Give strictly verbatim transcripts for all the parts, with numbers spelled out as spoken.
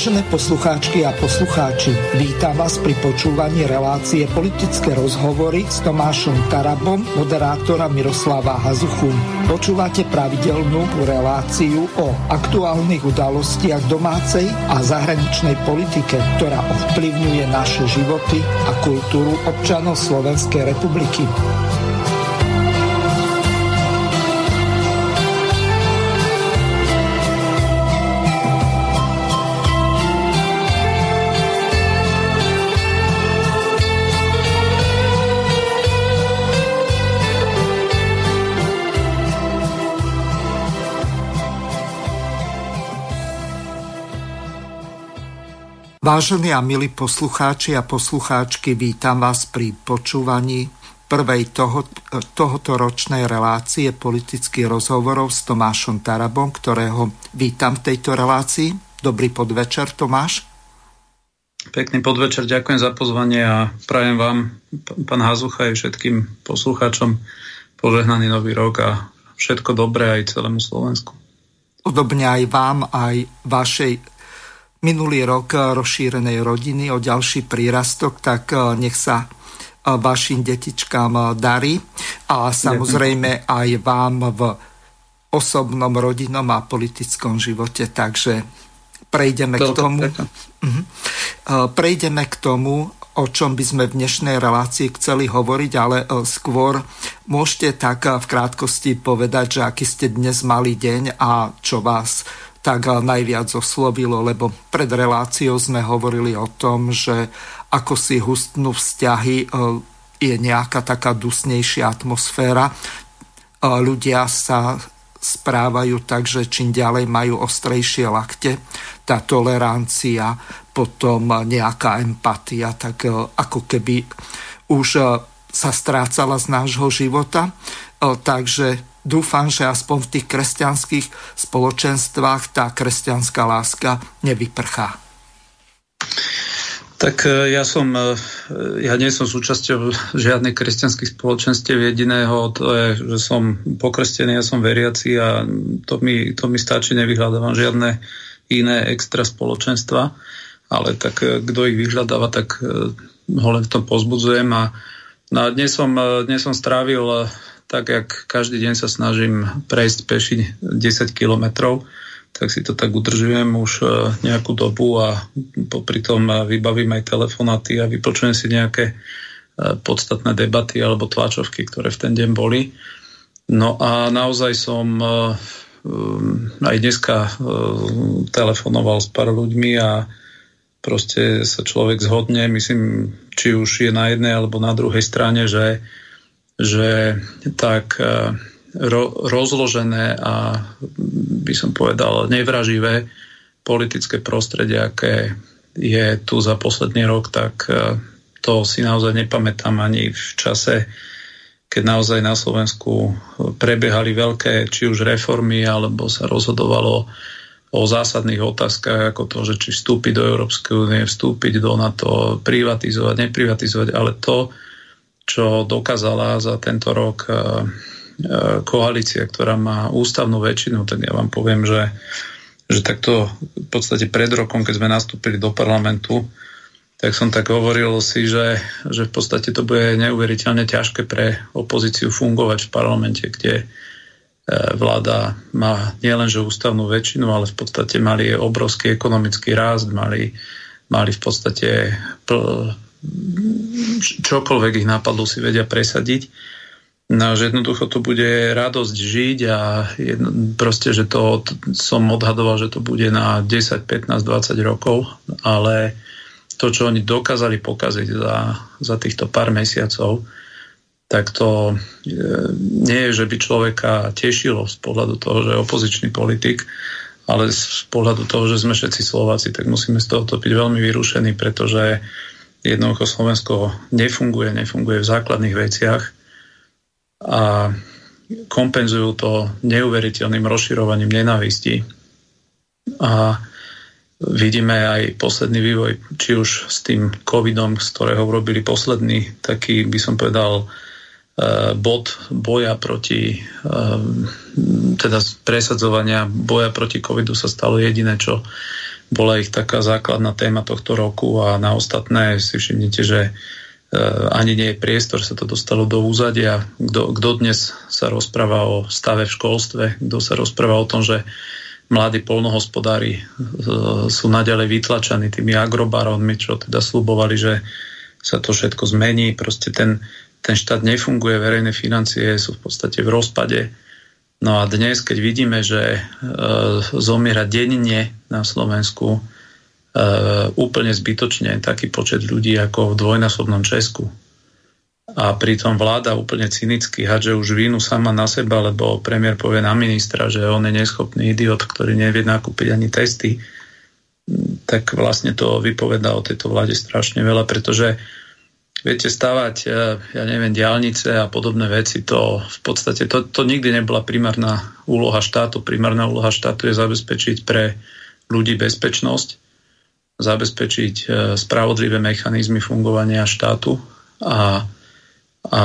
Vážené poslucháčky a poslucháči, vítam vás pri počúvaní relácie Politické rozhovory s Tomášom Tarabom, moderátora Miroslava Hazuchu. Počúvate pravidelnú reláciu o aktuálnych udalostiach domácej a zahraničnej politike, ktorá ovplyvňuje naše životy a kultúru občanov Slovenskej republiky. Vážení a milí poslucháči a poslucháčky, vítam vás pri počúvaní prvej toho, tohoto ročnej relácie politických rozhovorov s Tomášom Tarabom, ktorého vítam v tejto relácii. Dobrý podvečer, Tomáš. Pekný podvečer, ďakujem za pozvanie a prajem vám, pán Hazucha, aj všetkým poslucháčom požehnaný nový rok a všetko dobré aj celému Slovensku. Podobne aj vám, aj vašej minulý rok rozšírenej rodiny o ďalší prírastok, tak nech sa vašim detičkám darí a samozrejme aj vám v osobnom, rodinnom a politickom živote. Takže prejdeme k tomu. Prejdeme k tomu, o čom by sme v dnešnej relácii chceli hovoriť, ale skôr môžete tak v krátkosti povedať, že aký ste dnes mali deň a čo vás tak najviac oslovilo, lebo pred reláciou sme hovorili o tom, že ako si hustnú vzťahy, je nejaká taká dusnejšia atmosféra. Ľudia sa správajú tak, že čím ďalej majú ostrejšie lakte, tá tolerancia, potom nejaká empatia, tak ako keby už sa strácala z nášho života. Takže dúfam, že aspoň v tých kresťanských spoločenstvách tá kresťanská láska nevyprchá. Tak ja som, ja nie som súčasťou žiadnych kresťanských spoločenstiev, jediného to je, že som pokrstený, ja som veriaci a to mi, to mi stačí, nevyhľadávam žiadne iné extra spoločenstva, ale tak kto ich vyhľadáva, tak ho len v tom pozbudzujem a no, dnes som, dnes som strávil tak, jak každý deň sa snažím prejsť peši desať kilometrov, tak si to tak udržujem už nejakú dobu a popri tom vybavím aj telefonáty a vypočujem si nejaké podstatné debaty alebo tlačovky, ktoré v ten deň boli. No a naozaj som aj dneska telefonoval s pár ľuďmi a proste sa človek zhodne, myslím, či už je na jednej alebo na druhej strane, že že tak ro, rozložené a by som povedal nevraživé politické prostredie, aké je tu za posledný rok, tak to si naozaj nepamätám ani v čase, keď naozaj na Slovensku prebiehali veľké či už reformy, alebo sa rozhodovalo o zásadných otázkach ako to, že či vstúpiť do Európskej únie, vstúpiť do NATO, privatizovať, neprivatizovať, ale to, čo dokázala za tento rok koalícia, ktorá má ústavnú väčšinu, tak ja vám poviem, že, že takto v podstate pred rokom, keď sme nastúpili do parlamentu, tak som tak hovoril si, že, že v podstate to bude neuveriteľne ťažké pre opozíciu fungovať v parlamente, kde vláda má nielenže ústavnú väčšinu, ale v podstate mali obrovský ekonomický rast, mali, mali v podstate pl- čokoľvek ich napadlo, si vedia presadiť. No, že jednoducho to bude radosť žiť a jedno, proste, že to som odhadoval, že to bude na desať, pätnásť, dvadsať rokov, ale to, čo oni dokázali pokaziť za, za týchto pár mesiacov, tak to nie je, že by človeka tešilo z pohľadu toho, že je opozičný politik, ale z pohľadu toho, že sme všetci Slováci, tak musíme z tohoto byť veľmi vyrušení, pretože jednoducho Slovensko nefunguje, nefunguje v základných veciach a kompenzujú to neuveriteľným rozširovaním nenávisti. A vidíme aj posledný vývoj, či už s tým covidom, z ktorého urobili posledný taký, by som povedal, bod boja proti, teda presadzovania boja proti covidu sa stalo jediné, čo bola ich taká základná téma tohto roku a na ostatné si všimnite, že ani nie je priestor, sa to dostalo do úzadia. Kto, kto dnes sa rozpráva o stave v školstve, kto sa rozpráva o tom, že mladí poľnohospodári sú naďalej vytlačaní tými agrobarónmi, čo teda sľubovali, že sa to všetko zmení. Proste ten, ten štát nefunguje, verejné financie sú v podstate v rozpade. No a dnes, keď vidíme, že e, zomiera denne na Slovensku Uh, úplne zbytočne taký počet ľudí ako v dvojnásobnom Česku. A pritom vláda úplne cynicky hádže už vínu sama na seba, lebo premiér povie na ministra, že on je neschopný idiot, ktorý nevie nakúpiť ani testy. Tak vlastne to vypovedá o tejto vláde strašne veľa, pretože viete, stavať, ja neviem, diaľnice a podobné veci, to v podstate, to, to nikdy nebola primárna úloha štátu. Primárna úloha štátu je zabezpečiť pre ľudí bezpečnosť, zabezpečiť spravodlivé mechanizmy fungovania štátu a, a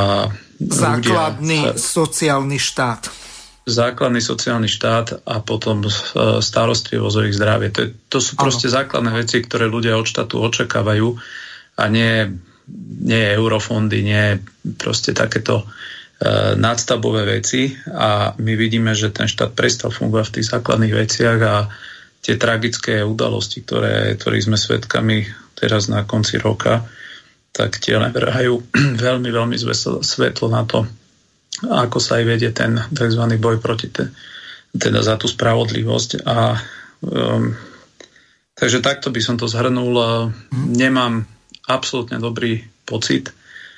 základný ľudia, sociálny štát. Základný sociálny štát a potom starostlivosť o ich zdravie. To, to sú proste ano. Základné veci, ktoré ľudia od štátu očakávajú a nie, nie eurofondy, nie proste takéto uh, nadstavbové veci a my vidíme, že ten štát prestal fungovať v tých základných veciach a tie tragické udalosti, ktoré, ktorých sme svedkami teraz na konci roka, tak tie len vrhajú veľmi, veľmi svetlo na to, ako sa aj vedie ten tzv. Boj proti te, teda za tú spravodlivosť. A, um, takže takto by som to zhrnul. Nemám absolútne dobrý pocit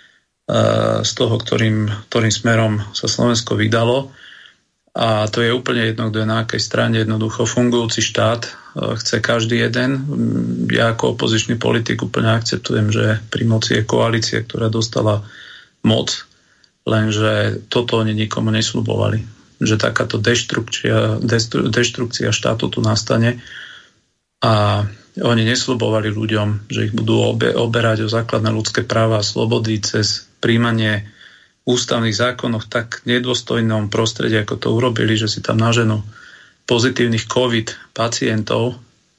uh, z toho, ktorým, ktorým smerom sa Slovensko vydalo. A to je úplne jedno, kto je na akej strane. Jednoducho fungujúci štát chce každý jeden. Ja ako opozičný politik úplne akceptujem, že pri moci je koalícia, ktorá dostala moc, lenže toto oni nikomu nesľubovali. Že takáto deštrukcia, deštrukcia štátu tu nastane a oni nesľubovali ľuďom, že ich budú oberať o základné ľudské práva a slobody cez príjmanie ústavných zákonoch tak nedôstojnom prostredí, ako to urobili, že si tam naženú pozitívnych COVID pacientov, e,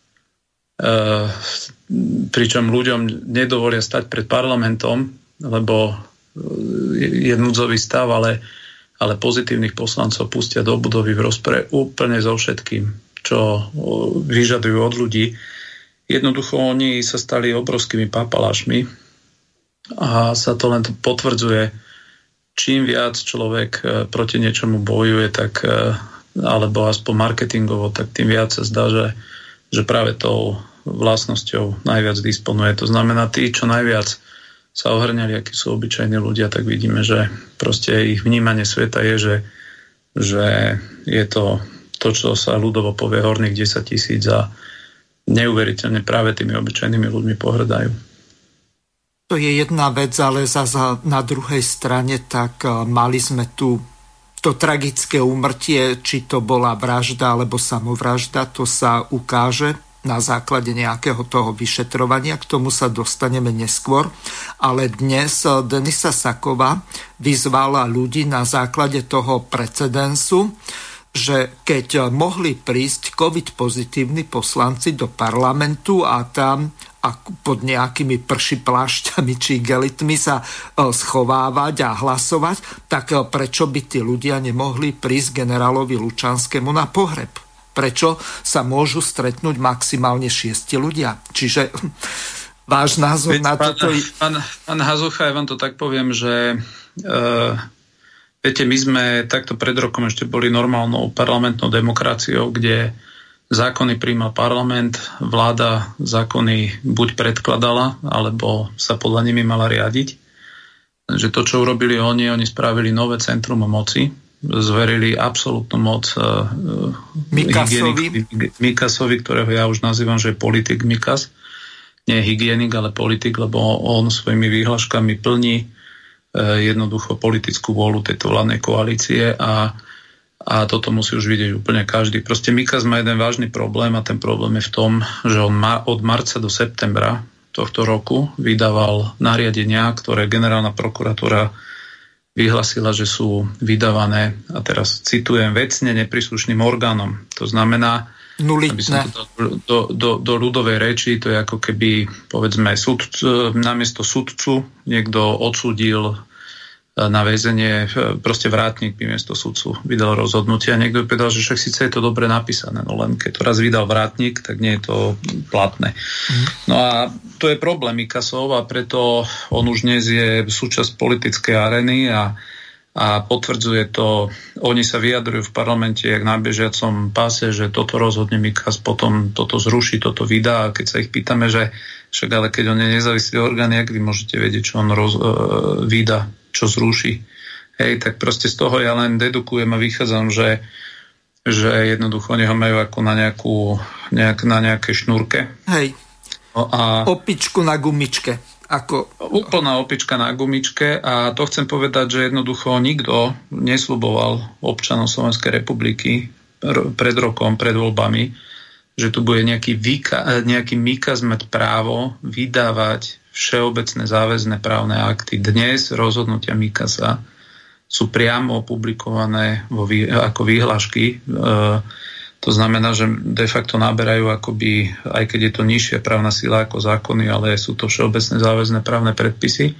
pričom ľuďom nedovolia stať pred parlamentom, lebo je, je núdzový stav, ale, ale pozitívnych poslancov pustia do budovy v rozpore úplne so všetkým, čo vyžadujú od ľudí. Jednoducho oni sa stali obrovskými papalášmi a sa to len potvrdzuje. Čím viac človek proti niečomu bojuje, tak, alebo aspoň marketingovo, tak tým viac sa zdá, že, že práve tou vlastnosťou najviac disponuje. To znamená, tí, čo najviac sa ohrňali, akí sú obyčajní ľudia, tak vidíme, že proste ich vnímanie sveta je, že, že je to to, čo sa ľudovo povie horných desať tisíc a neuveriteľne práve tými obyčajnými ľuďmi pohrdajú. To je jedna vec, ale zase na druhej strane tak mali sme tu to tragické úmrtie, či to bola vražda alebo samovražda, to sa ukáže na základe nejakého toho vyšetrovania, k tomu sa dostaneme neskôr. Ale dnes Denisa Saková vyzvala ľudí na základe toho precedensu, že keď mohli prísť COVID pozitívni poslanci do parlamentu a tam a pod nejakými prši plášťami či gelitmi sa schovávať a hlasovať, tak prečo by tí ľudia nemohli prísť generálovi Lučanskému na pohreb? Prečo sa môžu stretnúť maximálne šiesti ľudia? Čiže váš názor Veď, na pán, toto... Pán, pán Hazucha, ja vám to tak poviem, že uh, viete, my sme takto pred rokom ešte boli normálnou parlamentnou demokraciou, kde zákony prijímal parlament, vláda zákony buď predkladala, alebo sa podľa nimi mala riadiť. Takže to, čo urobili oni, oni spravili nové centrum moci, zverili absolútnu moc uh, Mikasovi. Mikasovi, ktorého ja už nazývam, že je politik Mikas. Nie hygienik, ale politik, lebo on svojimi výhľaškami plní uh, jednoducho politickú vôľu tejto vládnej koalície a A toto musí už vidieť úplne každý. Proste Mikas má jeden vážny problém a ten problém je v tom, že on má od marca do septembra tohto roku vydával nariadenia, ktoré generálna prokuratúra vyhlasila, že sú vydávané, a teraz citujem, vecne nepríslušným orgánom. To znamená, Nulitné. Do, do, do ľudovej reči, to je ako keby, povedzme, súd, namiesto sudcu niekto odsúdil na väzenie, proste vrátnik by miesto sudcu vydal rozhodnutie a niekto povedal, že však síce je to dobre napísané, no len keď to raz vydal vrátnik, tak nie je to platné. Mm. No a to je problém Mikasov a preto on už dnes je súčasť politickej arény a, a potvrdzuje to, oni sa vyjadrujú v parlamente jak na bežiacom páse, že toto rozhodne Mikas, potom toto zruší, toto vydá a keď sa ich pýtame, že však ale keď on je nezávislý orgán, jak vy môžete vedieť, čo on roz, uh, vydá, čo zruší. Hej, tak proste z toho ja len dedukujem a vychádzam, že, že jednoducho oni ho majú ako na, nejakú, nejak, na nejakej šnúrke. Hej, no a opičku na gumičke. Ako... Úplná opička na gumičke a to chcem povedať, že jednoducho nikto nesľuboval občanom Slovenskej republiky pred rokom, pred voľbami, že tu bude nejaký, výka, nejaký Mikas mať právo vydávať všeobecné záväzné právne akty. Dnes rozhodnutia Mikasa sú priamo opublikované vo, ako výhlášky. E, to znamená, že de facto naberajú akoby, aj keď je to nižšia právna sila ako zákony, ale sú to všeobecné záväzné právne predpisy.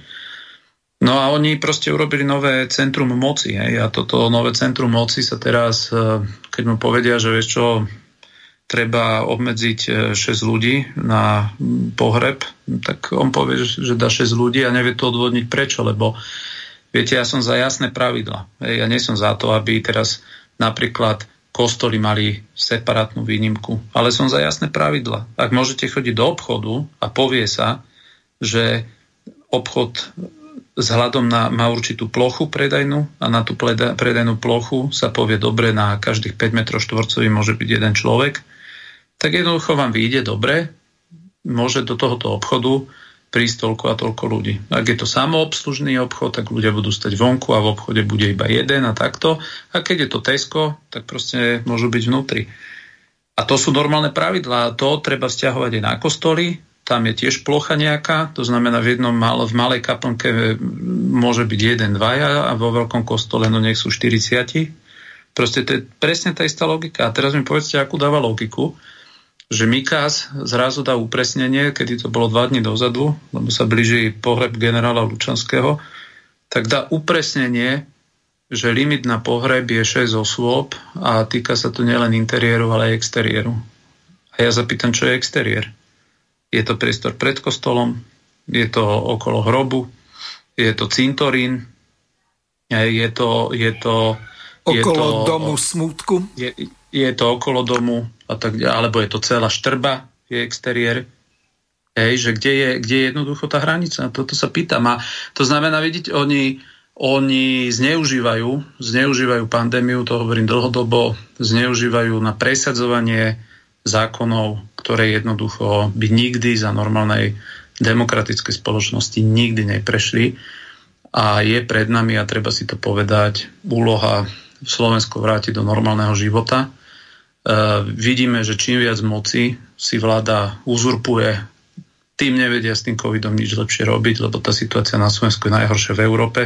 No a oni proste urobili nové centrum moci. Hej? A toto nové centrum moci sa teraz, keď mu povedia, že vieš čo, treba obmedziť šesť ľudí na pohreb, tak on povie, že dá šesť ľudí a nevie to odvodniť prečo, lebo viete, ja som za jasné pravidlá. Ja nie som za to, aby teraz napríklad kostoly mali separátnu výnimku, ale som za jasné pravidlá. Ak môžete chodiť do obchodu a povie sa, že obchod vzhľadom na má určitú plochu predajnú a na tú predajnú plochu sa povie dobre, na každých päť metrov štvorcových môže byť jeden človek, tak jednoducho vám vyjde dobre, môže do tohoto obchodu prísť toľko a toľko ľudí. Ak je to samoobslužný obchod, tak ľudia budú stať vonku a v obchode bude iba jeden a takto. A keď je to Tesco, tak proste môžu byť vnútri. A to sú normálne pravidlá. To treba vzťahovať aj na kostoly. Tam je tiež plocha nejaká, to znamená v jednom mal, v malej kaplnke môže byť jeden, dvaja a vo veľkom kostole no nech sú štyridsať. Proste to je presne tá istá logika. A teraz mi povedzte, akú dáva logiku, že Mikas zrazu dá upresnenie, kedy to bolo dva dni dozadu, lebo sa blíži pohreb generála Lučanského, tak dá upresnenie, že limit na pohreb je šesť osôb a týka sa to nielen interiéru, ale aj exteriéru. A ja zapýtam, čo je exteriér. Je to priestor pred kostolom, je to okolo hrobu, je to cintorín, je to... Je to je okolo to, domu smútku? Je, je to okolo domu, a tak, alebo je to celá štrba, je exteriér. Hej, že kde je, kde je jednoducho tá hranica? Toto sa pýtam. A to znamená, vidíte, oni, oni zneužívajú, zneužívajú pandémiu, to hovorím dlhodobo, zneužívajú na presadzovanie zákonov, ktoré jednoducho by nikdy za normálnej demokratickej spoločnosti nikdy neprešli. A je pred nami, a treba si to povedať, úloha Slovensko vrátiť do normálneho života. Uh, vidíme, že čím viac moci si vláda uzurpuje, tým nevedia s tým covidom nič lepšie robiť, lebo tá situácia na Slovensku je najhoršia v Európe.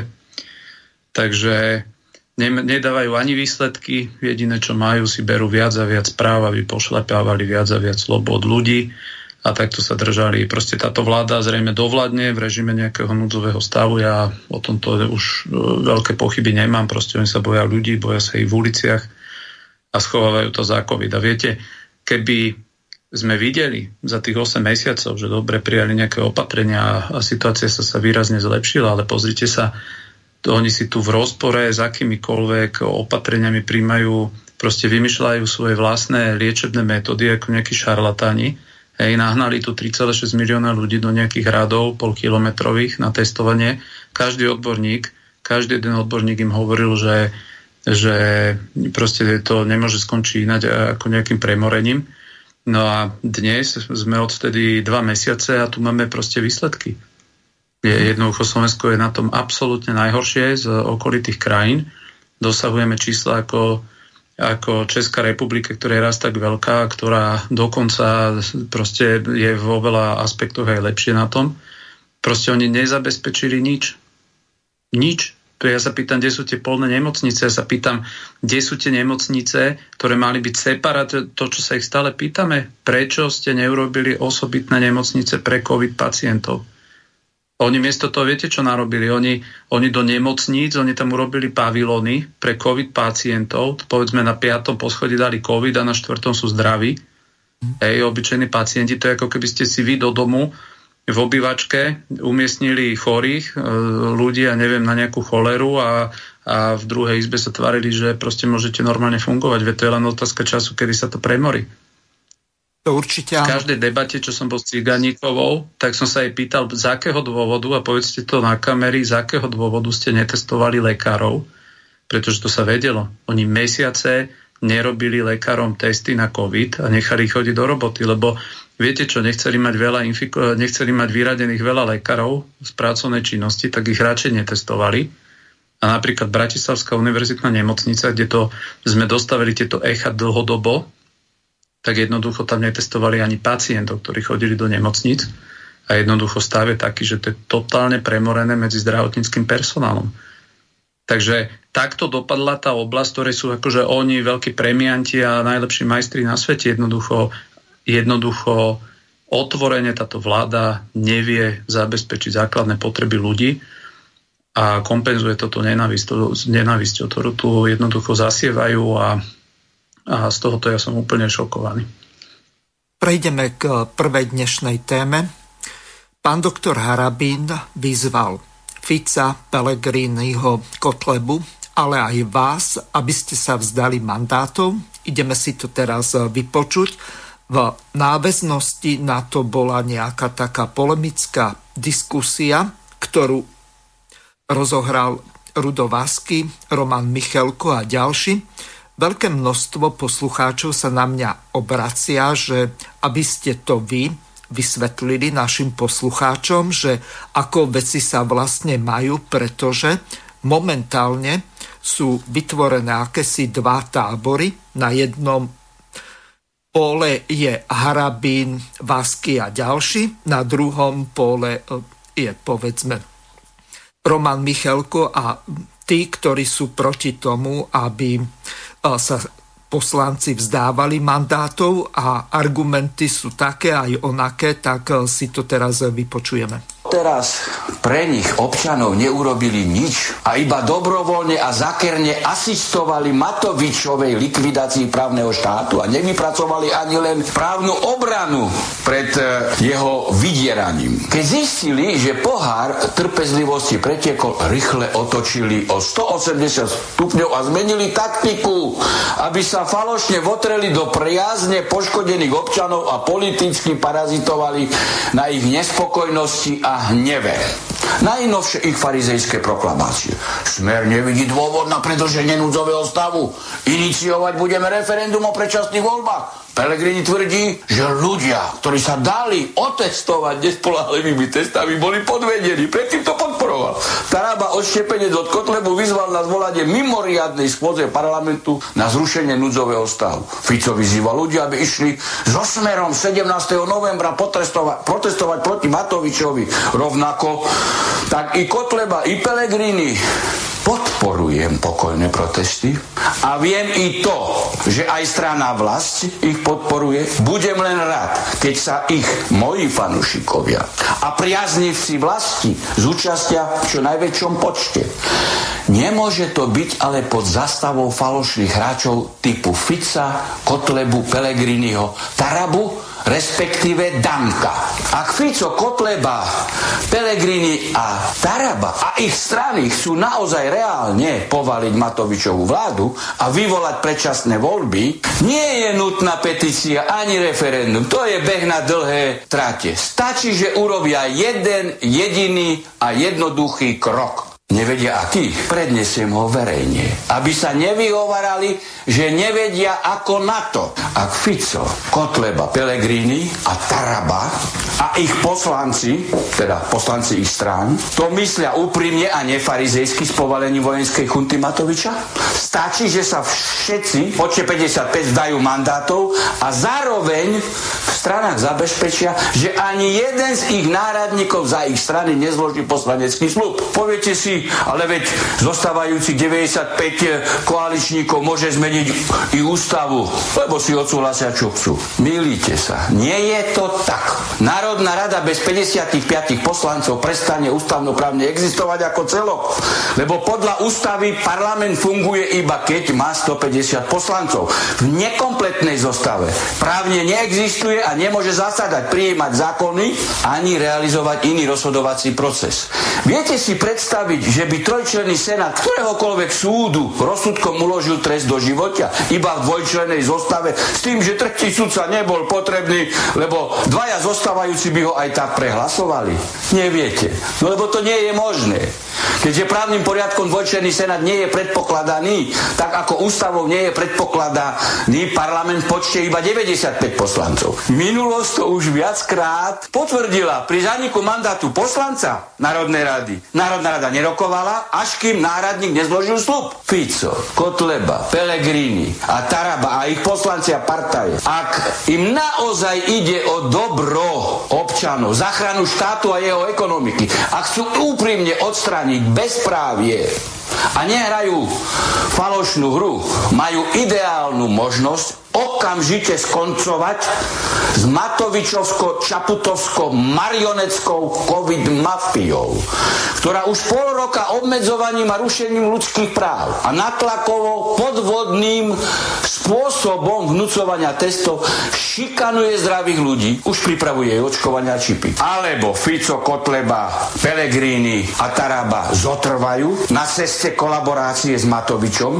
Takže ne- nedávajú ani výsledky, jediné, čo majú, si berú viac a viac práv, aby pošľapávali viac a viac slobod ľudí a takto sa držali. Proste táto vláda zrejme dovládne v režime nejakého núdzového stavu. Ja o tomto už veľké pochyby nemám. Proste oni sa boja ľudí, boja sa ich v uliciach a schovávajú to za COVID. A viete, keby sme videli za tých osem mesiacov, že dobre prijali nejaké opatrenia a situácia sa, sa výrazne zlepšila, ale pozrite sa, to oni si tu v rozpore s akýmikoľvek opatreniami príjmajú, proste vymýšľajú svoje vlastné liečebné metódy ako nejakí šarlatáni. Hej, nahnali tu tri celé šesť milióna ľudí do nejakých radov polkilometrových na testovanie. Každý odborník, každý jeden odborník im hovoril, že, že proste to nemôže skončiť ináč ako nejakým premorením. No a dnes sme odvtedy dva mesiace a tu máme proste výsledky. Je, jednoducho Slovensko je na tom absolútne najhoršie z okolitých krajín. Dosahujeme čísla ako ako Česká republika, ktorá je raz tak veľká, ktorá dokonca proste je vo veľa aspektoch aj lepšie na tom. Proste oni nezabezpečili nič. Nič. Ja sa pýtam, kde sú tie polné nemocnice, ja sa pýtam, kde sú tie nemocnice, ktoré mali byť separát, to, čo sa ich stále pýtame, prečo ste neurobili osobitné nemocnice pre COVID pacientov? Oni miesto toho, viete, čo narobili? Oni, oni do nemocníc, oni tam urobili pavilóny pre COVID pacientov, povedzme na piatom poschodí dali COVID a na štvrtom sú zdraví. Hej, obyčajní pacienti, to je ako keby ste si vy do domu v obývačke umiestnili chorých ľudí, ja neviem, na nejakú choleru a, a v druhej izbe sa tvárili, že proste môžete normálne fungovať. Veď to je len otázka času, kedy sa to premorí. To určite. V každej debate, čo som bol s Ciganíkovou, tak som sa jej pýtal, z akého dôvodu, a povedzte to na kamery, z akého dôvodu ste netestovali lekárov, pretože to sa vedelo. Oni mesiace nerobili lekárom testy na COVID a nechali ich chodiť do roboty, lebo viete čo, nechceli mať, veľa infiko- nechceli mať vyradených veľa lekárov z pracovnej činnosti, tak ich radšej netestovali. A napríklad Bratislavská univerzitná nemocnica, kde to sme dostavili tieto echa dlhodobo, tak jednoducho tam netestovali ani pacientov, ktorí chodili do nemocnic. A jednoducho stav je taký, že to je totálne premorené medzi zdravotníckym personálom. Takže takto dopadla tá oblasť, ktoré sú akože oni veľkí premianti a najlepší majstri na svete. Jednoducho, jednoducho otvorene táto vláda nevie zabezpečiť základné potreby ľudí a kompenzuje toto nenávisťou, ktorú tu jednoducho zasievajú a A z tohoto ja som úplne šokovaný. Prejdeme k prvej dnešnej téme. Pán doktor Harabín vyzval Fica, Pellegriniho, Kotlebu, ale aj vás, aby ste sa vzdali mandátov. Ideme si to teraz vypočuť. V náväznosti na to bola nejaká taká polemická diskusia, ktorú rozohral Rudo Vasky, Roman Michelko a ďalší. Veľké množstvo poslucháčov sa na mňa obracia, že aby ste to vy vysvetlili našim poslucháčom, že ako veci sa vlastne majú, pretože momentálne sú vytvorené akési dva tábory. Na jednom pole je Harabín, Vasky a ďalší, na druhom pole je povedzme Roman Michelko a tí, ktorí sú proti tomu, aby sa poslanci vzdávali mandátov a argumenty sú také aj onaké, tak si to teraz vypočujeme. Teraz pre nich občanov neurobili nič a iba dobrovoľne a zakerne asistovali Matovičovej likvidácii právneho štátu a nevypracovali ani len právnu obranu pred jeho vydieraním. Keď zistili, že pohár trpezlivosti pretiekol, rýchle otočili o stoosemdesiat stupňov a zmenili taktiku, aby sa falošne votreli do priazne poškodených občanov a politicky parazitovali na ich nespokojnosti a hneve. Najnovšie ich farizejské proklamácie. Smer nevidí dôvod na predĺženie núdzového stavu. Iniciovať budeme referendum o predčasných voľbách. Pellegrini tvrdí, že ľudia, ktorí sa dali otestovať nespoľahlivými testami, boli podvedení. Predtým to podporoval. Taraba odštepenec od Kotlebu vyzval na zvolanie mimoriadnej schôdze parlamentu na zrušenie núdzového stavu. Fico vyzýva ľudia, aby išli so Smerom sedemnásteho novembra protestovať proti Matovičovi. Rovnako tak i Kotleba, i Pellegrini. Podporujem pokojné protesty a viem i to, že aj strana Vlast ich podporuje. Budem len rád, keď sa ich moji fanúšikovia a priaznivci vlasti zúčastia v čo najväčšom počte. Nemôže to byť ale pod zastavou falošných hráčov typu Fica, Kotlebu, Pellegriniho, Tarabu, respektíve Danka. Ak Fico, Kotleba, Pellegrini a Taraba a ich strany chcú naozaj reálne povaliť Matovičovú vládu a vyvolať predčasné voľby, nie je nutná petícia ani referendum. To je beh na dlhé trate. Stačí, že urobia jeden jediný a jednoduchý krok. Nevedia aký? Prednesiem ho verejne. Aby sa nevyhovarali, že nevedia ako na to. Ak Fico, Kotleba, Pellegrini a Taraba a ich poslanci, teda poslanci ich strán, to myslia úprimne a nefarizejsky s povalením vojenskej chunty Matoviča? Stačí, že sa všetci počte päťdesiatpäť dajú mandátov a zároveň v stranách zabezpečia, že ani jeden z ich náhradníkov za ich strany nezloží poslanecký sľub. Poviete si, ale veď zostávajúcich deväťdesiatpäť koaličníkov môže zmeniť i ústavu, lebo si odsúhlasia, čo chcú. Mýlite sa. Nie je to tak. Národná rada bez päťdesiatpäť poslancov prestane ústavnoprávne existovať ako celok, lebo podľa ústavy parlament funguje iba keď má stopäťdesiat poslancov. V nekompletnej zostave právne neexistuje a nemôže zasadať, prijímať zákony ani realizovať iný rozhodovací proces. Viete si predstaviť, že by trojčlenný senát ktoréhokoľvek súdu rozsudkom uložil trest do života iba v dvojčlennej zostave s tým, že tretí sudca nebol potrebný, lebo dvaja zostávajúci by ho aj tak prehlasovali? Neviete. No lebo to nie je možné. Keďže právnym poriadkom dvojčlenný senát nie je predpokladaný, tak ako ústavou nie je predpokladaný parlament v počte iba deväťdesiatpäť poslancov. Minulosť to už viackrát potvrdila pri zaniku mandátu poslanca Národnej rady. Národná rada nerokovala, až kým náhradník nezložil sľub. Fico, Kotleba, Pellegrini a Taraba a ich poslanci a partaje. Ak im naozaj ide o dobro občanov, záchranu štátu a jeho ekonomiky, ak chcú úprimne odstrániť bezprávie a nehrajú falošnú hru, majú ideálnu možnosť okamžite skoncovať s Matovičovsko-Čaputovskou marioneckou covid mafiou, ktorá už pol roka obmedzovaním a rušením ľudských práv a natlakovo podvodným spôsobom vnúcovania testov šikanuje zdravých ľudí, už pripravuje očkovania čipy. Alebo Fico, Kotleba, Pellegrini a Taraba zotrvajú na ceste kolaborácie s Matovičom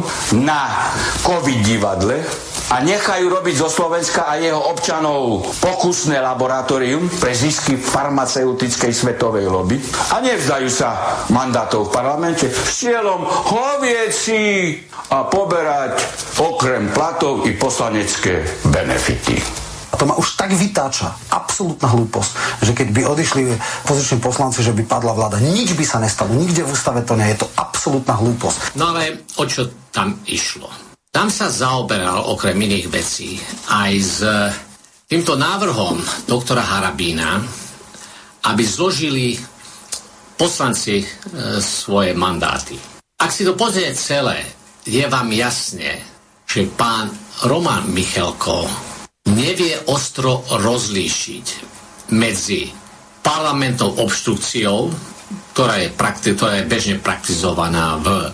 na covid divadle a nechajú robiť zo Slovenska a jeho občanov pokusné laboratórium pre zisky farmaceutickej svetovej lobby a nevzdajú sa mandátov v parlamente s cieľom hovieť si a poberať okrem platov i poslanecké benefity. A to ma už tak vytáča, absolútna hlúposť, že keď by odišli opoziční poslanci, že by padla vláda, nič by sa nestalo, nikde v ústave to nie je, to absolútna hlúposť. No ale o čo tam išlo? Tam sa zaoberal okrem iných vecí aj s týmto návrhom doktora Harabína, aby zložili poslanci e, svoje mandáty. Ak si to pozrie celé, je vám jasne, že pán Roman Michalko nevie ostro rozlíšiť medzi parlamentnou obštrukciou, ktorá je, prakti- ktorá je bežne praktizovaná v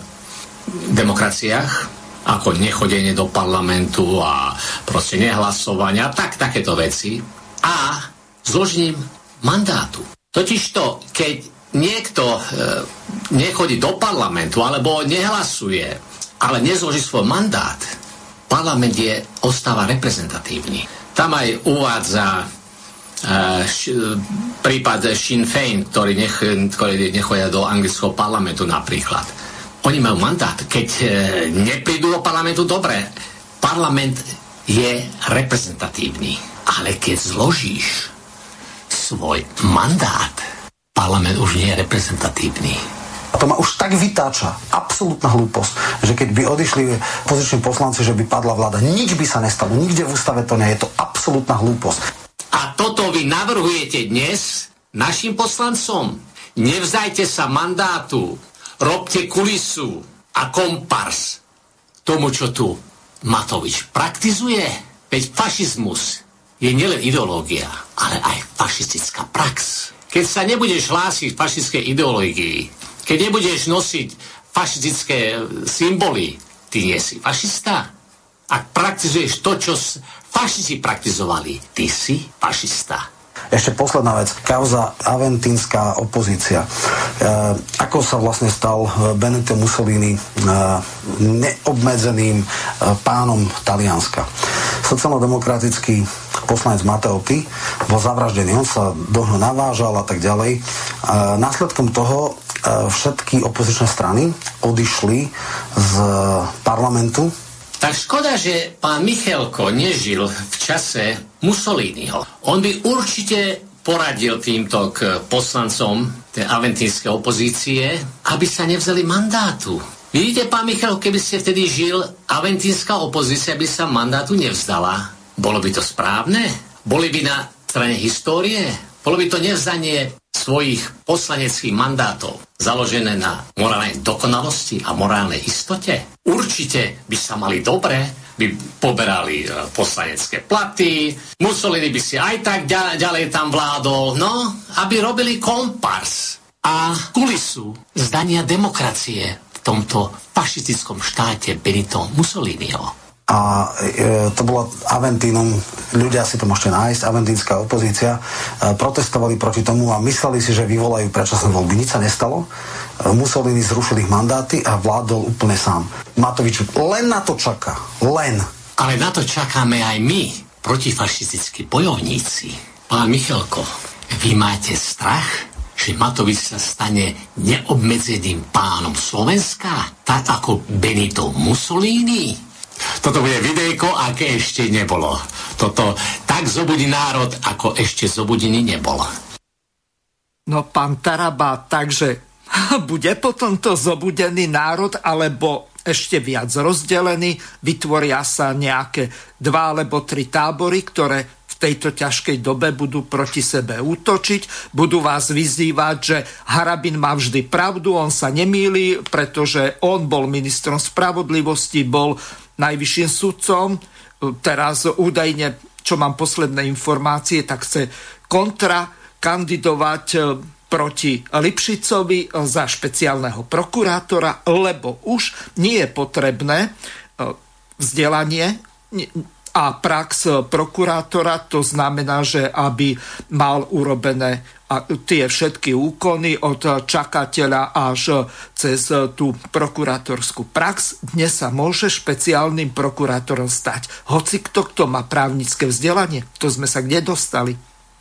demokraciách, ako nechodenie do parlamentu a proste nehlasovania, tak takéto veci, a zložením mandátu. Totižto, keď niekto e, nechodí do parlamentu alebo nehlasuje, ale nezloží svoj mandát, parlament je, ostáva reprezentatívny. Tam aj uvádza e, š, prípad Sinn Féin, ktorí, nech, ktorí nechodia do anglického parlamentu napríklad. Oni majú mandát. Keď e, neprídu do parlamentu, dobre. Parlament je reprezentatívny. Ale keď zložíš svoj mandát, parlament už nie je reprezentatívny. A to ma už tak vytáča, absolútna hlúposť, že keď by odišli opoziční poslanci, že by padla vláda, nič by sa nestalo, nikde v ústave to nie je, to absolútna hlúposť. A toto vy navrhujete dnes našim poslancom? Nevzdajte sa mandátu, robte kulisu a kompars tomu, čo tu Matovič praktizuje. Veď fašizmus je nielen ideológia, ale aj fašistická prax. Keď sa nebudeš hlásiť fašistickej ideológii, keď nebudeš nosiť fašistické symboly, ty nie si fašista. Ak praktizuješ to, čo fašisti praktizovali, ty si fašista. Ešte posledná vec, kauza aventínska opozícia. E, ako sa vlastne stal Benito Mussolini e, neobmedzeným e, pánom Talianska. Sociálno-demokratický poslanec Matteo Pi bol zavraždený, on sa do ňoho navážal a tak ďalej. E, následkom toho e, všetky opozičné strany odišli z parlamentu. Tak škoda, že pán Michalko nežil v čase Mussoliniho. On by určite poradil týmto k poslancom tej aventínskej opozície, aby sa nevzali mandátu. Vidíte, pán Michalko, keby ste vtedy žil, aventínska opozícia by sa mandátu nevzdala. Bolo by to správne? boli by na strane histórie? Bolo by to nevzdanie svojich poslaneckých mandátov založené na morálnej dokonalosti a morálnej istote? Určite by sa mali dobre, by poberali poslanecké platy, Mussolini by si aj tak ďalej, ďalej tam vládol, no, aby robili kompars a kulisu zdania demokracie v tomto fašistickom štáte Benito Mussoliniho. A e, to bolo Aventínum, ľudia si to môžete nájsť, aventínska opozícia, e, protestovali proti tomu a mysleli si, že vyvolajú predčasné voľby. Nič sa nestalo. E, Mussolini zrušil ich mandáty a vládol úplne sám. Matovič len na to čaká. Len. Ale na to čakáme aj my, protifašistickí bojovníci. Pán Michalko, vy máte strach, že Matovič sa stane neobmedzeným pánom Slovenska, tak ako Benito Mussolini? Toto bude videjko, aké ešte nebolo. Toto tak zobudí národ, ako ešte zobudený nebol. No, pán Taraba, takže bude potom to zobudený národ, alebo ešte viac rozdelený, vytvoria sa nejaké dva alebo tri tábory, ktoré v tejto ťažkej dobe budú proti sebe útočiť, budú vás vyzývať, že Harabin má vždy pravdu, on sa nemýli, pretože on bol ministrom spravodlivosti, bol najvyšším sudcom. Teraz údajne, čo mám posledné informácie, tak chce kontra kandidovať proti Lipšicovi za špeciálneho prokurátora, lebo už nie je potrebné vzdelanie a prax prokurátora, to znamená, že aby mal urobené tie všetky úkony od čakateľa až cez tú prokurátorskú prax. Dnes sa môže špeciálnym prokurátorom stať hoci kto, kto má právnické vzdelanie. To sme sa kde dostali?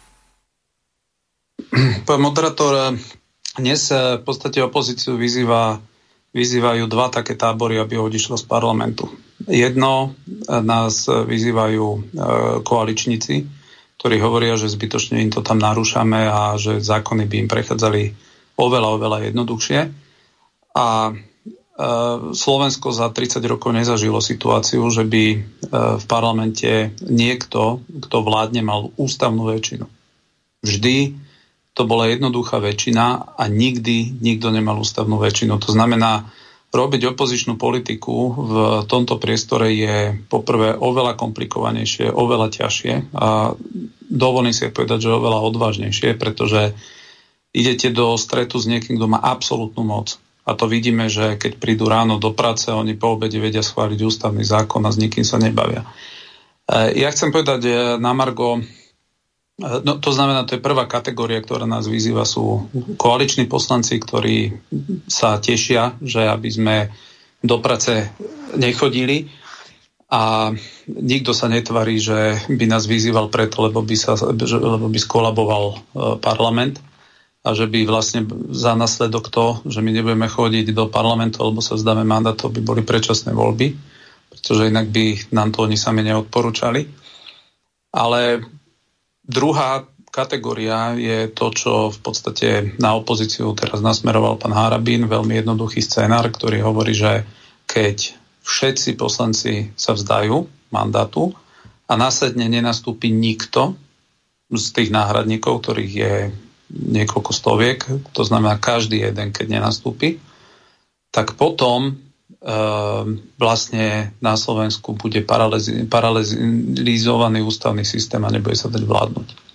Pán moderátor, dnes v podstate opozíciu vyzýva, vyzývajú dva také tábory, aby odišlo z parlamentu. Jedno nás vyzývajú koaličníci, ktorí hovoria, že zbytočne im to tam narúšame a že zákony by im prechádzali oveľa, oveľa jednoduchšie. A Slovensko za tridsať rokov nezažilo situáciu, že by v parlamente niekto, kto vládne, mal ústavnú väčšinu. Vždy to bola jednoduchá väčšina a nikdy nikto nemal ústavnú väčšinu. To znamená, robiť opozičnú politiku v tomto priestore je poprvé oveľa komplikovanejšie, oveľa ťažšie a dovolím si povedať, že oveľa odvážnejšie, pretože idete do stretu s niekým, kto má absolútnu moc. A to vidíme, že keď prídu ráno do práce, oni po obede vedia schváliť ústavný zákon a s nikým sa nebavia. Ja chcem povedať na margo, no, to znamená, to je prvá kategória, ktorá nás vyzýva, sú koaliční poslanci, ktorí sa tešia, že aby sme do práce nechodili a nikto sa netvarí, že by nás vyzýval preto, lebo by, sa, lebo by skolaboval parlament a že by vlastne za následok to, že my nebudeme chodiť do parlamentu alebo sa vzdáme mandátov, by boli predčasné voľby, pretože inak by nám to oni sami neodporúčali. Ale druhá kategória je to, čo v podstate na opozíciu teraz nasmeroval pán Harabín, veľmi jednoduchý scenár, ktorý hovorí, že keď všetci poslanci sa vzdajú mandátu a následne nenastúpi nikto z tých náhradníkov, ktorých je niekoľko stoviek, to znamená každý jeden, keď nenastúpi, tak potom e, vlastne na Slovensku bude paraliz- paralizovaný ústavný systém a nebude sa dať vládnuť. E,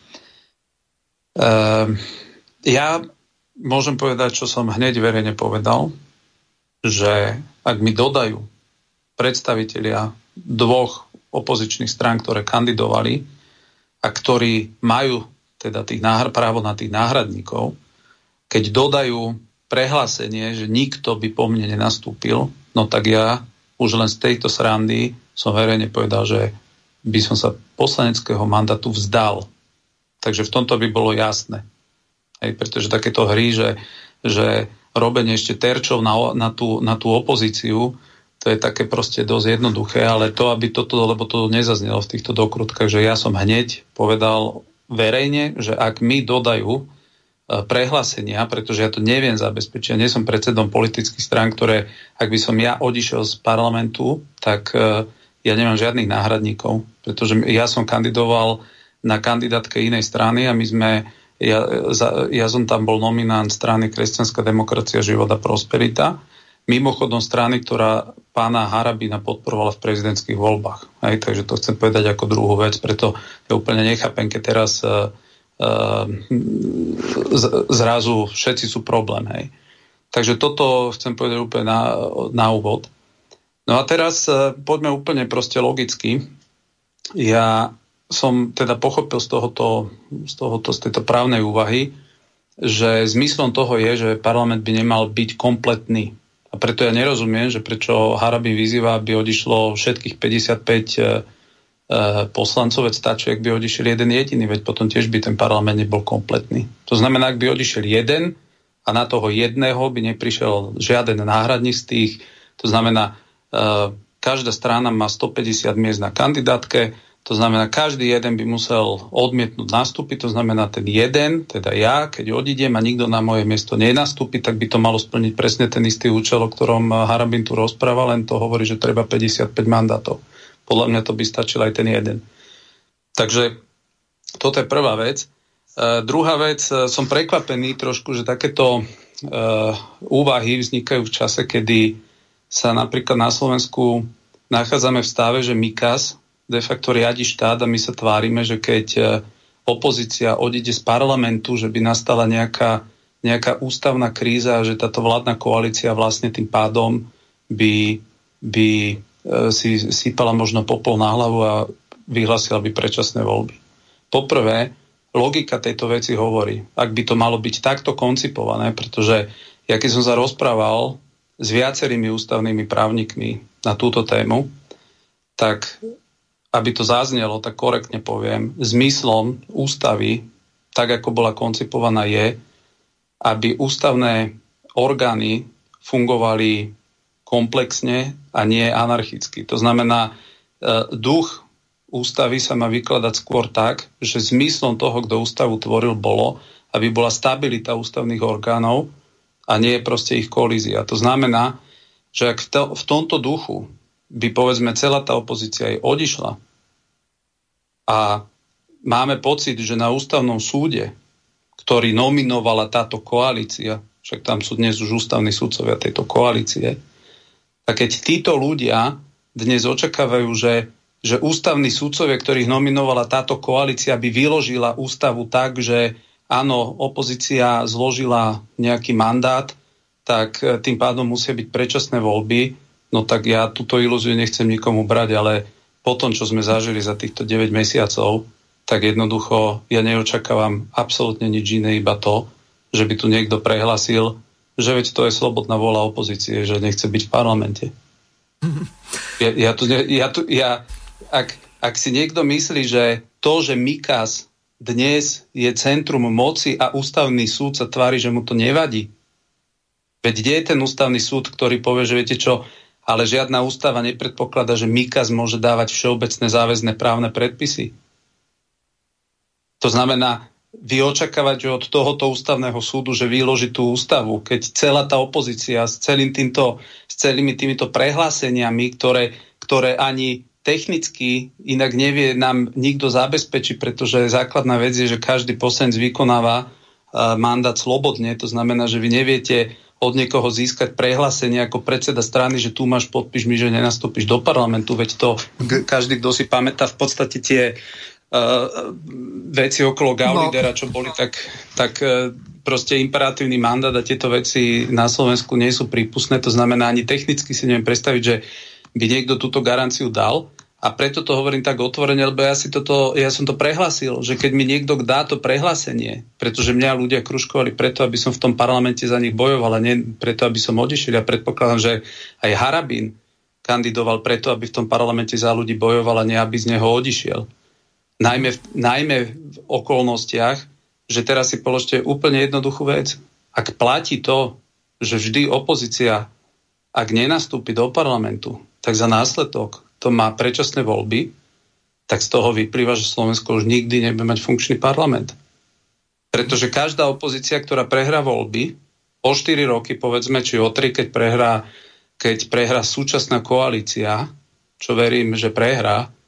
ja môžem povedať, čo som hneď verejne povedal, že ak mi dodajú predstavitelia dvoch opozičných strán, ktoré kandidovali a ktorí majú teda tých náhr- právo na tých náhradníkov, keď dodajú prehlásenie, že nikto by po mne nenastúpil, no tak ja už len z tejto srandy som verejne povedal, že by som sa poslaneckého mandátu vzdal. Takže v tomto by bolo jasné. Hej, pretože takéto hry, že, že robenie ešte terčov na, na, tú, na tú opozíciu, to je také proste dosť jednoduché, ale to, aby toto, lebo to nezaznelo v týchto dokrutkách, že ja som hneď povedal verejne, že ak mi dodajú prehlásenia, pretože ja to neviem zabezpečiť, ja nie som predsedom politických strán, ktoré, ak by som ja odišiel z parlamentu, tak ja nemám žiadnych náhradníkov, pretože ja som kandidoval na kandidátke inej strany a my sme, ja, ja som tam bol nominant strany Kresťanská demokracia, život a prosperita. Mimochodom strany, ktorá pána Harabina podporovala v prezidentských voľbách. Hej, takže to chcem povedať ako druhú vec, preto ja úplne nechápem, keď teraz uh, uh, zrazu všetci sú problém. Hej. Takže toto chcem povedať úplne na, na úvod. No a teraz uh, poďme úplne proste logicky. Ja som teda pochopil z tohoto, z tohoto, z tejto právnej úvahy, že zmyslom toho je, že parlament by nemal byť kompletný. A preto ja nerozumiem, že prečo Harabin vyzýva, aby odišlo všetkých päťdesiatpäť e, poslancov, veď stačí, ak by odišiel jeden jediný, veď potom tiež by ten parlament nebol kompletný. To znamená, ak by odišiel jeden a na toho jedného by neprišiel žiaden náhradník z tých, to znamená, e, každá strana má stopäťdesiat miest na kandidátke, to znamená, každý jeden by musel odmietnúť nastúpiť, to znamená ten jeden, teda ja, keď odídem a nikto na moje miesto nenastúpi, tak by to malo splniť presne ten istý účel, o ktorom Harabin tu rozpráva, len to hovorí, že treba päťdesiatpäť mandátov. Podľa mňa to by stačil aj ten jeden. Takže toto je prvá vec. E, druhá vec, som prekvapený trošku, že takéto e, úvahy vznikajú v čase, kedy sa napríklad na Slovensku nachádzame v stave, že Mikas de facto riadi štát a my sa tvárime, že keď opozícia odíde z parlamentu, že by nastala nejaká, nejaká ústavná kríza, že táto vládna koalícia vlastne tým pádom by, by si sypala možno popol na hlavu a vyhlasila by predčasné voľby. Poprvé, logika tejto veci hovorí, ak by to malo byť takto koncipované, pretože ja keď som sa rozprával s viacerými ústavnými právnikmi na túto tému, tak aby to zaznelo, tak korektne poviem, zmyslom ústavy, tak ako bola koncipovaná, je, aby ústavné orgány fungovali komplexne a nie anarchicky. To znamená, duch ústavy sa má vykladať skôr tak, že zmyslom toho, kto ústavu tvoril, bolo, aby bola stabilita ústavných orgánov a nie proste ich kolízia. To znamená, že ak v, to, v tomto duchu by povedzme celá tá opozícia aj odišla a máme pocit, že na ústavnom súde, ktorý nominovala táto koalícia, však tam sú dnes už ústavní sudcovia tejto koalície, a keď títo ľudia dnes očakávajú, že, že ústavní sudcovia, ktorých nominovala táto koalícia, by vyložila ústavu tak, že áno, opozícia zložila nejaký mandát, tak tým pádom musia byť predčasné voľby. No tak ja túto ilúziu nechcem nikomu brať, ale po tom, čo sme zažili za týchto deväť mesiacov, tak jednoducho ja neočakávam absolútne nič iné, iba to, že by tu niekto prehlasil, že veď to je slobodná vôľa opozície, že nechce byť v parlamente. Ja, ja tu, ja tu, ja, ak, ak si niekto myslí, že to, že Mikas dnes je centrum moci a ústavný súd sa tvári, že mu to nevadí, veď kde je ten ústavný súd, ktorý povie, že viete čo, ale žiadna ústava nepredpokladá, že Mikas môže dávať všeobecné záväzné právne predpisy. To znamená, vy očakávate od tohoto ústavného súdu, že vyloží tú ústavu, keď celá tá opozícia s, celým týmto, s celými týmito prehláseniami, ktoré, ktoré ani technicky inak nevie nám nikto zabezpečiť, pretože základná vec je, že každý poslanec vykonáva uh, mandát slobodne, to znamená, že vy neviete od niekoho získať prehlásenie ako predseda strany, že tu máš, podpíš mi, že nenastúpiš do parlamentu, veď to každý, kto si pamätá v podstate tie uh, veci okolo Gaulidera, čo boli, tak, tak uh, proste imperatívny mandát a tieto veci na Slovensku nie sú prípustné, to znamená, ani technicky si neviem predstaviť, že by niekto túto garanciu dal. A preto to hovorím tak otvorene, lebo ja, si toto, ja som to prehlásil, že keď mi niekto dá to prehlásenie, pretože mňa ľudia kružkovali preto, aby som v tom parlamente za nich bojoval a nie preto, aby som odišiel. Ja predpokladám, že aj Harabin kandidoval preto, aby v tom parlamente za ľudí bojoval a nie, aby z neho odišiel. Najmä v, najmä v okolnostiach, že teraz si položte úplne jednoduchú vec. Ak platí to, že vždy opozícia, ak nenastúpi do parlamentu, tak za následok to má predčasné voľby, tak z toho vyplýva, že Slovensko už nikdy nebude mať funkčný parlament. Pretože každá opozícia, ktorá prehrá voľby, o štyri roky, povedzme, či o tri, keď prehrá, keď prehrá súčasná koalícia, čo verím, že prehrá,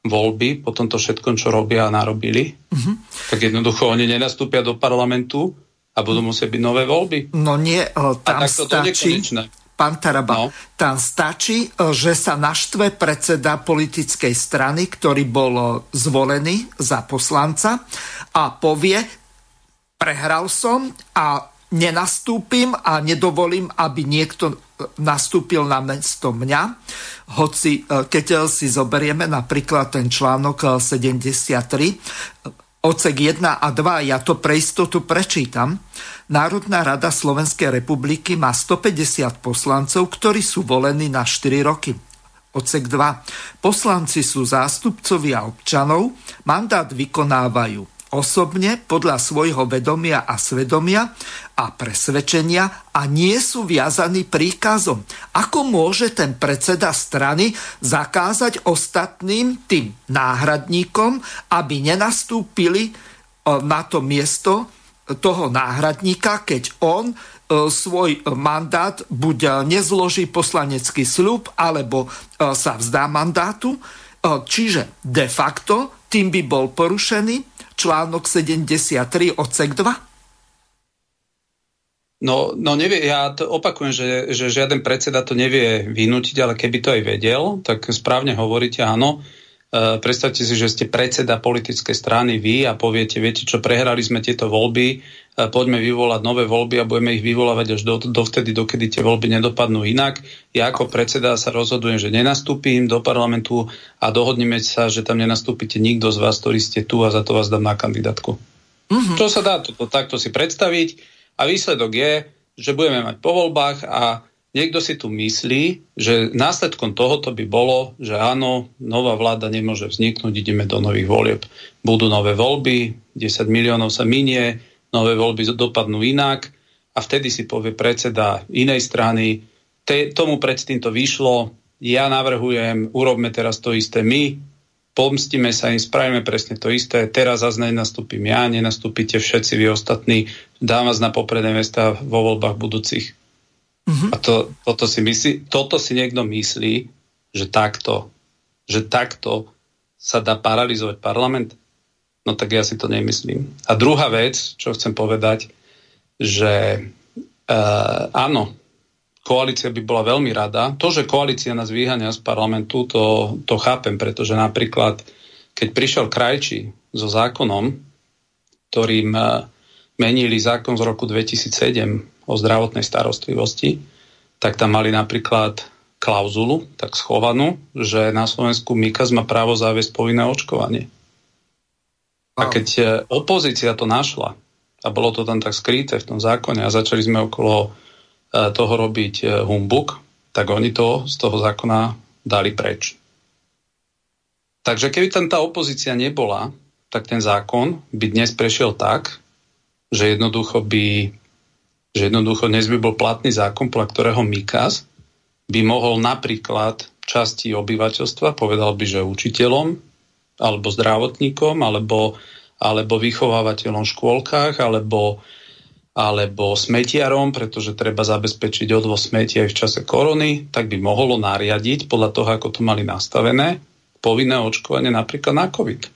voľby po tomto všetkom, čo robia a narobili, uh-huh. tak jednoducho oni nenastúpia do parlamentu a budú musieť byť nové voľby. No nie, tam a takto stačí, pán Taraba, no. tam stačí, že sa naštve predseda politickej strany, ktorý bol zvolený za poslanca a povie, prehral som a nenastúpim a nedovolím, aby niekto nastúpil na miesto mňa. Hoci, keď si zoberieme napríklad ten článok sedemdesiattri, odsek jeden a dva, ja to pre istotu prečítam. Národná rada Slovenskej republiky má stopäťdesiat poslancov, ktorí sú volení na štyri roky. Odsek dva. Poslanci sú zástupcovia občanov, mandát vykonávajú osobne podľa svojho vedomia a svedomia a presvedčenia a nie sú viazaní príkazom. Ako môže ten predseda strany zakázať ostatným tým náhradníkom, aby nenastúpili na to miesto toho náhradníka, keď on svoj mandát buď nezloží poslanecký sľub, alebo sa vzdá mandátu. Čiže de facto tým by bol porušený článok sedemdesiattri odsek dva? No, no nevie, ja to opakujem, že, že žiaden predseda to nevie vynútiť, ale keby to aj vedel, tak správne hovoríte, áno. E, predstavte si, že ste predseda politickej strany vy a poviete, viete čo, prehrali sme tieto voľby, e, poďme vyvolať nové voľby a budeme ich vyvolávať až do, dovtedy, dokedy tie voľby nedopadnú inak. Ja ako predseda sa rozhodujem, že nenastúpim do parlamentu a dohodneme sa, že tam nenastúpite nikto z vás, ktorí ste tu a za to vás dám na kandidátku. Mm-hmm. Čo sa dá to, to, takto si predstaviť a výsledok je, že budeme mať po voľbách a niekto si tu myslí, že následkom tohoto by bolo, že áno, nová vláda nemôže vzniknúť, ideme do nových volieb. Budú nové voľby, desať miliónov sa minie, nové voľby dopadnú inak a vtedy si povie predseda inej strany, te, tomu predtým to vyšlo, ja navrhujem, urobme teraz to isté my, pomstíme sa im, spravíme presne to isté, teraz zase nenastúpim ja, nenastúpite všetci vy ostatní, dám vás na popredné miesta vo voľbách budúcich. Mm-hmm. A to, toto, si myslí, toto si niekto myslí, že takto, že takto sa dá paralizovať parlament? No tak ja si to nemyslím. A druhá vec, čo chcem povedať, že uh, áno, koalícia by bola veľmi rada. To, že koalícia nás vyháňa z parlamentu, to, to chápem, pretože napríklad, keď prišiel Krajčí so zákonom, ktorým uh, menili zákon z roku dvetisícsedem o zdravotnej starostlivosti, tak tam mali napríklad klauzulu, tak schovanú, že na Slovensku Mikas má právo zaviesť povinné očkovanie. A keď opozícia to našla, a bolo to tam tak skryté v tom zákone a začali sme okolo toho robiť humbuk, tak oni to z toho zákona dali preč. Takže keby tam tá opozícia nebola, tak ten zákon by dnes prešiel tak, že jednoducho by že jednoducho dnes by bol platný zákon, podľa ktorého Mikas by mohol napríklad časti obyvateľstva, povedal by, že učiteľom, alebo zdravotníkom, alebo, alebo vychovávateľom v škôlkach, alebo, alebo smetiarom, pretože treba zabezpečiť odvoz smeti aj v čase korony, tak by mohlo nariadiť, podľa toho, ako to mali nastavené, povinné očkovanie napríklad na COVID.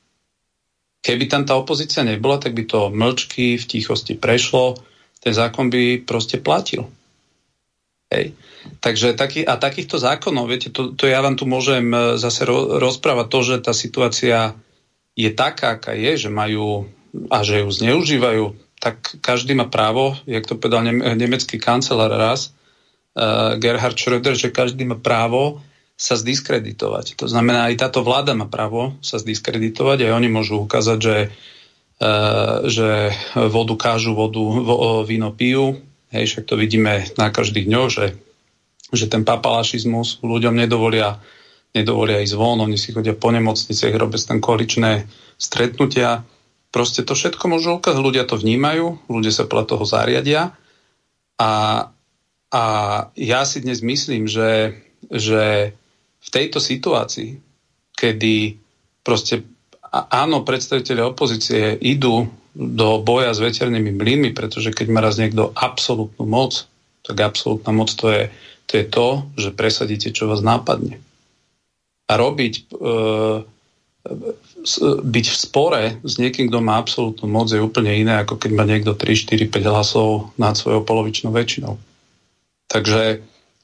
Keby tam tá opozícia nebola, tak by to mlčky v tichosti prešlo, ten zákon by proste platil. Hej. Takže taký, a takýchto zákonov, viete, to, to ja vám tu môžem zase ro, rozprávať to, že tá situácia je taká, aká je, že majú a že ju zneužívajú, tak každý má právo, jak to povedal ne, nemecký kancelár raz, uh, Gerhard Schröder, že každý má právo sa zdiskreditovať. To znamená, aj táto vláda má právo sa zdiskreditovať, aj oni môžu ukázať, že že vodu kážu, vodu, vo, víno pijú. Hej, však to vidíme na každých dňoch, že, že ten papalašizmus ľuďom nedovolia, nedovolia ísť von, oni si chodia po nemocniciach, robia tam koaličné stretnutia. Proste to všetko môžu ukázať, ľudia to vnímajú, ľudia sa podľa toho zariadia a, a ja si dnes myslím, že, že v tejto situácii, kedy proste áno, predstavitelia opozície idú do boja s veternými mlynmi, pretože keď má raz niekto absolútnu moc, tak absolútna moc to je to, je to že presadíte, čo vás nápadne. A robiť, e, byť v spore s niekým, kto má absolútnu moc, je úplne iné, ako keď má niekto tri, štyri, päť hlasov nad svojou polovičnou väčšinou. Takže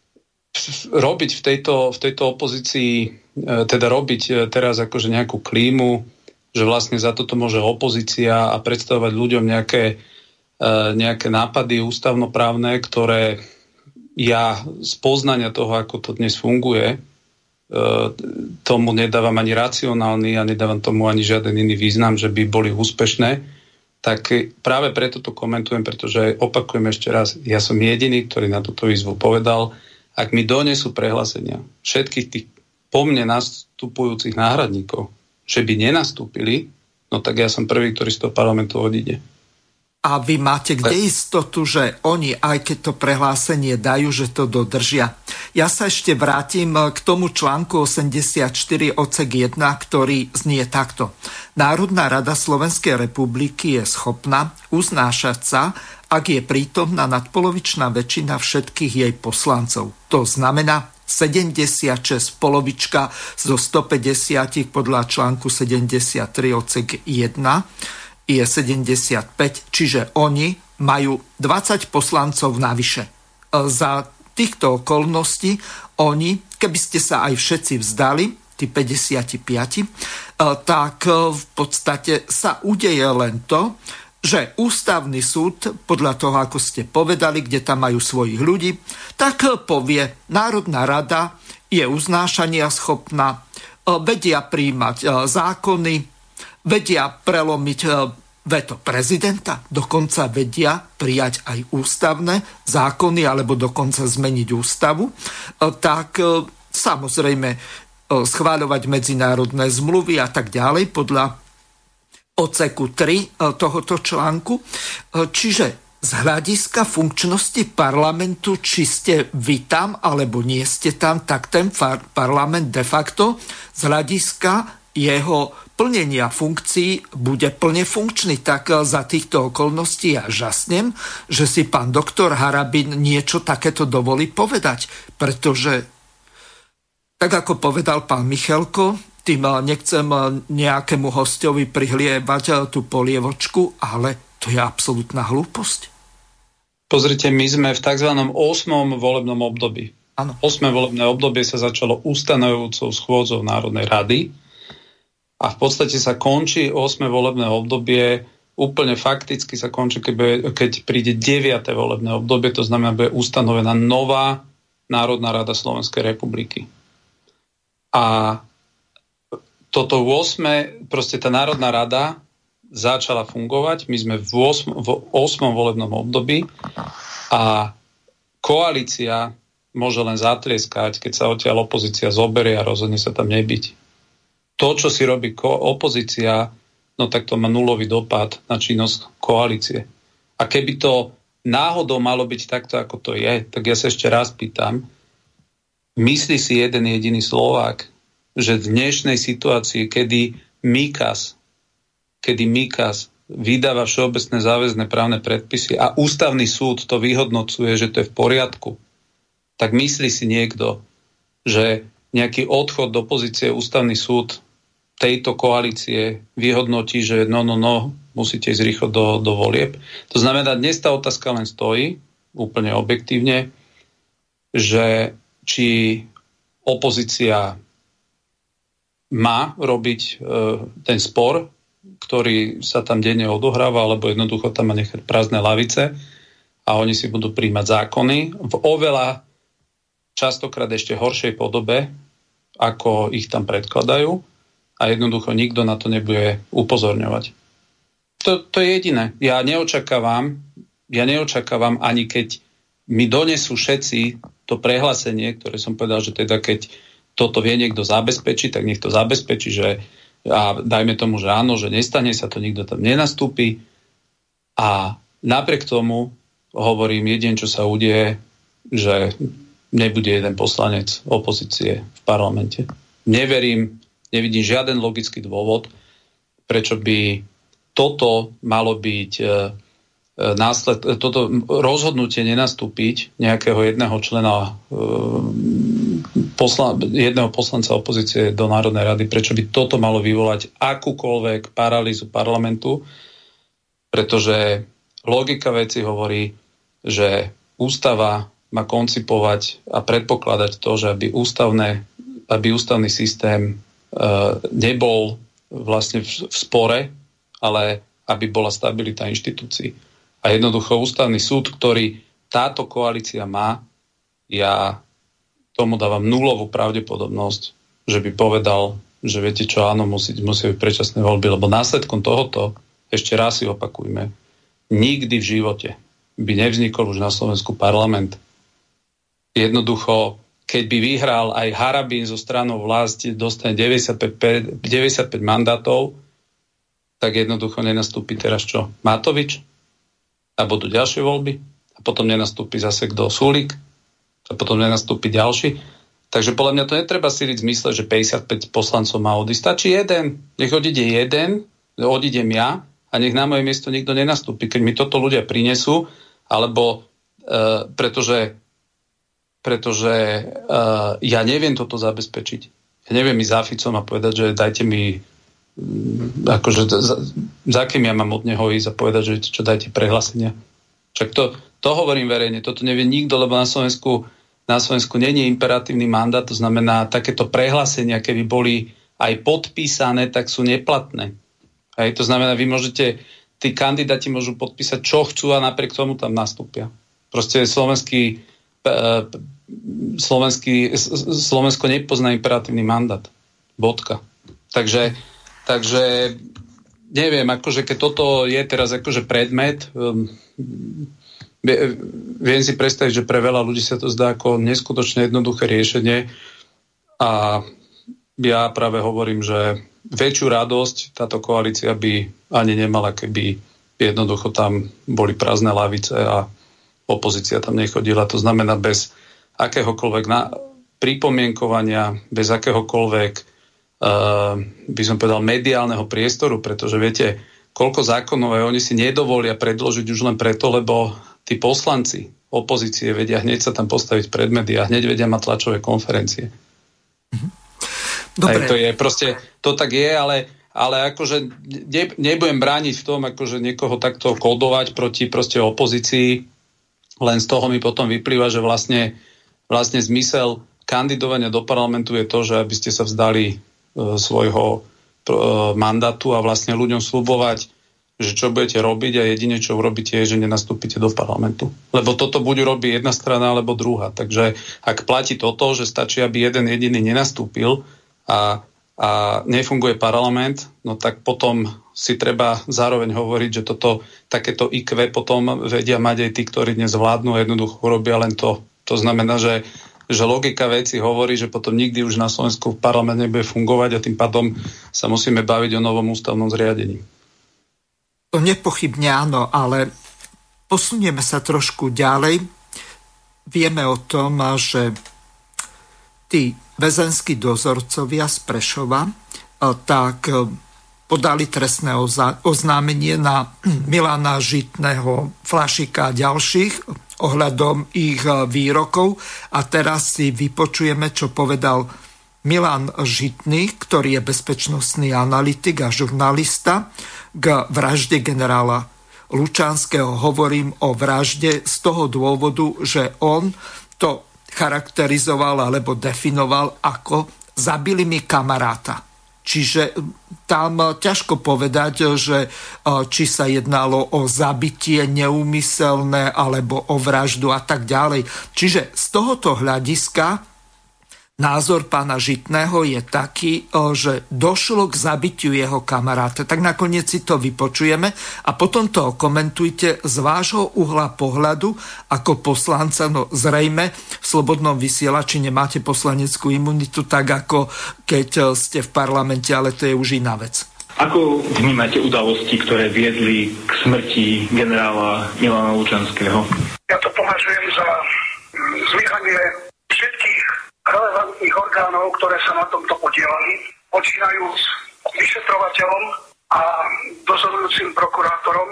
robiť v tejto, v tejto opozícii, teda robiť teraz akože nejakú klímu, že vlastne za toto môže opozícia a predstavovať ľuďom nejaké, nejaké nápady ústavnoprávne, ktoré ja z poznania toho, ako to dnes funguje, tomu nedávam ani racionálny a nedávam tomu ani žiaden iný význam, že by boli úspešné, tak práve preto to komentujem, pretože opakujem ešte raz, ja som jediný, ktorý na túto výzvu povedal, ak mi donesú prehlásenia všetkých tých po mne nastupujúcich náhradníkov, že by nenastúpili, no tak ja som prvý, ktorý z toho parlamentu odíde. A vy máte kde istotu, že oni, aj keď to prehlásenie dajú, že to dodržia? Ja sa ešte vrátim k tomu článku osemdesiatštyri odsek jeden, ktorý znie takto. Národná rada Slovenskej republiky je schopná uznášať sa, ak je prítomná nadpolovičná väčšina všetkých jej poslancov. To znamená sedemdesiatšesť polovička zo stopäťdesiat podľa článku sedemdesiattri odsek jeden je sedemdesiatpäť, čiže oni majú dvadsať poslancov navyše. Za týchto okolností oni, keby ste sa aj všetci vzdali, tí päťdesiatpäť, tak v podstate sa udeje len to, že ústavný súd, podľa toho, ako ste povedali, kde tam majú svojich ľudí, tak povie, Národná rada je uznášania schopná, vedia príjmať zákony, vedia prelomiť veto prezidenta, dokonca vedia prijať aj ústavné zákony alebo dokonca zmeniť ústavu, tak samozrejme schváľovať medzinárodné zmluvy a tak ďalej podľa odseku tri tohoto článku. Čiže z hľadiska funkčnosti parlamentu, či ste vy tam alebo nie ste tam, tak ten parlament de facto z hľadiska jeho plnenia funkcií bude plne funkčný. Tak za týchto okolností ja žasnem, že si pán doktor Harabin niečo takéto dovolí povedať. Pretože, tak ako povedal pán Michalko, tým nechcem nejakému hostovi prihlievať tú polievočku, ale to je absolútna hlúposť. Pozrite, my sme v tzv. ôsmom volebnom období. Áno. ôsme volebné obdobie sa začalo ustanovujúcou schôdzou Národnej rady a v podstate sa končí ôsme volebné obdobie, úplne fakticky sa končí, keď, keď príde deviate volebné obdobie, to znamená, bude ustanovená nová Národná rada Slovenskej republiky. A toto ôsme, proste tá Národná rada začala fungovať, my sme v ôsmom volebnom období a koalícia môže len zatlieskať, keď sa odtiaľ opozícia zoberie a rozhodne sa tam nebyť. To, čo si robí ko- opozícia, no tak to má nulový dopad na činnosť koalície. A keby to náhodou malo byť takto, ako to je, tak ja sa ešte raz pýtam, myslí si jeden jediný Slovák, že v dnešnej situácii, kedy MIKAS, kedy MIKAS vydáva všeobecné záväzné právne predpisy a ústavný súd to vyhodnocuje, že to je v poriadku, tak myslí si niekto, že nejaký odchod do pozície ústavný súd tejto koalície vyhodnotí, že no, no, no, musíte ísť rýchlo do, do volieb. To znamená, dnes tá otázka len stojí, úplne objektívne, že či opozícia má robiť e, ten spor, ktorý sa tam denne odohráva, alebo jednoducho tam má nechať prázdne lavice a oni si budú príjmať zákony v oveľa častokrát ešte horšej podobe, ako ich tam predkladajú a jednoducho nikto na to nebude upozorňovať. To, to je jediné. Ja neočakávam, ja neočakávam ani keď mi donesú všetci to prehlásenie, ktoré som povedal, že teda keď toto vie niekto zabezpečiť, tak nech to zabezpečí, že a dajme tomu, že áno, že nestane sa to, nikto tam nenastúpi a napriek tomu hovorím, jedine, čo sa udeje, že nebude jeden poslanec opozície v parlamente. Neverím, nevidím žiaden logický dôvod, prečo by toto malo byť násled, toto rozhodnutie nenastúpiť nejakého jedného člena poslan, jedného poslanca opozície do Národnej rady, prečo by toto malo vyvolať akúkoľvek paralýzu parlamentu, pretože logika veci hovorí, že ústava má koncipovať a predpokladať to, že aby, ústavné, aby ústavný systém e, nebol vlastne v, v spore, ale aby bola stabilita inštitúcií. A jednoducho ústavný súd, ktorý táto koalícia má, ja tomu dávam nulovú pravdepodobnosť, že by povedal, že viete čo, áno, musí, musí byť predčasné voľby, lebo následkom tohoto, ešte raz si opakujme, nikdy v živote by nevznikol už na Slovensku parlament. Jednoducho, keď by vyhral aj Harabín zo stranou vlasti, dostane deväťdesiatpäť, deväťdesiatpäť mandátov, tak jednoducho nenastúpi teraz čo? Matovič? A budú ďalšie voľby? A potom nenastúpi zase kto? Sulík? A potom nenastúpi ďalší? Takže podľa mňa to netreba síliť v zmysle, že päťdesiatpäť poslancov má odísť. Stačí jeden. Nech odíde jeden, odídem ja a nech na moje miesto nikto nenastúpi. Keď mi toto ľudia prinesú, alebo e, pretože, pretože e, ja neviem toto zabezpečiť. Ja neviem ísť za Ficom a povedať, že dajte mi akože za, za kým ja mám od neho ísť a povedať, že čo dajte prehlásenia. Však to, to hovorím verejne, toto nevie nikto, lebo na Slovensku na Slovensku nie je imperatívny mandát, to znamená, takéto prehlásenia, keby boli aj podpísané, tak sú neplatné. Hej, to znamená, vy môžete, tí kandidáti môžu podpísať, čo chcú a napriek tomu tam nastúpia. Proste slovenský, slovenský Slovensko nepozná imperatívny mandát. Bodka. Takže Takže neviem, akože keď toto je teraz akože predmet, um, viem si predstaviť, že pre veľa ľudí sa to zdá ako neskutočne jednoduché riešenie a ja práve hovorím, že väčšiu radosť táto koalícia by ani nemala, keby jednoducho tam boli prázdne lavice a opozícia tam nechodila. To znamená bez akéhokoľvek na, pripomienkovania, bez akéhokoľvek Uh, by som povedal mediálneho priestoru, pretože viete, koľko zákonov aj oni si nedovolia predložiť už len preto, lebo tí poslanci opozície vedia hneď sa tam postaviť pred médiá, hneď vedia mať tlačové konferencie. Dobre. Aj to je proste, to tak je, ale, ale akože ne, nebudem brániť v tom, akože niekoho takto kodovať proti proste opozícii, len z toho mi potom vyplýva, že vlastne, vlastne zmysel kandidovania do parlamentu je to, že aby ste sa vzdali svojho mandátu a vlastne ľuďom sľubovať, že čo budete robiť a jedine, čo urobíte, je, že nenastúpite do parlamentu. Lebo toto buď robí jedna strana, alebo druhá. Takže ak platí toto, že stačí, aby jeden jediný nenastúpil a, a nefunguje parlament, no tak potom si treba zároveň hovoriť, že toto, takéto í kvé potom vedia mať aj tí, ktorí dnes vládnu a jednoducho urobia len to. To znamená, že že logika veci hovorí, že potom nikdy už na Slovensku parlament nebude fungovať a tým pádom sa musíme baviť o novom ústavnom zriadení. To nepochybne áno, ale posunieme sa trošku ďalej. Vieme o tom, že tí väzenskí dozorcovia z Prešova tak podali trestné oznámenie na Milana Žitného, Flašika a ďalších ohľadom ich výrokov. A teraz si vypočujeme, čo povedal Milan Žitný, ktorý je bezpečnostný analytik a žurnalista, k vražde generála Lučanského. Hovorím o vražde z toho dôvodu, že on to charakterizoval alebo definoval ako zabili mi kamaráta. Čiže tam ťažko povedať, že či sa jednalo o zabitie neúmyselné alebo o vraždu a tak ďalej. Čiže z tohoto hľadiska názor pána Žitného je taký, že došlo k zabitiu jeho kamaráta. Tak nakoniec si to vypočujeme a potom to komentujte z vášho uhla pohľadu ako poslanca. No zrejme v Slobodnom vysielači nemáte poslaneckú imunitu tak ako keď ste v parlamente, ale to je už iná vec. Ako vnímate udalosti, ktoré viedli k smrti generála Milana Lučanského? Ja to považujem za zlyhanie všetkých relevantných orgánov, ktoré sa na tomto podielali, počínajúc vyšetrovateľom a dozorujúcim prokurátorom,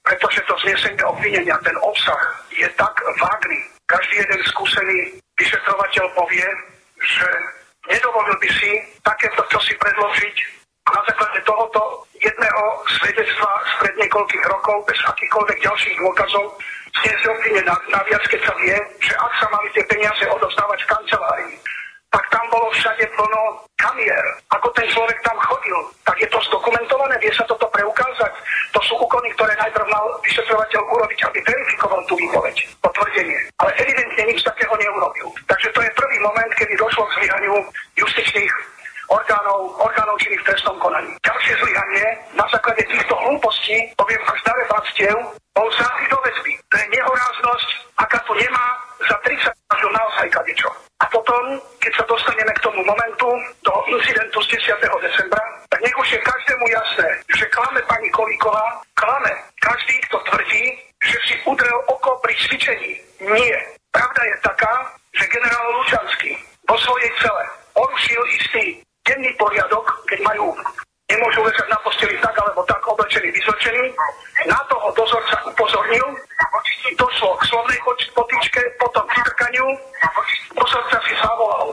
pretože to znesenie obvinenia, ten obsah je tak vágný. Každý jeden skúsený vyšetrovateľ povie, že nedovolil by si takéto čosi predložiť a na základe tohoto jedného svedectva spred niekoľkých rokov bez akýchkoľvek ďalších dôkazov zniesť obvinenie naviac, keď sa vie, že ak sa mali tie peniaze odovzdávať v kancelárii, tak tam bolo všade plno kamier. Ako ten človek tam chodil, tak je to zdokumentované, vie sa toto preukázať. To sú úkony, ktoré najprv mal vyšetrovateľ urobiť, aby verifikoval tú výpoveď, potvrdenie. Ale evidentne nič takého neurobil. Takže to je prvý moment, kedy došlo k zlyhaniu justičných orgánov, orgánov činných v trestnom konaní. Ďalšie zlyhanie na základe týchto hlúpostí, poviem až darebáctiev, bol záchyt do väzby. To je nehoráznosť, aká tu nemá za tridsať rokov naozaj kadečo. A potom, keď sa dostaneme k tomu momentu, toho incidentu z desiateho decembra, tak nech už je každému jasné, že klame pani Kolíková, klame každý, kto tvrdí, že si udrel oko pri cvičení. Nie. Pravda je taká, že generál Lučanský vo svojej cele porušil istý denný poriadok, keď majú, nemôžu ležať na posteli tak alebo tak oblečení, vyzlečení. Na toho dozorca upozornil, došlo k slovnej potýčke, potom k trkaniu, dozorca si zavolal.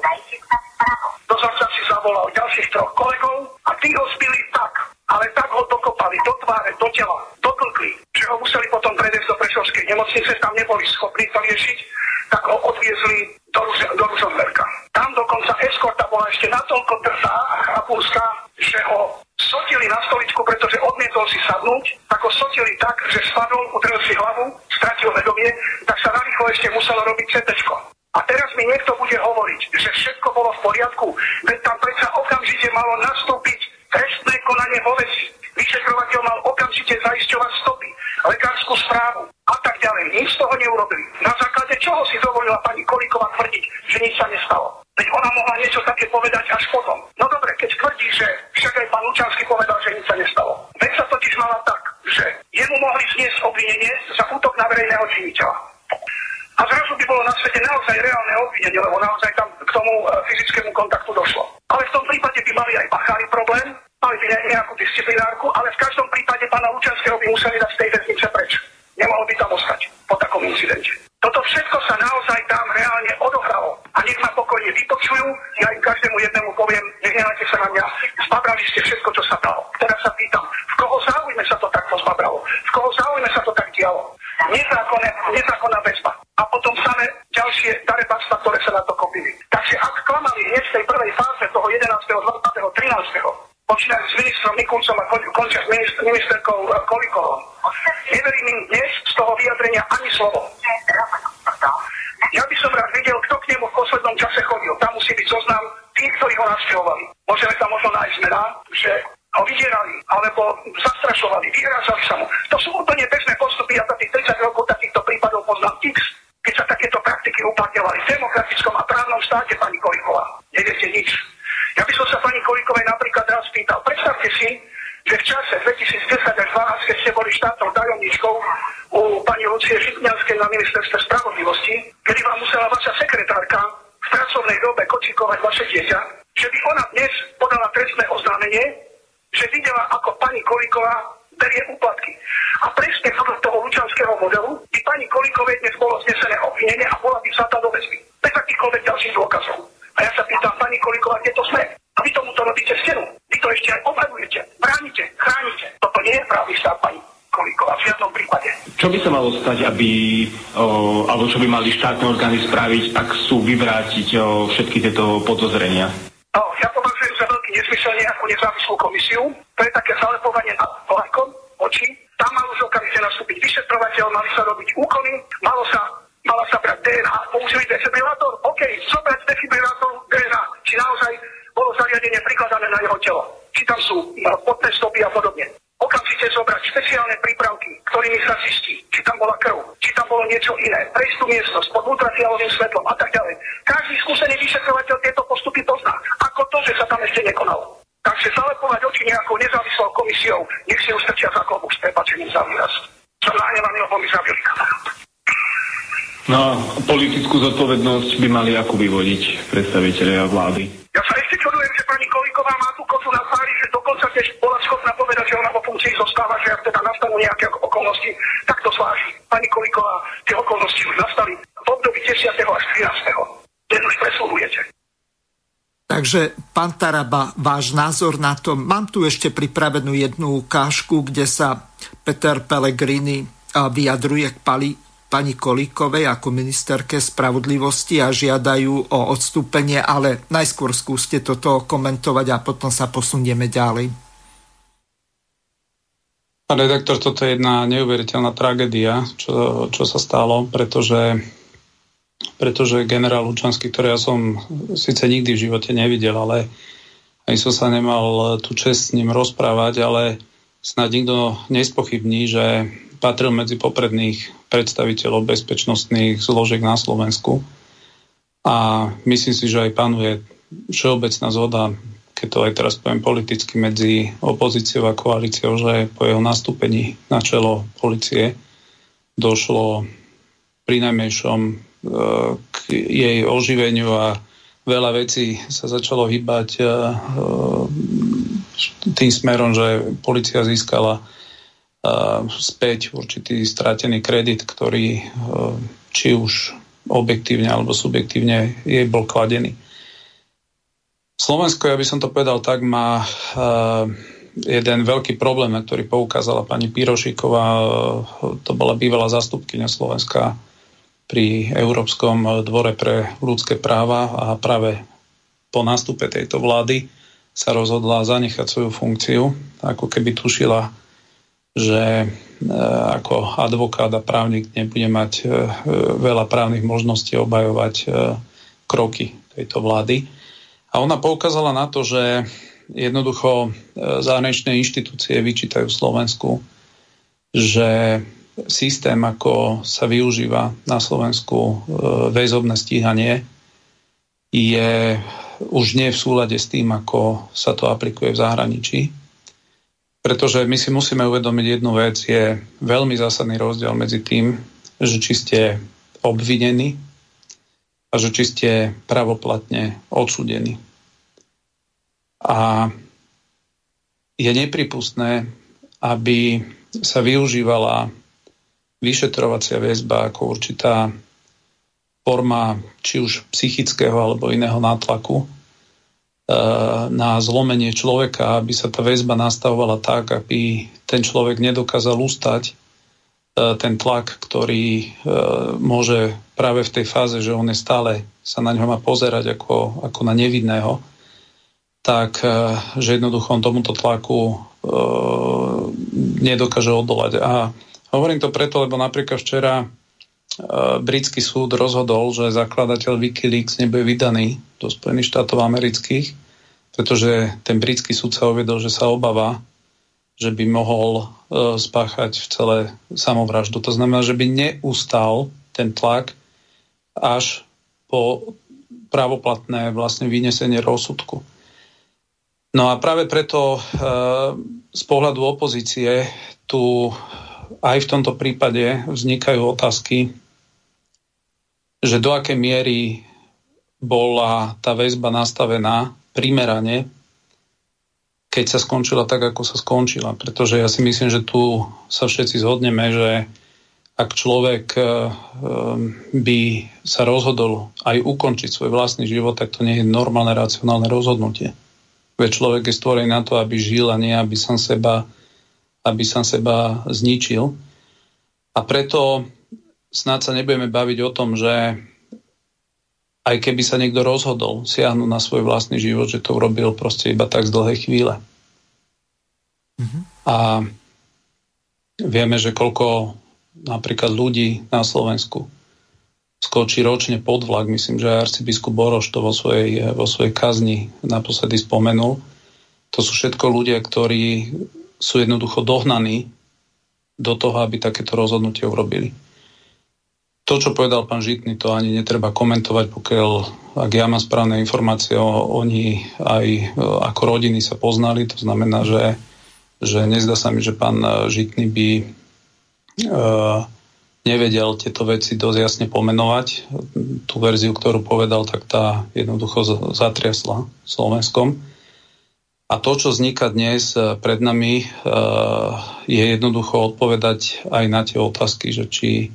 Dozorca si zavolal ďalších troch kolegov a tí ho zbili tak, ale tak ho dokopali do tváre, do tela, dotlkli, že ho museli potom previesť do Prešovskej nemocnice, tam neboli schopní to riešiť, tak ho odviezli do, do Ružomberka. Tam dokonca eskorta bola ešte natoľko drzá a chrapúska, že ho sotili na stoličku, pretože odmietol si sadnúť, tak ho sotili tak, že spadol, udrel si hlavu, stratil vedomie, tak sa narýchlo ešte muselo robiť cé téčko. A teraz mi niekto bude hovoriť, že všetko bolo v poriadku, veď tam predsa okamžite malo nastúpiť trestné konanie vo veci. Vyšetrovateľ mal okamžite zaisťovať stopy, lekárskú správu a tak ďalej. Nič z toho neurobili. Na základe čoho si dovolila pani Kolíková tvrdiť, že nič sa nestalo? Veď ona mohla niečo také povedať až potom. No dobre, keď tvrdí, že však aj pán Lučanský povedal, že nič sa nestalo. Veď sa totiž mala tak, že jemu mohli zniesť obvinenie za útok na verejného činiteľa. A zrazu by bolo na svete naozaj reálne obvinenie, lebo naozaj tam k tomu fyzickému kontaktu došlo. Ale v tom prípade by mali aj pachári problém, mali by nejakú disciplinárku, ale v každom prípade pána Lučanského by museli dať z tej väznice preč. Nemohol by tam ostať po takom incidente. Toto všetko sa naozaj tam reálne odohralo. A nech ma pokojne vypočujú, ja im každému jednému poviem, nehnevajte sa na mňa, zbabrali ste všetko, čo sa dalo. Teraz sa pýtam, v koho záujme sa to takto zbabralo? V koho záujme sa to tak dialo? Nezákonné, nezákonná väzba. A potom samé ďalšie darebáctva, ktoré sa na to kopili. Takže ak klamali hneď v tej prvej fáze toho jedenásteho, dvadsiateho, trinásteho počínajú s ministrom Mikulcom a končia s minister, ministerkou Kolíkovou. Neverím im dnes z toho vyjadrenia ani slovo. Ja by som rád videl, kto k nemu v poslednom čase chodil. Tam musí byť zoznam tých, ktorí ho navštevovali. Môžeme tam možno nájsť mená, že ho vydierali, alebo zastrašovali, vyhrázali sa mu. To sú úplne bežné postupy, ja za tých tridsať rokov takýchto prípadov poznám x, keď sa takéto praktiky uplatňovali v demokratickom a právnom štáte, pani Kolíková. Neviete nič. Ja by som sa pani Kolíkovej napríklad raz pýtal, predstavte si, že v čase dvetisícdesať až dvanásť, keď ste boli štátnou tajomníčkou u pani Lucie Žitňanskej na ministerstve spravodlivosti, kedy vám musela vaša sekretárka v pracovnej dobe kočikovať vaše dieťa, že by ona dnes podala trestné oznámenie, že videla, ako pani Kolíková berie úplatky. A presne podľa toho lučanského modelu by pani Kolíkovej dnes bolo znesené obvinenie a bola by vzatá do väzby. Bez akýchkoľvek ďalších dôkazov. A ja sa pýtam, pani Kolíková, kde to sme? A vy tomuto robíte stenu. Vy to ešte aj obhajujete, bránite, chránite. Toto nie je právny štát, pani Kolíková, v žiadnom prípade. Čo by sa malo stať, aby, o, alebo čo by mali štátne orgány spraviť, ak sú vyvrátiť o, všetky tieto podozrenia? No, ja považujem za veľký nezmysel nejakú nezávislú komisiu. To je také zalepovanie na vlajkom, oči. Tam mal už okamžite nastúpiť vyšetrovateľ, mali sa robiť úkony, malo sa, mala sa brať dé en á, použili defibrilátor, OK, zobrať defibrilátor dé en á, či naozaj bolo zariadenie prikladané na jeho telo, či tam sú potné stopy a podobne. Okamžite zobrať špeciálne prípravky, ktorými sa zistí, či tam bola krv, či tam bolo niečo iné, prejsť tú miestnosť pod ultrafialovým svetlom a tak ďalej. Každý skúsený vyšetrovateľ tieto postupy pozná, ako to, že sa tam ešte nekonalo. Takže zalepovať oči nejakou nezávislou komisiou, nech si ustrčia za klobúk s prepáčením za výraz. Som nahnevaný, lebo mi zabili kamarát. No, politickú zodpovednosť by mali ako vyvodiť predstavitelia vlády. Ja sa ešte čudujem, že pani Kolíková má tú kozu na tvári, že dokonca tiež bola schopná povedať, že ona vo funkcii zostáva, že ak teda nastanú nejaké okolností, tak to zváži. Pani Kolíková, tie okolnosti už nastali v období desiateho až trinásteho Dnes už presúvujete. Takže, pán Taraba, váš názor na to. Mám tu ešte pripravenú jednu ukážku, kde sa Peter Pellegrini vyjadruje k pali, pani Kolíkovej ako ministerke spravodlivosti a žiadajú o odstúpenie, ale najskôr skúste toto komentovať a potom sa posunieme ďalej. Pán redaktor, toto je jedna neuveriteľná tragédia, čo, čo sa stalo, pretože pretože generál Lučanský, ktorý ja som síce nikdy v živote nevidel, ale aj som sa nemal tú česť s ním rozprávať, ale snáď nikto nespochybní, že patril medzi popredných predstaviteľov bezpečnostných zložiek na Slovensku. A myslím si, že aj panuje všeobecná zhoda, keď to aj teraz poviem politicky, medzi opozíciou a koalíciou, že po jeho nastúpení na čelo polície došlo pri najmenšom k jej oživeniu a veľa vecí sa začalo hýbať tým smerom, že polícia získala späť určitý stratený kredit, ktorý či už objektívne alebo subjektívne jej bol kladený. Slovensko, ja by som to povedal tak, má jeden veľký problém, na ktorý poukázala pani Pirošíková. To bola bývalá zástupkyňa Slovenska pri Európskom dvore pre ľudské práva a práve po nástupe tejto vlády sa rozhodla zanechať svoju funkciu, ako keby tušila, že ako advokát a právnik nebude mať veľa právnych možností obhajovať kroky tejto vlády. A ona poukázala na to, že jednoducho zahraničné inštitúcie vyčítajú Slovensku, že systém, ako sa využíva na Slovensku väzobné stíhanie, je už nie v súlade s tým, ako sa to aplikuje v zahraničí. Pretože my si musíme uvedomiť jednu vec, je veľmi zásadný rozdiel medzi tým, že či ste obvinení a že či ste pravoplatne odsúdení. A je nepripustné, aby sa využívala vyšetrovacia väzba ako určitá forma či už psychického alebo iného nátlaku na zlomenie človeka, aby sa tá väzba nastavovala tak, aby ten človek nedokázal ustať ten tlak, ktorý môže práve v tej fáze, že on je stále sa na ňo má pozerať ako, ako na nevinného, tak že jednoducho on tomuto tlaku nedokáže odolať. A hovorím to preto, lebo napríklad včera britský súd rozhodol, že zakladateľ Wikileaks nebude vydaný do Spojených štátov amerických, pretože ten britský súd sa uvedol, že sa obáva, že by mohol spáchať v celé samovraždu. To znamená, že by neustal ten tlak až po právoplatné vlastne vynesenie rozsudku. No a práve preto z pohľadu opozície tu aj v tomto prípade vznikajú otázky, že do akej miery bola tá väzba nastavená primerane, keď sa skončila tak, ako sa skončila. Pretože ja si myslím, že tu sa všetci zhodneme, že ak človek by sa rozhodol aj ukončiť svoj vlastný život, tak to nie je normálne racionálne rozhodnutie. Veď človek je stvorený na to, aby žil a nie aby sám seba aby sám seba zničil. A preto snáď sa nebudeme baviť o tom, že aj keby sa niekto rozhodol siahnuť na svoj vlastný život, že to urobil proste iba tak z dlhej chvíle. Mm-hmm. A vieme, že koľko napríklad ľudí na Slovensku skočí ročne pod vlak. Myslím, že arcibiskup Boroš to vo svojej, vo svojej kazni naposledy spomenul. To sú všetko ľudia, ktorí sú jednoducho dohnaní do toho, aby takéto rozhodnutie urobili. To, čo povedal pán Žitný, to ani netreba komentovať, pokiaľ, ak ja mám správne informácie, oni aj ako rodiny sa poznali, to znamená, že, že nezdá sa mi, že pán Žitný by e, nevedel tieto veci dosť jasne pomenovať. Tú verziu, ktorú povedal, tak tá jednoducho zatriasla Slovenskom. A to, čo vzniká dnes pred nami, je jednoducho odpovedať aj na tie otázky, že či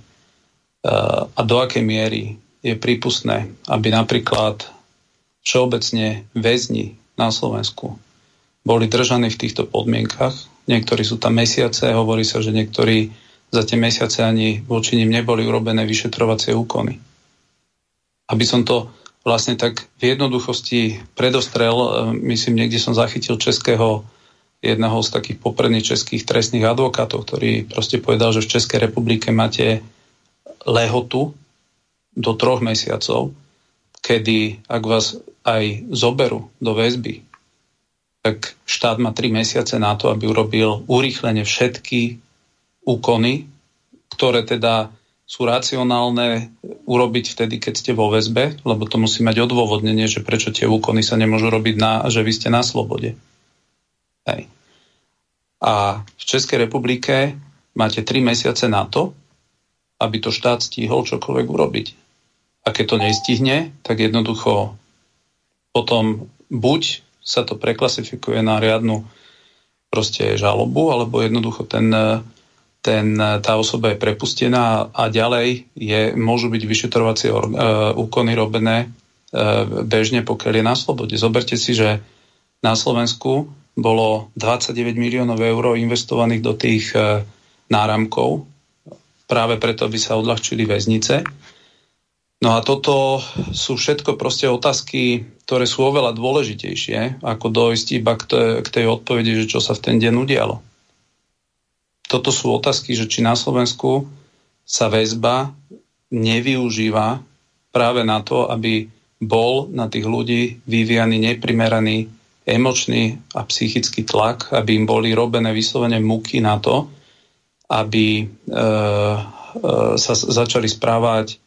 a do akej miery je prípustné, aby napríklad všeobecne väzni na Slovensku boli držaní v týchto podmienkach. Niektorí sú tam mesiace, hovorí sa, že niektorí za tie mesiace ani voči nim neboli urobené vyšetrovacie úkony. Aby som to vlastne tak v jednoduchosti predostrel, myslím, niekde som zachytil českého, jedného z takých popredných českých trestných advokátov, ktorý proste povedal, že v Českej republike máte lehotu do troch mesiacov, kedy ak vás aj zoberú do väzby, tak štát má tri mesiace na to, aby urobil urýchlene všetky úkony, ktoré teda sú racionálne urobiť vtedy, keď ste vo väzbe, lebo to musí mať odôvodnenie, že prečo tie úkony sa nemôžu robiť, na, že vy ste na slobode. Hej. A v Českej republike máte tri mesiace na to, aby to štát stihol čokoľvek urobiť. A keď to nestihne, tak jednoducho potom buď sa to preklasifikuje na riadnu proste žalobu, alebo jednoducho ten ten, tá osoba je prepustená a ďalej je, môžu byť vyšetrovacie uh, úkony robené uh, bežne, pokiaľ je na slobode. Zoberte si, že na Slovensku bolo dvadsaťdeväť miliónov eur investovaných do tých uh, náramkov, práve preto, aby sa odľahčili väznice. No a toto sú všetko proste otázky, ktoré sú oveľa dôležitejšie, ako dojsť iba k tej, k tej odpovedi, že čo sa v ten deň udialo. Toto sú otázky, že či na Slovensku sa väzba nevyužíva práve na to, aby bol na tých ľudí vyvíjaný neprimeraný emočný a psychický tlak, aby im boli robené vyslovene múky na to, aby e, e, sa začali správať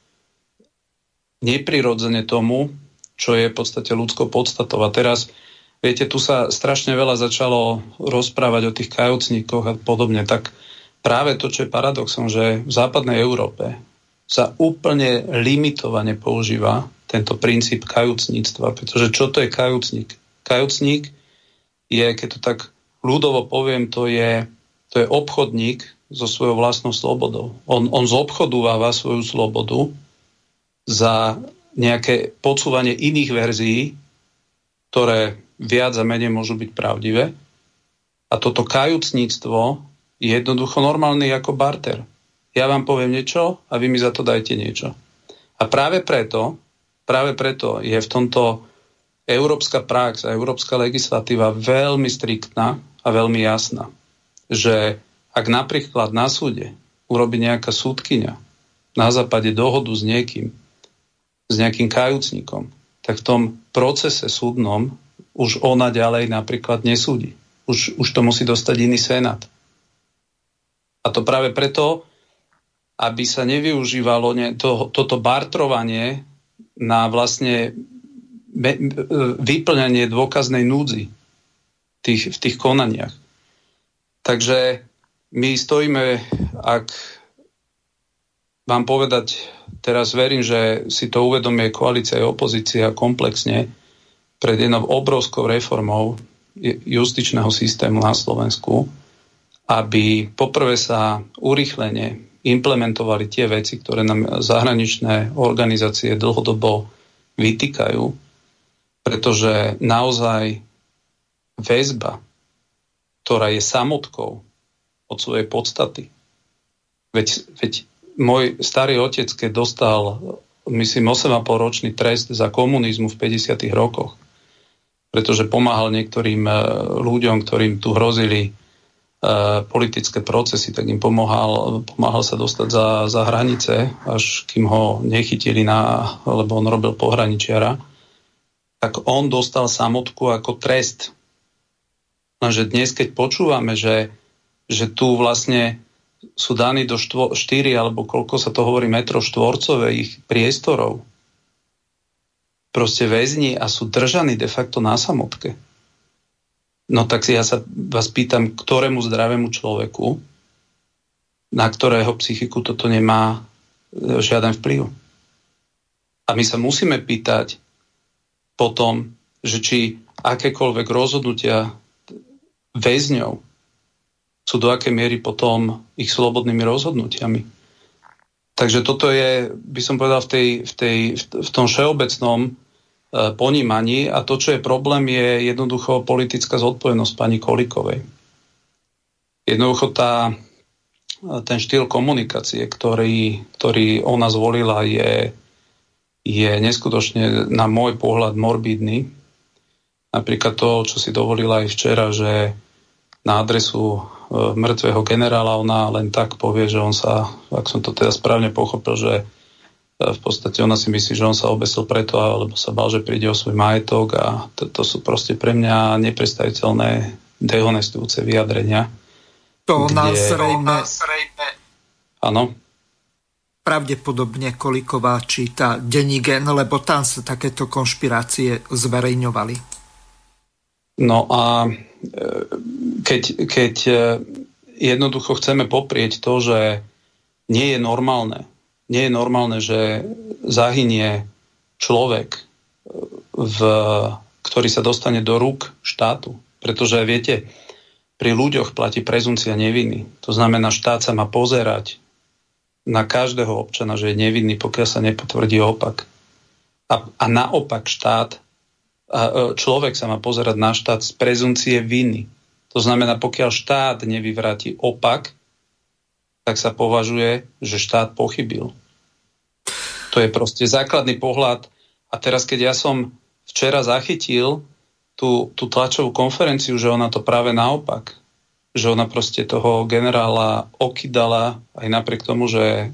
neprirodzene tomu, čo je v podstate ľudskou podstatou. A teraz viete, tu sa strašne veľa začalo rozprávať o tých kajúcníkoch a podobne. Tak práve to, čo je paradoxom, že v západnej Európe sa úplne limitovane používa tento princíp kajúcníctva. Pretože čo to je kajúcník? Kajúcník je, keď to tak ľudovo poviem, to je, to je obchodník so svojou vlastnou slobodou. On, on zobchodováva svoju slobodu za nejaké podsúvanie iných verzií, ktoré viac a menej môžu byť pravdivé. A toto kajúcníctvo je jednoducho normálny ako barter. Ja vám poviem niečo a vy mi za to dajte niečo. A práve preto, práve preto je v tomto európska prax a európska legislatíva veľmi striktná a veľmi jasná. Že ak napríklad na súde urobí nejaká súdkyňa na západe dohodu s niekým, s nejakým kajúcnikom, tak v tom procese súdnom už ona ďalej napríklad nesúdi. Už, už to musí dostať iný senát. A to práve preto, aby sa nevyužívalo ne, to, toto bartrovanie na vlastne me, vyplňanie dôkaznej núdzi tých, v tých konaniach. Takže my stojíme, ak vám povedať, teraz verím, že si to uvedomie koalícia a opozícia komplexne, pred jednou obrovskou reformou justičného systému na Slovensku, aby poprvé sa urýchlene implementovali tie veci, ktoré nám zahraničné organizácie dlhodobo vytýkajú, pretože naozaj väzba, ktorá je samotkou od svojej podstaty. Veď, veď môj starý otec, keď dostal, myslím, osem a pol ročný trest za komunizmu v päťdesiatych rokoch, pretože pomáhal niektorým ľuďom, ktorým tu hrozili uh, politické procesy, tak im pomáhal, pomáhal sa dostať za, za hranice, až kým ho nechytili, na, lebo on robil pohraničiara, tak on dostal samotku ako trest. Lenže dnes, keď počúvame, že, že tu vlastne sú daní do štyri alebo koľko sa to hovorí metrov štvorcových priestorov, proste väzni a sú držaní de facto na samotke. No tak ja sa vás pýtam, ktorému zdravému človeku, na ktorého psychiku toto nemá žiaden vplyv. A my sa musíme pýtať potom, že či akékoľvek rozhodnutia väzňov sú do akej miery potom ich slobodnými rozhodnutiami. Takže toto je, by som povedal, v, tej, v, tej, v tom všeobecnom ponímaní, a to, čo je problém, je jednoducho politická zodpovednosť pani Kolíkovej. Jednoducho tá, ten štýl komunikácie, ktorý, ktorý ona zvolila, je, je neskutočne na môj pohľad morbidný. Napríklad to, čo si dovolila aj včera, že na adresu mŕtvého generála ona len tak povie, že on sa, ak som to teda správne pochopil, že v podstate ona si myslí, že on sa obesil preto, alebo sa bál, že príde o svoj majetok, a to, to sú proste pre mňa nepredstaviteľné dehonestujúce vyjadrenia. To ona zrejme... Áno. Pravdepodobne Kolíková číta denník N, lebo tam sa takéto konšpirácie zverejňovali. No a keď, keď jednoducho chceme poprieť to, že nie je normálne, nie je normálne, že zahynie človek, v, ktorý sa dostane do rúk štátu. Pretože, viete, pri ľuďoch platí prezumcia neviny. To znamená, štát sa má pozerať na každého občana, že je nevinný, pokiaľ sa nepotvrdí opak. A, a naopak štát A človek sa má pozerať na štát z prezumcie viny. To znamená, pokiaľ štát nevyvráti opak, tak sa považuje, že štát pochybil. To je proste základný pohľad. A teraz, keď ja som včera zachytil tú, tú tlačovú konferenciu, že ona to práve naopak, že ona proste toho generála okydala aj napriek tomu, že,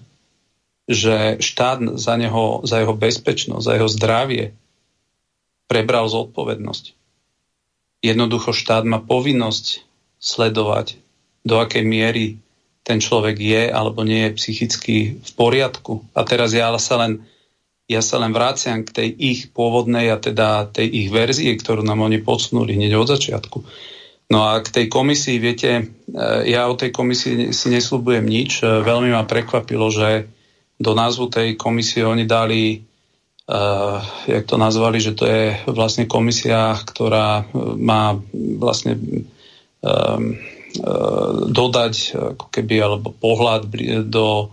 že štát za, neho, za jeho bezpečnosť, za jeho zdravie prebral zodpovednosť. Jednoducho štát má povinnosť sledovať, do akej miery ten človek je alebo nie je psychicky v poriadku. A teraz ja sa len, ja sa len vraciam k tej ich pôvodnej, a teda tej ich verzie, ktorú nám oni podsunuli hneď od začiatku. No a k tej komisii, viete, ja o tej komisii si nesľubujem nič. Veľmi ma prekvapilo, že do názvu tej komisie oni dali Uh, jak to nazvali, že to je vlastne komisia, ktorá má vlastne um, uh, dodať ako keby, alebo pohľad do uh,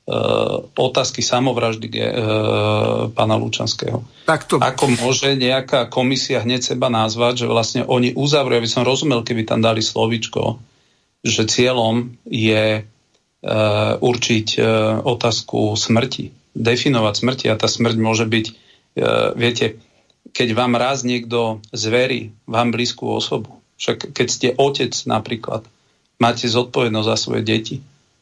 otázky samovraždy uh, pána Lučanského. To... Ako môže nejaká komisia hneď seba nazvať, že vlastne oni uzavrú, ja by som rozumel, keby tam dali slovíčko, že cieľom je uh, určiť uh, otázku smrti, definovať smrti, a tá smrť môže byť, e, viete, keď vám raz niekto zverí vám blízku osobu, však keď ste otec napríklad, máte zodpovednosť za svoje deti.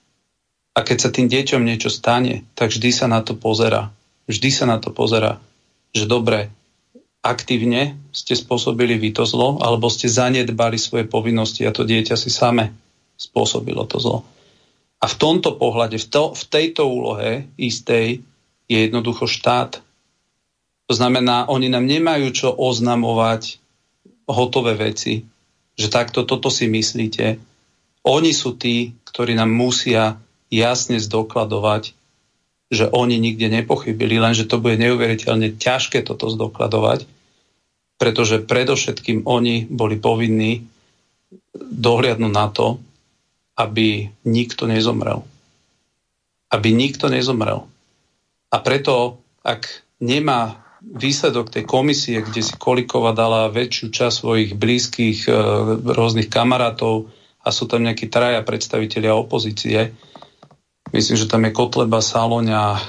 A keď sa tým deťom niečo stane, tak vždy sa na to pozerá. Vždy sa na to pozerá, že dobre, aktívne ste spôsobili vy to zlo, alebo ste zanedbali svoje povinnosti a to dieťa si same spôsobilo to zlo. A v tomto pohľade, v, to, v tejto úlohe istej je jednoducho štát. To znamená, oni nám nemajú čo oznamovať hotové veci, že takto toto si myslíte. Oni sú tí, ktorí nám musia jasne zdokladovať, že oni nikde nepochybili, lenže to bude neuveriteľne ťažké toto zdokladovať, pretože predovšetkým oni boli povinní dohliadnúť na to, aby nikto nezomrel. Aby nikto nezomrel. A preto, ak nemá výsledok tej komisie, kde si Kolíková dala väčšiu časť svojich blízkych e, rôznych kamarátov a sú tam nejakí traja predstavitelia opozície, myslím, že tam je Kotleba, Sáloň a e,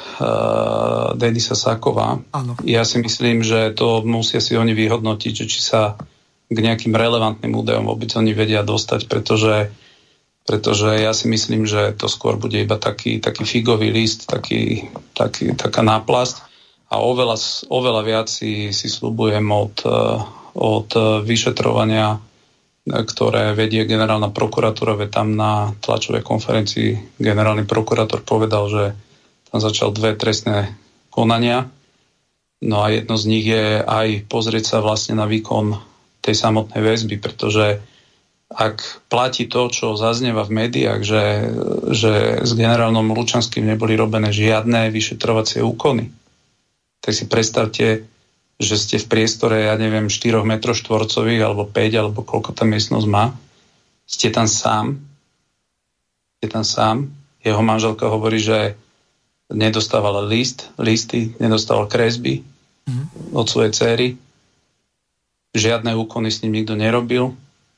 Denisa Sáková. Áno. Ja si myslím, že to musia si oni vyhodnotiť, že či sa k nejakým relevantným údajom vôbec oni vedia dostať, pretože pretože ja si myslím, že to skôr bude iba taký, taký figový list, taký, taký, taká náplasť a oveľa, oveľa viac si, si sľubujem od, od vyšetrovania, ktoré vedie generálna prokuratúra, veď tam na tlačovej konferencii generálny prokurátor povedal, že tam začal dve trestné konania, no a jedno z nich je aj pozrieť sa vlastne na výkon tej samotnej väzby, pretože ak platí to, čo zaznieva v médiách, že, že s generálnom Lučanským neboli robené žiadne vyšetrovacie úkony, tak si predstavte, že ste v priestore, ja neviem, štyri metrov štvorcových, alebo päť, alebo koľko tá miestnosť má. Ste tam sám. Ste tam sám. Jeho manželka hovorí, že nedostávala list, listy, nedostával kresby mm. od svojej dcery. Žiadne úkony s ním nikto nerobil.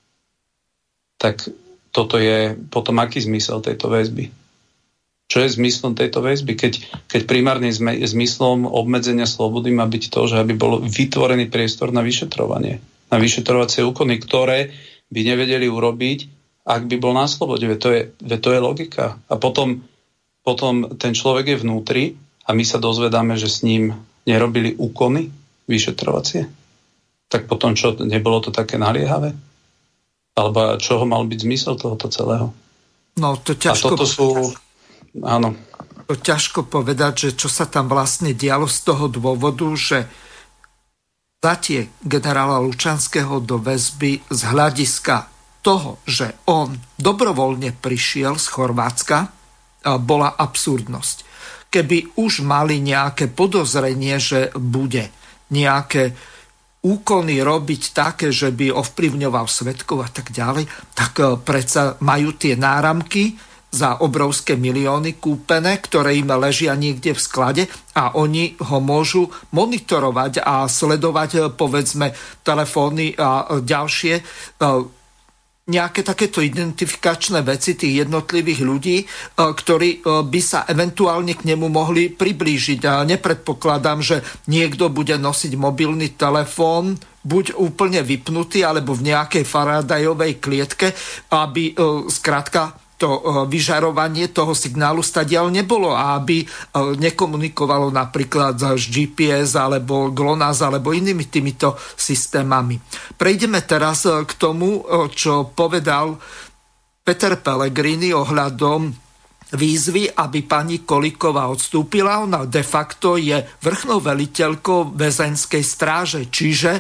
Tak toto je potom aký zmysel tejto väzby? Čo je zmyslom tejto väzby? Keď, keď primárnym zmyslom obmedzenia slobody má byť to, že aby bol vytvorený priestor na vyšetrovanie. Na vyšetrovacie úkony, ktoré by nevedeli urobiť, ak by bol na slobode. Veď to je, veď to je logika. A potom, potom ten človek je vnútri a my sa dozvedáme, že s ním nerobili úkony vyšetrovacie. Tak potom čo, nebolo to také naliehavé? Alebo čoho mal byť zmysel tohoto celého? No to ťažko... A toto sú... Áno. To ťažko povedať, že čo sa tam vlastne dialo z toho dôvodu, že zatie generála Lučanského do väzby z hľadiska toho, že on dobrovoľne prišiel z Chorvátska, bola absurdnosť. Keby už mali nejaké podozrenie, že bude nejaké úkony robiť také, že by ovplyvňoval svedkov a tak ďalej, tak predsa majú tie náramky za obrovské milióny kúpené, ktoré im ležia niekde v sklade a oni ho môžu monitorovať a sledovať, povedzme, telefóny a ďalšie nejaké takéto identifikačné veci tých jednotlivých ľudí, ktorí by sa eventuálne k nemu mohli priblížiť. A nepredpokladám, že niekto bude nosiť mobilný telefón buď úplne vypnutý, alebo v nejakej Faradayovej klietke, aby skrátka to vyžarovanie toho signálu stadiaľ nebolo a aby nekomunikovalo napríklad s G P S alebo GLONASS alebo inými týmito systémami. Prejdeme teraz k tomu, čo povedal Peter Pellegrini ohľadom výzvy, aby pani Kolíková odstúpila. Ona de facto je vrchnou veliteľkou väzenskej stráže, čiže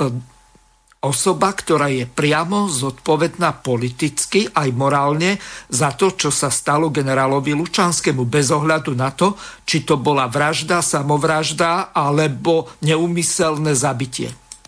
osoba, ktorá je priamo zodpovedná politicky aj morálne za to, čo sa stalo generálovi Lučanskému, bez ohľadu na to, či to bola vražda, samovražda alebo neúmyselné zabitie.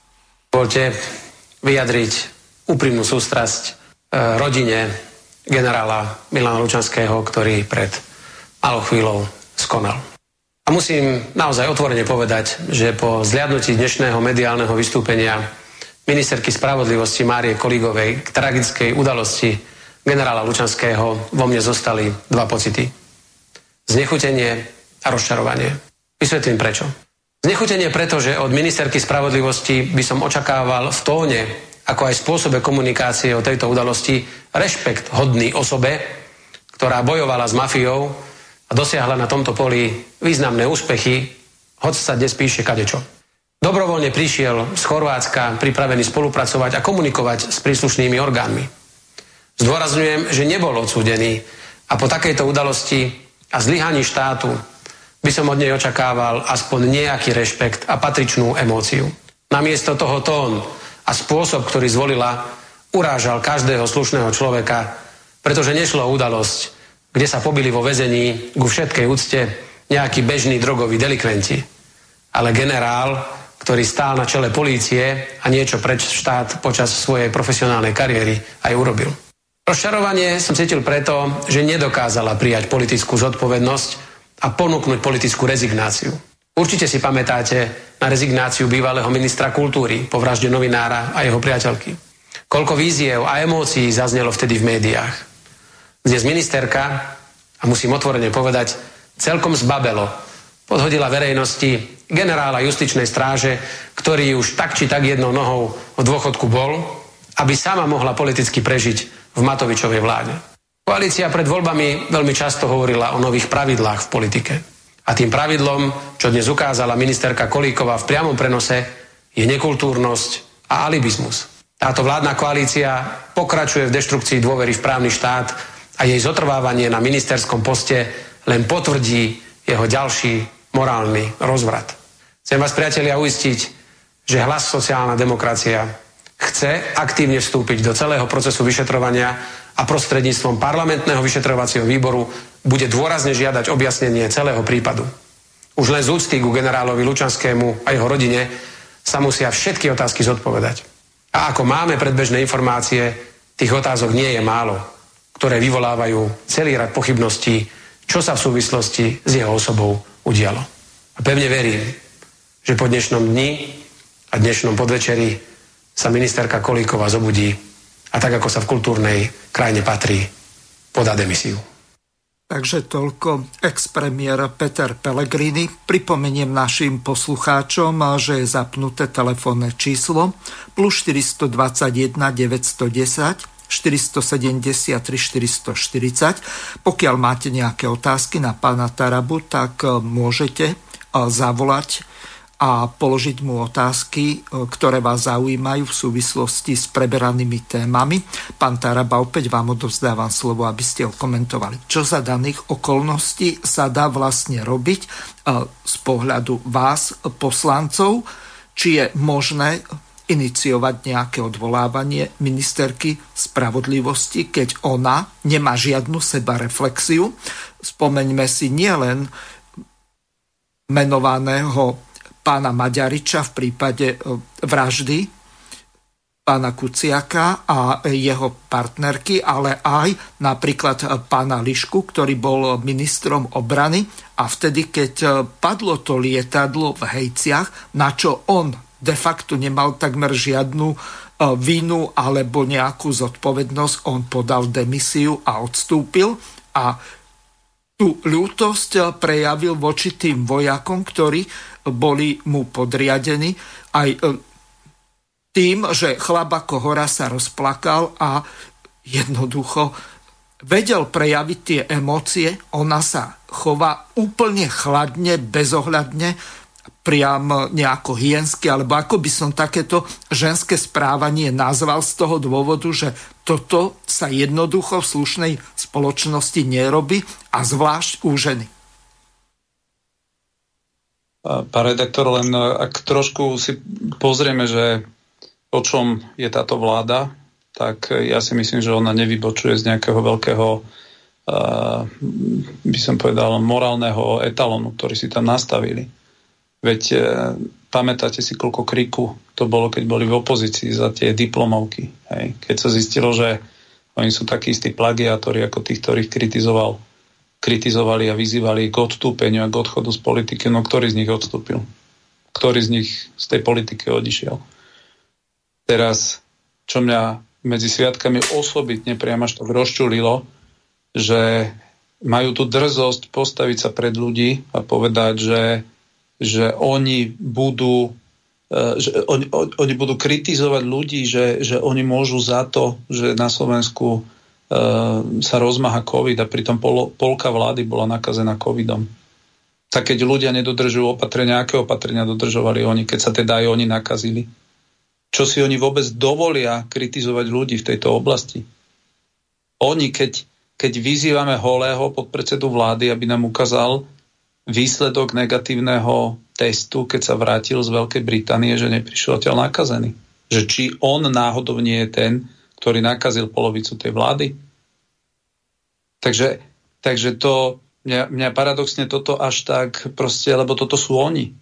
Poďte vyjadriť úprimnú sústrasť rodine generála Milana Lučanského, ktorý pred malou chvíľou skonal. A musím naozaj otvorene povedať, že po zliadnutí dnešného mediálneho vystúpenia ministerky spravodlivosti Márie Kolígovej k tragickej udalosti generála Lučanského vo mne zostali dva pocity. Znechutenie a rozčarovanie. Vysvetlím prečo. Znechutenie preto, že od ministerky spravodlivosti by som očakával v tóne, ako aj spôsobe komunikácie o tejto udalosti, rešpekt hodný osobe, ktorá bojovala s mafiou a dosiahla na tomto poli významné úspechy, hoď sa dnes píše kadečo. Dobrovoľne prišiel z Chorvátska pripravený spolupracovať a komunikovať s príslušnými orgánmi. Zdôrazňujem, že nebol odsúdený a po takejto udalosti a zlyhaní štátu by som od nej očakával aspoň nejaký rešpekt a patričnú emóciu. Namiesto toho tón a spôsob, ktorý zvolila, urážal každého slušného človeka, pretože nešlo o udalosť, kde sa pobili vo väzení ku všetkej úcte nejakí bežní drogoví delikventi, ale generál, ktorý stál na čele polície a niečo pre štát počas svojej profesionálnej kariéry aj urobil. Rozčarovanie som cítil preto, že nedokázala prijať politickú zodpovednosť a ponúknuť politickú rezignáciu. Určite si pamätáte na rezignáciu bývalého ministra kultúry po vražde novinára a jeho priateľky. Koľko víziev a emócií zaznelo vtedy v médiách. Dnes ministerka, a musím otvorene povedať, celkom zbabelo podhodila verejnosti generála justičnej stráže, ktorý už tak či tak jednou nohou v dôchodku bol, aby sama mohla politicky prežiť v Matovičovej vláde. Koalícia pred voľbami veľmi často hovorila o nových pravidlách v politike. A tým pravidlom, čo dnes ukázala ministerka Kolíková v priamom prenose, je nekultúrnosť a alibizmus. Táto vládna koalícia pokračuje v deštrukcii dôvery v právny štát a jej zotrvávanie na ministerskom poste len potvrdí jeho ďalší morálny rozvrat. Chcem vás, priatelia, uistiť, že Hlas sociálna demokracia chce aktívne vstúpiť do celého procesu vyšetrovania a prostredníctvom parlamentného vyšetrovacieho výboru bude dôrazne žiadať objasnenie celého prípadu. Už len z úcty ku generálovi Lučanskému a jeho rodine sa musia všetky otázky zodpovedať. A ako máme predbežné informácie, tých otázok nie je málo, ktoré vyvolávajú celý rad pochybností, čo sa v súvislosti s jeho osobou udialo. A pevne verím, že po dnešnom dni a dnešnom podvečeri sa ministerka Kolíková zobudí a tak, ako sa v kultúrnej krajine patrí, podá demisiu. Takže toľko ex-premiér Peter Pellegrini. Pripomeniem našim poslucháčom, že je zapnuté telefónne číslo plus štyri dva jeden deväť jedna nula štyri sedem tri štyri štyri nula. Pokiaľ máte nejaké otázky na pána Tarabu, tak môžete zavolať a položiť mu otázky, ktoré vás zaujímajú v súvislosti s preberanými témami. Pán Taraba, opäť vám odovzdávam slovo, aby ste ho komentovali. Čo za daných okolností sa dá vlastne robiť z pohľadu vás, poslancov? Či je možné iniciovať nejaké odvolávanie ministerky spravodlivosti, keď ona nemá žiadnu sebareflexiu? Spomeňme si nielen menovaného pána Maďariča v prípade vraždy pána Kuciaka a jeho partnerky, ale aj napríklad pána Lišku, ktorý bol ministrom obrany a vtedy, keď padlo to lietadlo v Hejciach, na čo on de facto nemal takmer žiadnu vinu alebo nejakú zodpovednosť, on podal demisiu a odstúpil a tú ľútosť prejavil voči tým vojakom, ktorí boli mu podriadení, aj tým, že chlap ako hora sa rozplakal a jednoducho vedel prejaviť tie emócie. Ona sa chová úplne chladne, bezohľadne, priam nejako hyensky, alebo ako by som takéto ženské správanie nazval z toho dôvodu, že toto sa jednoducho v slušnej spoločnosti nerobí a zvlášť u ženy. Pán redaktor, len ak trošku si pozrieme, že o čom je táto vláda, tak ja si myslím, že ona nevybočuje z nejakého veľkého, by som povedal, morálneho etalónu, ktorý si tam nastavili. Veď pamätáte si, koľko kriku to bolo, keď boli v opozícii za tie diplomovky. Hej? Keď sa zistilo, že oni sú takí istí plagiátori ako tých, ktorých kritizoval kritizovali a vyzývali k odstúpeniu a k odchodu z politiky, no ktorý z nich odstúpil? Ktorý z nich z tej politiky odišiel? Teraz, čo mňa medzi sviatkami osobitne priam až tak rozčulilo, že majú tu drzosť postaviť sa pred ľudí a povedať, že, že oni budú že oni, oni budú kritizovať ľudí, že, že oni môžu za to, že na Slovensku sa rozmáha COVID a pritom pol, polka vlády bola nakazená covidom. Tak keď ľudia nedodržujú opatrenia, aké opatrenia dodržovali oni, keď sa teda aj oni nakazili? Čo si oni vôbec dovolia kritizovať ľudí v tejto oblasti? Oni, keď, keď vyzývame holého podpredsedu vlády, aby nám ukázal výsledok negatívneho testu, keď sa vrátil z Veľkej Británie, že neprišiel odtiaľ nakazený. Že či on náhodou nie je ten, ktorý nakazil polovicu tej vlády. Takže, takže to, mňa, mňa paradoxne toto až tak proste, lebo toto sú oni.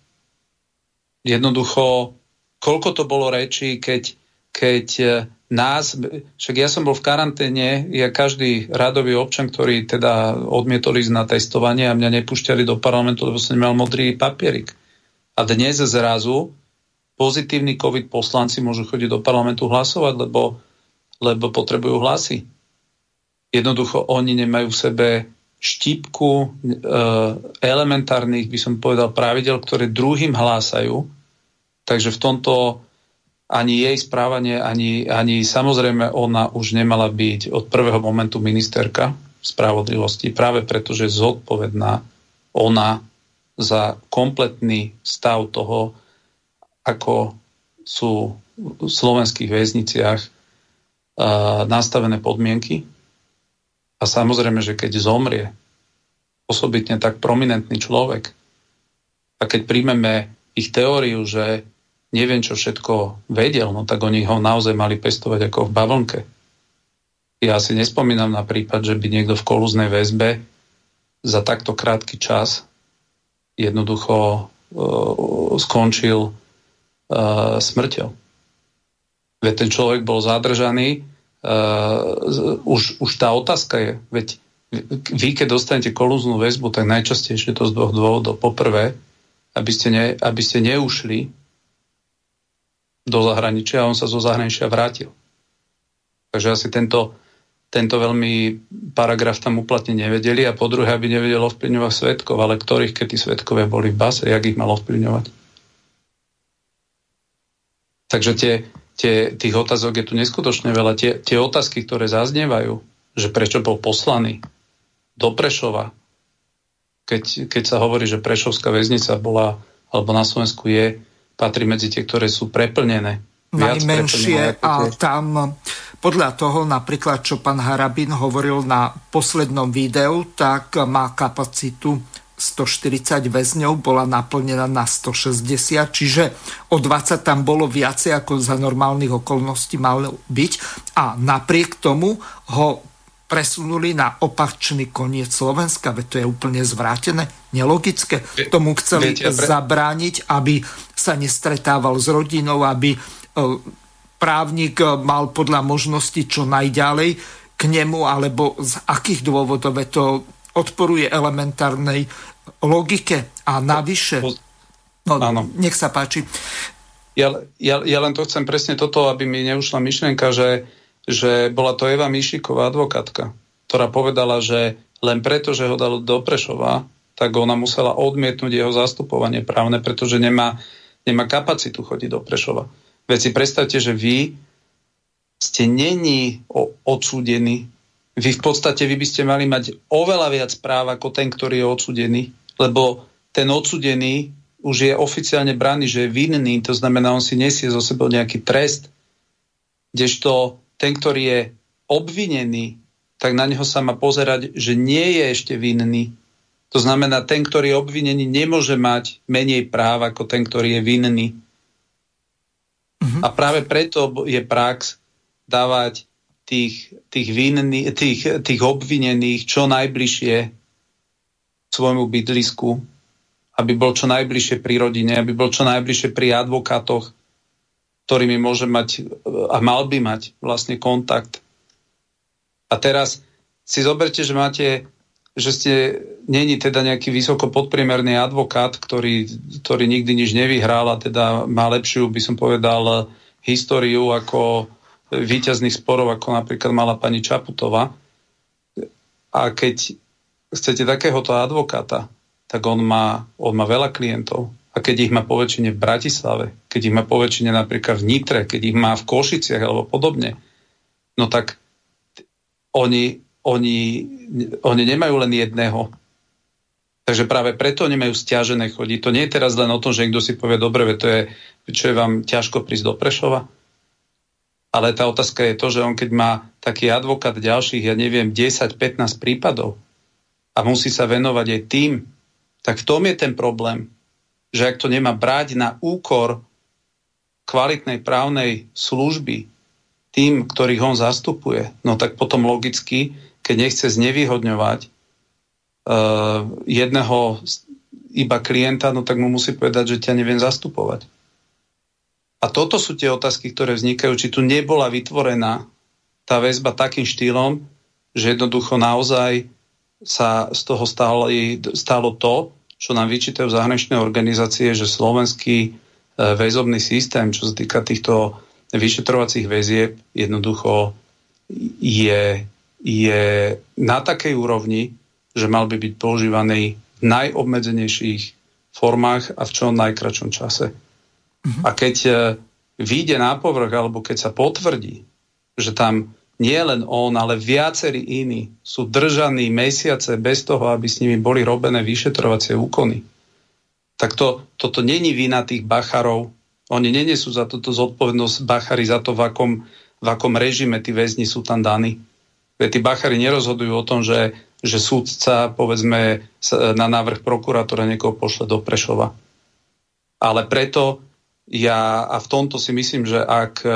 Jednoducho, koľko to bolo rečí, keď, keď nás, však ja som bol v karanténe, ja každý radový občan, ktorý teda odmietol ísť na testovanie a mňa nepúšťali do parlamentu, lebo som nemal modrý papierik. A dnes zrazu pozitívni COVID poslanci môžu chodiť do parlamentu hlasovať, lebo lebo potrebujú hlasy. Jednoducho oni nemajú v sebe štípku e, elementárnych, by som povedal, pravidel, ktoré druhým hlásajú. Takže v tomto ani jej správanie, ani, ani samozrejme ona už nemala byť od prvého momentu ministerka spravodlivosti, práve preto, že je zodpovedná ona za kompletný stav toho, ako sú v slovenských väzniciach nastavené podmienky. A samozrejme, že keď zomrie osobitne tak prominentný človek a keď príjmeme ich teóriu, že neviem, čo všetko vedel, no tak oni ho naozaj mali pestovať ako v bavlnke. Ja si nespomínam na prípad, že by niekto v kolúznej väzbe za takto krátky čas jednoducho uh, skončil uh, uh, smrťou. Veď ten človek bol zadržaný, uh, už, už tá otázka je, veď vy, keď dostanete kolúznú väzbu, tak najčastejšie to z dvoch dôvodov. Poprvé, aby ste, ne, aby ste neušli do zahraničia a on sa zo zahraničia vrátil. Takže asi tento, tento veľmi paragraf tam uplatne nevedeli a po druhé, aby nevedelo ovplyvňovať svedkov, ale ktorých, keď tí svedkovia boli v base, jak ich mal ovplyvňovať. Takže tie, tie, tých otázok je tu neskutočne veľa. Tie, tie otázky, ktoré zaznievajú, že prečo bol poslaný do Prešova, keď, keď sa hovorí, že Prešovská väznica bola, alebo na Slovensku je, patrí medzi tie, ktoré sú preplnené. Najmenšie a tam podľa toho napríklad, čo pán Harabín hovoril na poslednom videu, tak má kapacitu stoštyridsať väzňov, bola naplnená na stošesťdesiat, čiže o dvadsať tam bolo viacej, ako za normálnych okolností malo byť a napriek tomu ho presunuli na opačný koniec Slovenska, veď to je úplne zvrátené, nelogické. Tomu chceli Viete, pre... zabrániť, aby sa nestretával s rodinou, aby právnik mal podľa možnosti čo najďalej k nemu, alebo z akých dôvodov to odporuje elementárnej logike. A navyše, no, nech sa páči. Ja, ja, ja len to chcem presne toto, aby mi neušla myšlienka, že že bola to Eva Mišiková, advokátka, ktorá povedala, že len preto, že ho dal do Prešova, tak ona musela odmietnúť jeho zastupovanie právne, pretože nemá, nemá kapacitu chodiť do Prešova. Veď si predstavte, že vy ste není odsúdení. Vy v podstate vy by ste mali mať oveľa viac práv ako ten, ktorý je odsúdený, lebo ten odsúdený už je oficiálne braný, že je vinný, to znamená, on si nesie zo sebou nejaký trest, kdežto ten, ktorý je obvinený, tak na neho sa má pozerať, že nie je ešte vinný. To znamená, ten, ktorý je obvinený, nemôže mať menej práv ako ten, ktorý je vinný. Mm-hmm. A práve preto je prax dávať tých, tých, vinný, tých, tých obvinených čo najbližšie svojmu bydlisku, aby bol čo najbližšie pri rodine, aby bol čo najbližšie pri advokátoch, ktorými môže mať a mal by mať vlastne kontakt. A teraz si zoberte, že máte, že ste není teda nejaký vysoko podpriemerný advokát, ktorý, ktorý nikdy nič nevyhral a teda má lepšiu, by som povedal, históriu ako víťazných sporov, ako napríklad mala pani Čaputová. A keď chcete takéhoto advokáta, tak on má, on má veľa klientov. A keď ich má poväčšine v Bratislave, keď ich má poväčšine napríklad v Nitre, keď ich má v Košiciach alebo podobne, no tak oni, oni, oni nemajú len jedného. Takže práve preto nemajú stiažené chodiť. To nie je teraz len o tom, že niekto si povie, dobre, to je, čo je vám ťažko prísť do Prešova. Ale tá otázka je to, že on keď má taký advokát ďalších, ja neviem, desať pätnásť prípadov a musí sa venovať aj tým, tak v tom je ten problém, že ak to nemá brať na úkor kvalitnej právnej služby tým, ktorých on zastupuje, no tak potom logicky, keď nechce znevýhodňovať uh, jedného iba klienta, no tak mu musí povedať, že ťa neviem zastupovať. A toto sú tie otázky, ktoré vznikajú, či tu nebola vytvorená tá väzba takým štýlom, že jednoducho naozaj sa z toho stalo, stalo to, čo nám vyčítajú zahraničné organizácie, že slovenský väzobný systém, čo sa týka týchto vyšetrovacích väzieb, jednoducho je, je na takej úrovni, že mal by byť používaný v najobmedzenejších formách a v čo najkračšom čase. Mm-hmm. A keď vyjde na povrch, alebo keď sa potvrdí, že tam nie len on, ale viacerí iní sú držaní mesiace bez toho, aby s nimi boli robené vyšetrovacie úkony, tak to, toto není vina tých bacharov. Oni nenesú za toto zodpovednosť bachari za to, v akom, v akom režime tí väzni sú tam daní. Tí bachari nerozhodujú o tom, že, že súdca, povedzme, na návrh prokurátora niekoho pošle do Prešova. Ale preto ja, a v tomto si myslím, že ak e,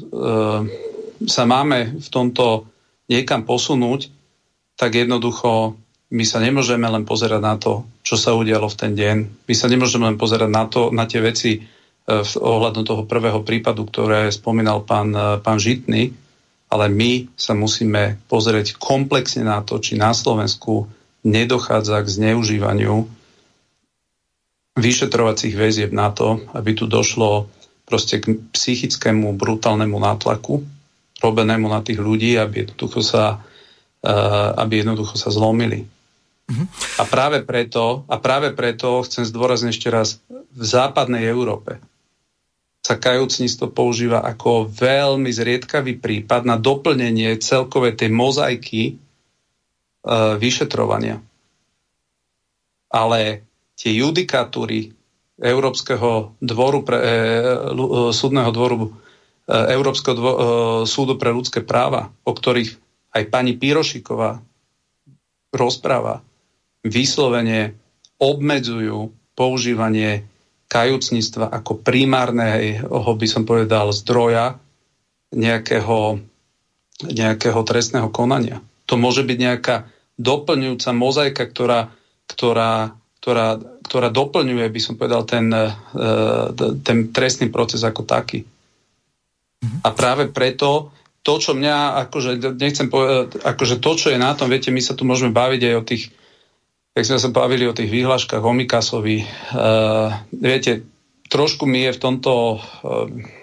sa máme v tomto niekam posunúť, tak jednoducho my sa nemôžeme len pozerať na to, čo sa udialo v ten deň. My sa nemôžeme len pozerať na to, na tie veci ohľadom toho prvého prípadu, ktoré spomínal pán, pán Žitný, ale my sa musíme pozrieť komplexne na to, či na Slovensku nedochádza k zneužívaniu vyšetrovacích väzieb na to, aby tu došlo proste k psychickému brutálnemu nátlaku robenému na tých ľudí, aby jednoducho sa, aby jednoducho sa zlomili. Mm-hmm. A práve preto, a práve preto chcem zdôrazniť ešte raz, v západnej Európe sa kajúcnictvo používa ako veľmi zriedkavý prípad na doplnenie celkovej tej mozaiky e, vyšetrovania. Ale tie judikatúry Európskeho dvoru pre, e, e, súdneho dvoru e, Európskeho dvo, e, súdu pre ľudské práva, o ktorých aj pani Pirošiková rozpráva, vyslovene obmedzujú používanie kajúcnictva ako primárneho, by som povedal, zdroja nejakého, nejakého trestného konania. To môže byť nejaká doplňujúca mozaika, ktorá, ktorá, ktorá, ktorá doplňuje, by som povedal, ten, ten trestný proces ako taký. A práve preto to, čo mňa, akože nechcem povedať, akože to, čo je na tom, viete, my sa tu môžeme baviť aj o tých, jak sme sa bavili o tých výhľaškách, o Mikasovi. Uh, viete, trošku mi je v tomto, uh,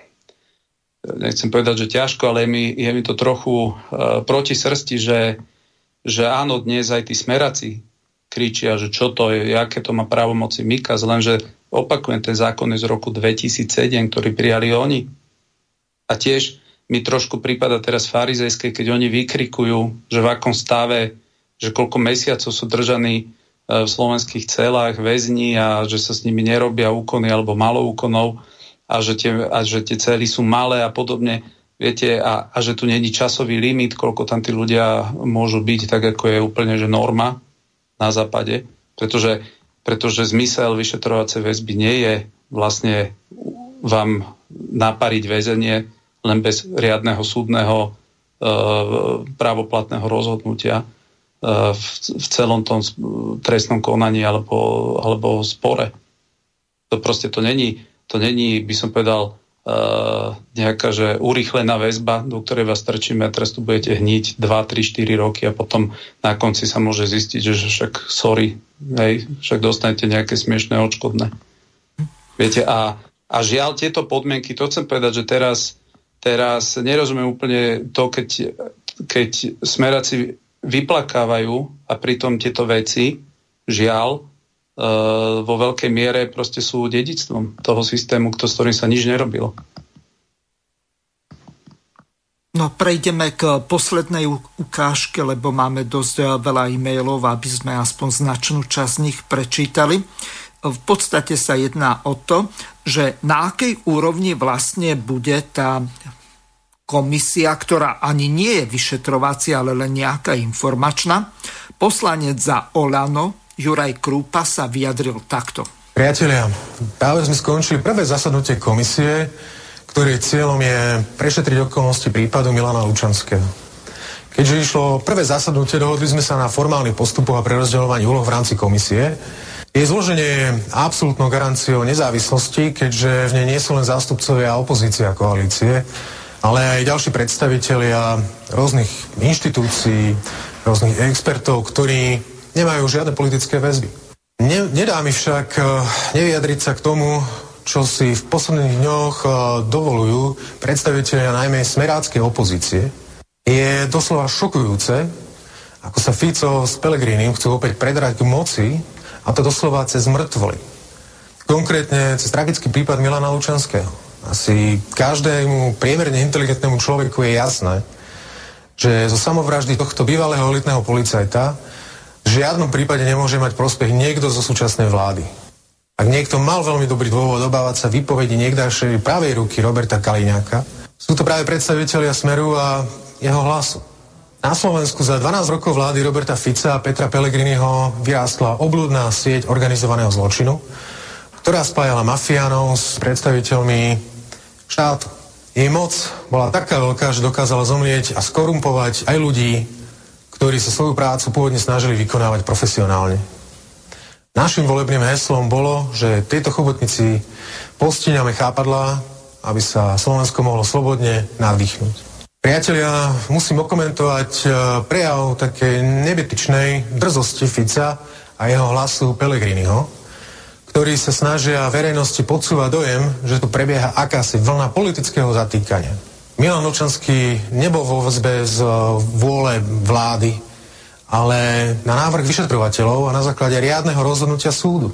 nechcem povedať, že ťažko, ale je mi, je mi to trochu uh, proti srsti, že, že áno, dnes aj tí smeraci kričia, že čo to je, aké to má právomoci Mikas, lenže opakujem, ten zákon je z roku dvetisícsedem, ktorý prijali oni. A tiež mi trošku prípada teraz farizejské, keď oni vykrikujú, že v akom stave, že koľko mesiacov sú držaní v slovenských celách väzni a že sa s nimi nerobia úkony alebo malo úkonov a že tie, a že tie cely sú malé a podobne. Viete, a, a že tu není časový limit, koľko tam tí ľudia môžu byť, tak ako je úplne že norma na západe. Pretože, pretože zmysel vyšetrovacej väzby nie je vlastne vám napariť väzenie len bez riadneho súdneho e, právoplatného rozhodnutia v, v celom tom trestnom konaní alebo, alebo spore. To proste to není, to není, by som povedal, uh, nejaká, že urýchlená väzba, do ktorej vás strčíme a teraz tu budete hniť dva, tri, štyri roky a potom na konci sa môže zistiť, že však sorry, hej, však dostanete nejaké smiešné odškodné. Viete, a, a žiaľ tieto podmienky, to chcem povedať, že teraz, teraz nerozumiem úplne to, keď, keď smeráci vyplakávajú a pritom tieto veci, žiaľ, e, vo veľkej miere proste sú dedičstvom toho systému, s ktorým sa nič nerobilo. No, prejdeme k poslednej ukážke, lebo máme dosť veľa e-mailov, aby sme aspoň značnú časť z nich prečítali. V podstate sa jedná o to, že na akej úrovni vlastne bude tá komisia, ktorá ani nie je vyšetrovacia, ale len nejaká informačná. Poslanec za Olano Juraj Krúpa sa vyjadril takto. Priatelia, práve sme skončili prvé zasadnutie komisie, ktorej cieľom je prešetriť okolnosti prípadu Milana Lučanského. Keďže išlo prvé zasadnutie, dohodli sme sa na formálnych postupoch a prerozdeľovaní úloh v rámci komisie. Jej zloženie je absolútnou garanciou nezávislosti, keďže v nej nie sú len zástupcovia opozície a koalície, ale aj ďalší predstavitelia rôznych inštitúcií, rôznych expertov, ktorí nemajú žiadne politické väzby. Ne, nedá mi však nevyjadriť sa k tomu, čo si v posledných dňoch dovolujú predstavitelia najmä smeráckej opozície. Je doslova šokujúce, ako sa Fico s Pellegrinim chcú opäť predrať k moci, a to doslova cez mŕtvoly. Konkrétne cez tragický prípad Milana Lučanského. Asi každému priemerne inteligentnému človeku je jasné, že zo samovraždy tohto bývalého elitného policajta v žiadnom prípade nemôže mať prospech niekto zo súčasnej vlády. Ak niekto mal veľmi dobrý dôvod obávať sa výpovedi niekdajšej pravej ruky Roberta Kaliňáka, sú to práve predstavitelia Smeru a jeho Hlasu. Na Slovensku za dvanásť rokov vlády Roberta Fica a Petra Pellegriniho vyrástla obľudná sieť organizovaného zločinu, ktorá spájala mafiánov s predstaviteľmi štátu. Jej moc bola taká veľká, že dokázala zomlieť a skorumpovať aj ľudí, ktorí sa svoju prácu pôvodne snažili vykonávať profesionálne. Našim volebným heslom bolo, že tieto chobotníci postíňame chápadlá, aby sa Slovensko mohlo slobodne nadýchnuť. Priatelia, musím okomentovať prejav takej nebetyčnej drzosti Fica a jeho hlasu Pellegriniho, ktorí sa snažia verejnosti podsúvať dojem, že tu prebieha akási vlna politického zatýkania. Milan Lučanský nebol vo väzbe z vôle vlády, ale na návrh vyšetrovateľov a na základe riadneho rozhodnutia súdu.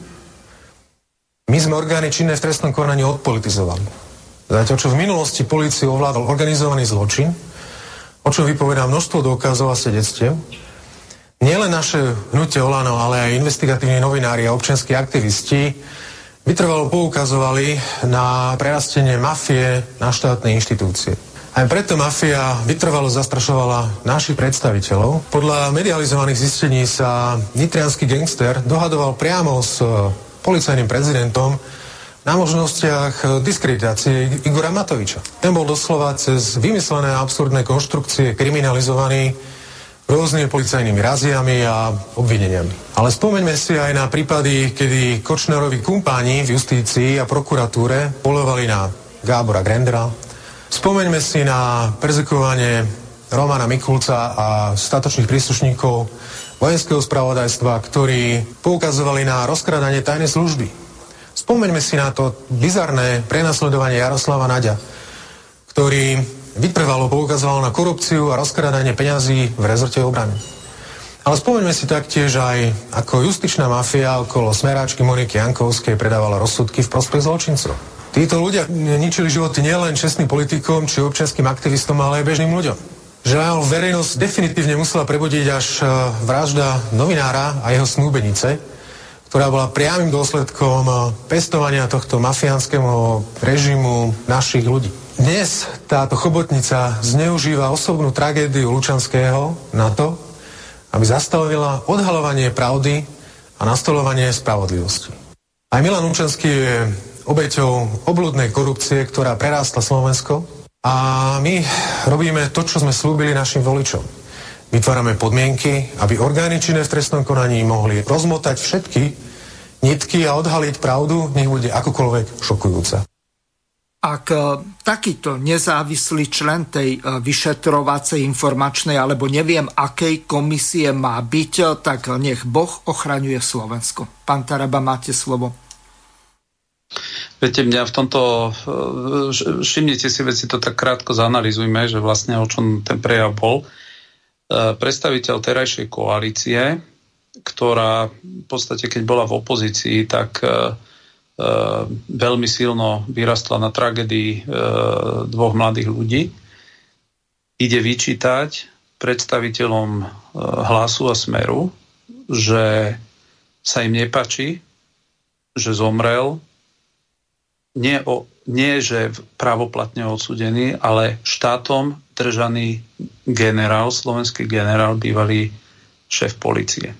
My sme orgány činné v trestnom konaní odpolitizovali. Zatiaľ, čo v minulosti políciu ovládol organizovaný zločin, o čom vypovedá množstvo dôkazov a svedectiev, nielen naše hnutie Olano, ale aj investigatívni novinári a občianski aktivisti vytrvalo poukazovali na prerastenie mafie na štátne inštitúcie. Aj preto mafia vytrvalo zastrašovala našich predstaviteľov. Podľa medializovaných zistení sa nitriansky gangster dohadoval priamo s policajným prezidentom na možnostiach diskreditácie Igora Matoviča. Ten bol doslova cez vymyslené a absurdné konštrukcie kriminalizovaný rôznymi policajnými raziami a obvineniami. Ale spomeňme si aj na prípady, kedy Kočnerovi kumpáni v justícii a prokuratúre polovali na Gábora Grendera. Spomeňme si na perzekovanie Romana Mikulca a statočných príslušníkov vojenského spravodajstva, ktorí poukazovali na rozkradanie tajnej služby. Spomeňme si na to bizarné prenasledovanie Jaroslava Naďa, ktorý vytrvalo poukazoval na korupciu a rozkradanie peňazí v rezorte obrany. Ale spomeňme si taktiež aj, ako justičná mafia okolo smeráčky Moniky Jankovskej predávala rozsudky v prospech zločincov. Títo ľudia ničili životy nielen čestným politikom či občianskym aktivistom, ale aj bežným ľuďom. Žiaľ, verejnosť definitívne musela prebudiť až vražda novinára a jeho snúbenice, ktorá bola priamym dôsledkom pestovania tohto mafiánskeho režimu našich ľudí. Dnes táto chobotnica zneužíva osobnú tragédiu Lučanského na to, aby zastavila odhaľovanie pravdy a nastoľovanie spravodlivosti. Aj Milan Lučanský je obeťou obľudnej korupcie, ktorá prerástla Slovensko, a my robíme to, čo sme slúbili našim voličom. Vytvárame podmienky, aby orgány činné v trestnom konaní mohli rozmotať všetky nitky a odhaliť pravdu, nech bude akokoľvek šokujúca. Ak takýto nezávislý člen tej vyšetrovacej, informačnej alebo neviem akej komisie má byť, tak nech Boh ochraňuje Slovensko. Pán Taraba, máte slovo. Viete, mňa v tomto, všimnite si veci, to tak krátko zanalizujme, že vlastne o čom ten prejav bol. Predstaviteľ terajšej koalície, ktorá v podstate, keď bola v opozícii, tak veľmi silno vyrastla na tragédii dvoch mladých ľudí, ide vyčítať predstaviteľom Hlasu a Smeru, že sa im nepáči, že zomrel nie, o, nie že právoplatne odsúdený, ale štátom držaný generál, slovenský generál, bývalý šéf polície.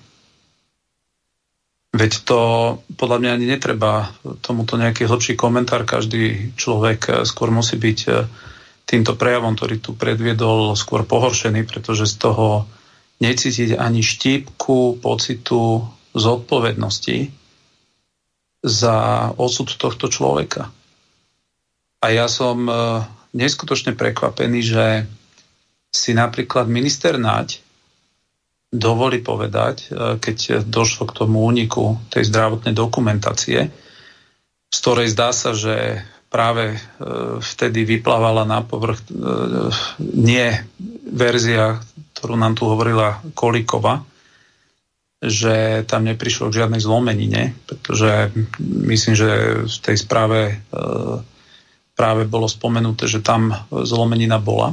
Veď to podľa mňa ani netreba tomuto nejaký hlbší komentár. Každý človek skôr musí byť týmto prejavom, ktorý tu predviedol, skôr pohoršený, pretože z toho necítiť ani štípku pocitu zodpovednosti za osud tohto človeka. A ja som neskutočne prekvapený, že si napríklad minister Naď dovolí povedať, keď došlo k tomu úniku tej zdravotnej dokumentácie, z ktorej zdá sa, že práve vtedy vyplávala na povrch nie verzia, ktorú nám tu hovorila Kolíková, že tam neprišlo k žiadnej zlomenine, pretože myslím, že v tej správe práve bolo spomenuté, že tam zlomenina bola.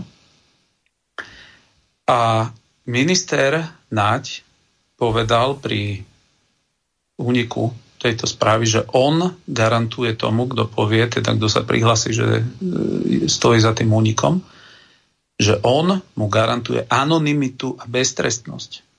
A minister Naď povedal pri úniku tejto správy, že on garantuje tomu, kto povie, teda kto sa prihlási, že stojí za tým únikom, že on mu garantuje anonymitu a beztrestnosť.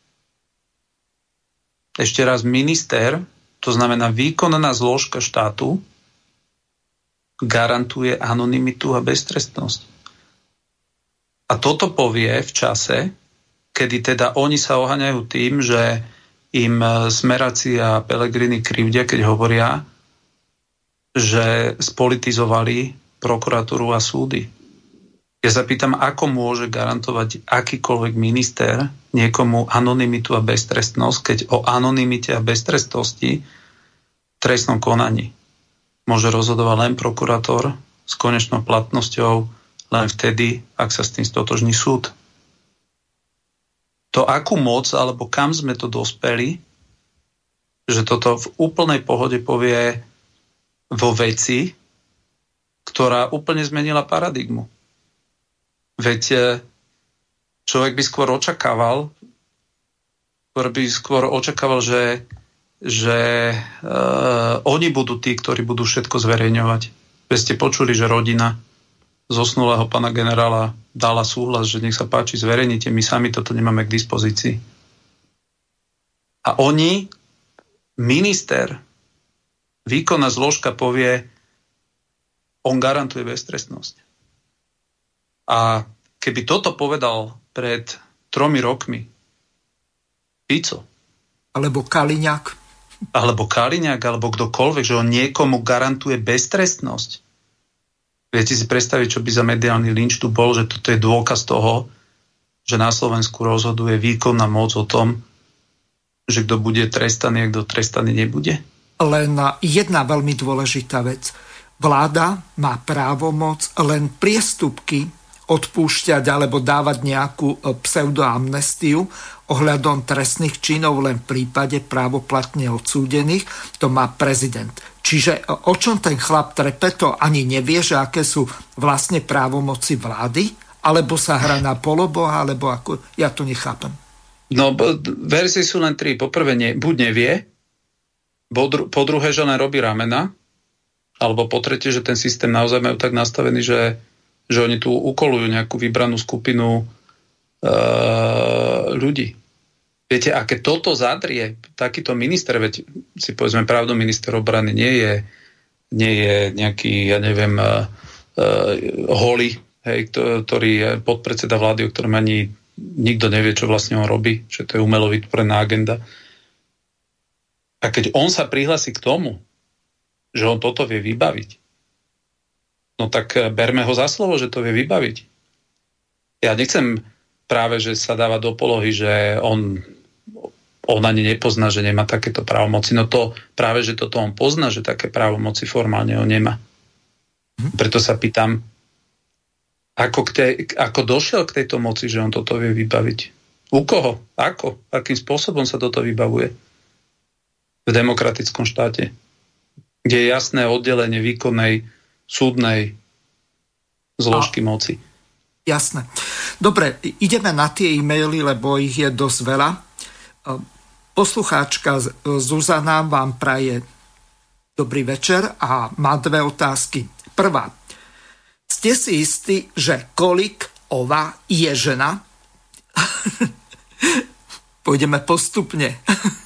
Ešte raz, minister, to znamená výkonná zložka štátu, garantuje anonymitu a beztrestnosť. A toto povie v čase, kedy teda oni sa oháňajú tým, že im Smeráci a Pellegrini krivdia, keď hovoria, že spolitizovali prokuratúru a súdy. Ja sa pýtam, ako môže garantovať akýkoľvek minister niekomu anonymitu a beztrestnosť, keď o anonymite a beztrestnosti v trestnom konaní môže rozhodovať len prokurátor s konečnou platnosťou len vtedy, ak sa s tým stotožní súd. To, akú moc alebo kam sme to dospeli, že toto v úplnej pohode povie vo veci, ktorá úplne zmenila paradigmu. Veď človek by skôr očakával, skôr by skôr očakával, že, že uh, oni budú tí, ktorí budú všetko zverejňovať. Veď ste počuli, že rodina zosnulého pána generála dala súhlas, že nech sa páči, zverejnite, my sami toto nemáme k dispozícii. A oni, minister, výkonná zložka povie, on garantuje beztrestnosť. A keby toto povedal pred tromi rokmi Fico, alebo Kaliňák, alebo Kaliňák, alebo kdokoľvek, že on niekomu garantuje beztrestnosť. Viete si predstaviť, čo by za mediálny lynč tu bol, že toto je dôkaz toho, že na Slovensku rozhoduje výkonná moc o tom, že kto bude trestaný a kto trestaný nebude? Len jedna veľmi dôležitá vec. Vláda má právomoc len priestupky odpúšťať alebo dávať nejakú pseudoamnestiu ohľadom trestných činov len v prípade právoplatne odsúdených. To má prezident. Čiže o čom ten chlap trepe, to ani nevie, že aké sú vlastne právomoci vlády, alebo sa hrá na poloboha, alebo ako, ja to nechápem. No, verzie sú len tri. Poprvé, ne, buď nevie, po druhé, že len robí ramena, alebo po tretie, že ten systém naozaj majú tak nastavený, že, že oni tu ukolujú nejakú vybranú skupinu e, ľudí. Viete, a keď toto zadrie, takýto minister, veď si povedzme pravdu, minister obrany nie je, nie je nejaký, ja neviem, uh, uh, holý, hej, ktorý je podpredseda vlády, o ktorom ani nikto nevie, čo vlastne on robí, že to je umelo vytvorená agenda. A keď on sa prihlási k tomu, že on toto vie vybaviť, no tak berme ho za slovo, že to vie vybaviť. Ja nechcem práve, že sa dáva do polohy, že on on ani nepozná, že nemá takéto právomoci. No to práve, že toto on pozná, že také právomoci formálne on nemá. Preto sa pýtam, ako, k tej, ako došiel k tejto moci, že on toto vie vybaviť? U koho? Ako? Akým spôsobom sa toto vybavuje? V demokratickom štáte, kde je jasné oddelenie výkonnej, súdnej zložky A, moci. Jasné. Dobre, ideme na tie e-maily, lebo ich je dosť veľa. Poslucháčka Zuzana vám praje dobrý večer a má dve otázky. Prvá. Ste si istí, že kolik ova je žena? Pôjdeme postupne.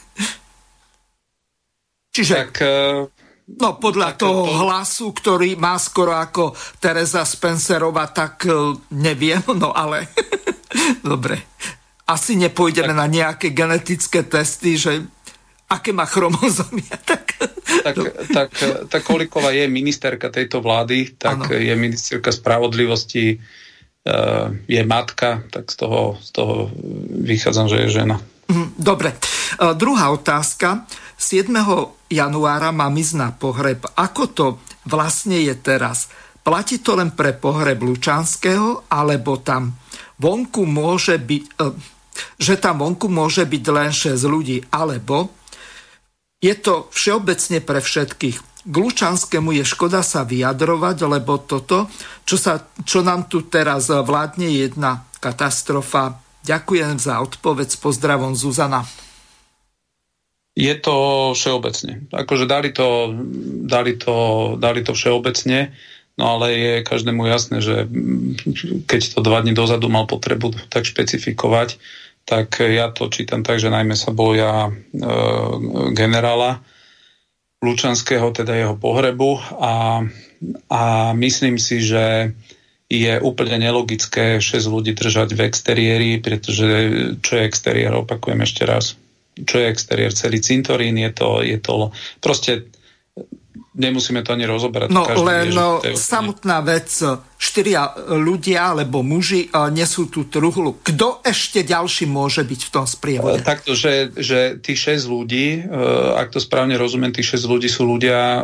Čiže tak, no podľa tak, toho to... hlasu, ktorý má skoro ako Teresa Spencerová, tak neviem, no ale dobre. Asi nepôjdeme tak, na nejaké genetické testy, že aké má chromozómy. Tak, tak, tak, tak Kolíková je ministerka tejto vlády, tak ano. Je ministerka spravodlivosti, je matka, tak z toho, z toho vychádzam, že je žena. Dobre. Druhá otázka. siedmeho januára mám ísť na pohreb. Ako to vlastne je teraz? Platí to len pre pohreb Lučanského, alebo tam vonku môže byť, že tam vonku môže byť len šesť ľudí, alebo je to všeobecne pre všetkých. K Lučanskému je škoda sa vyjadrovať, lebo toto, čo, sa, čo nám tu teraz vládne, je jedna katastrofa. Ďakujem za odpoveď. S pozdravom, Zuzana. Je to všeobecne. Akože dali to, dali to, dali to všeobecne, no ale je každému jasné, že keď to dva dní dozadu mal potrebu tak špecifikovať, tak ja to čítam tak, že najmä sa boja e, generála Lučanského, teda jeho pohrebu a, a myslím si, že je úplne nelogické šesť ľudí držať v exteriéri, pretože čo je exteriér, opakujem ešte raz, čo je exteriér, celý cintorín, je to, je to proste nemusíme to ani rozoberať. No každý len vie, samotná vec, štyria ľudia alebo muži nesú tú truhlu. Kto ešte ďalší môže byť v tom sprievode? Takto, že, že tých šesť ľudí, ak to správne rozumiem, tých šesť ľudí sú ľudia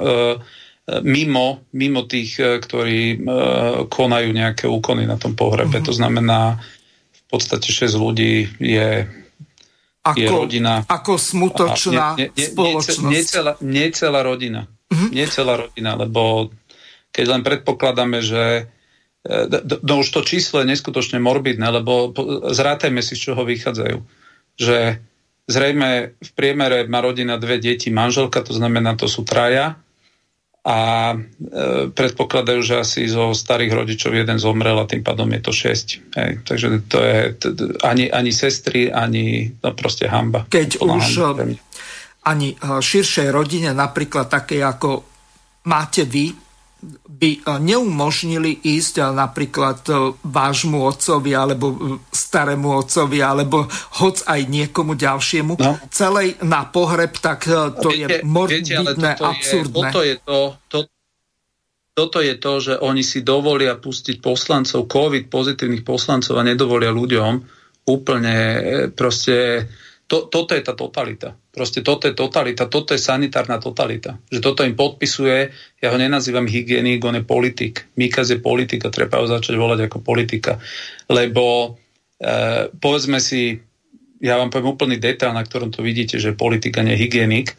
mimo, mimo tých, ktorí konajú nejaké úkony na tom pohrebe. Uh-huh. To znamená, v podstate šesť ľudí je Ako, je rodina. Ako smutočná nie, nie, spoločnosť. Nie, nie, celá, nie celá rodina. Uh-huh. Nie celá rodina, lebo keď len predpokladáme, že no už to číslo je neskutočne morbidné, lebo zrátajme si, z čoho vychádzajú. Že zrejme v priemere má rodina dve deti, manželka, to znamená, to sú traja, a e, predpokladajú, že asi zo starých rodičov jeden zomrel a tým pádom je to šesť. Hej. Takže to je t- t- ani, ani sestry, ani no proste hanba. Keď už hamba ani širšej rodine, napríklad také ako máte vy, by neumožnili ísť napríklad vášmu otcovi alebo starému otcovi alebo hoc aj niekomu ďalšiemu no. celej na pohreb, tak to viete, je morbidné, absurdné. Toto je to, to, toto je to, že oni si dovolia pustiť poslancov, COVID pozitívnych poslancov a nedovolia ľuďom úplne proste. To, toto je tá totalita. Proste toto je totalita, toto je sanitárna totalita. Že toto im podpisuje, ja ho nenazývam hygienik, on je politik. Mikaz je politika, treba ho začať volať ako politika. Lebo e, povedzme si, ja vám poviem úplný detail, na ktorom to vidíte, že politika nie je hygienik. E,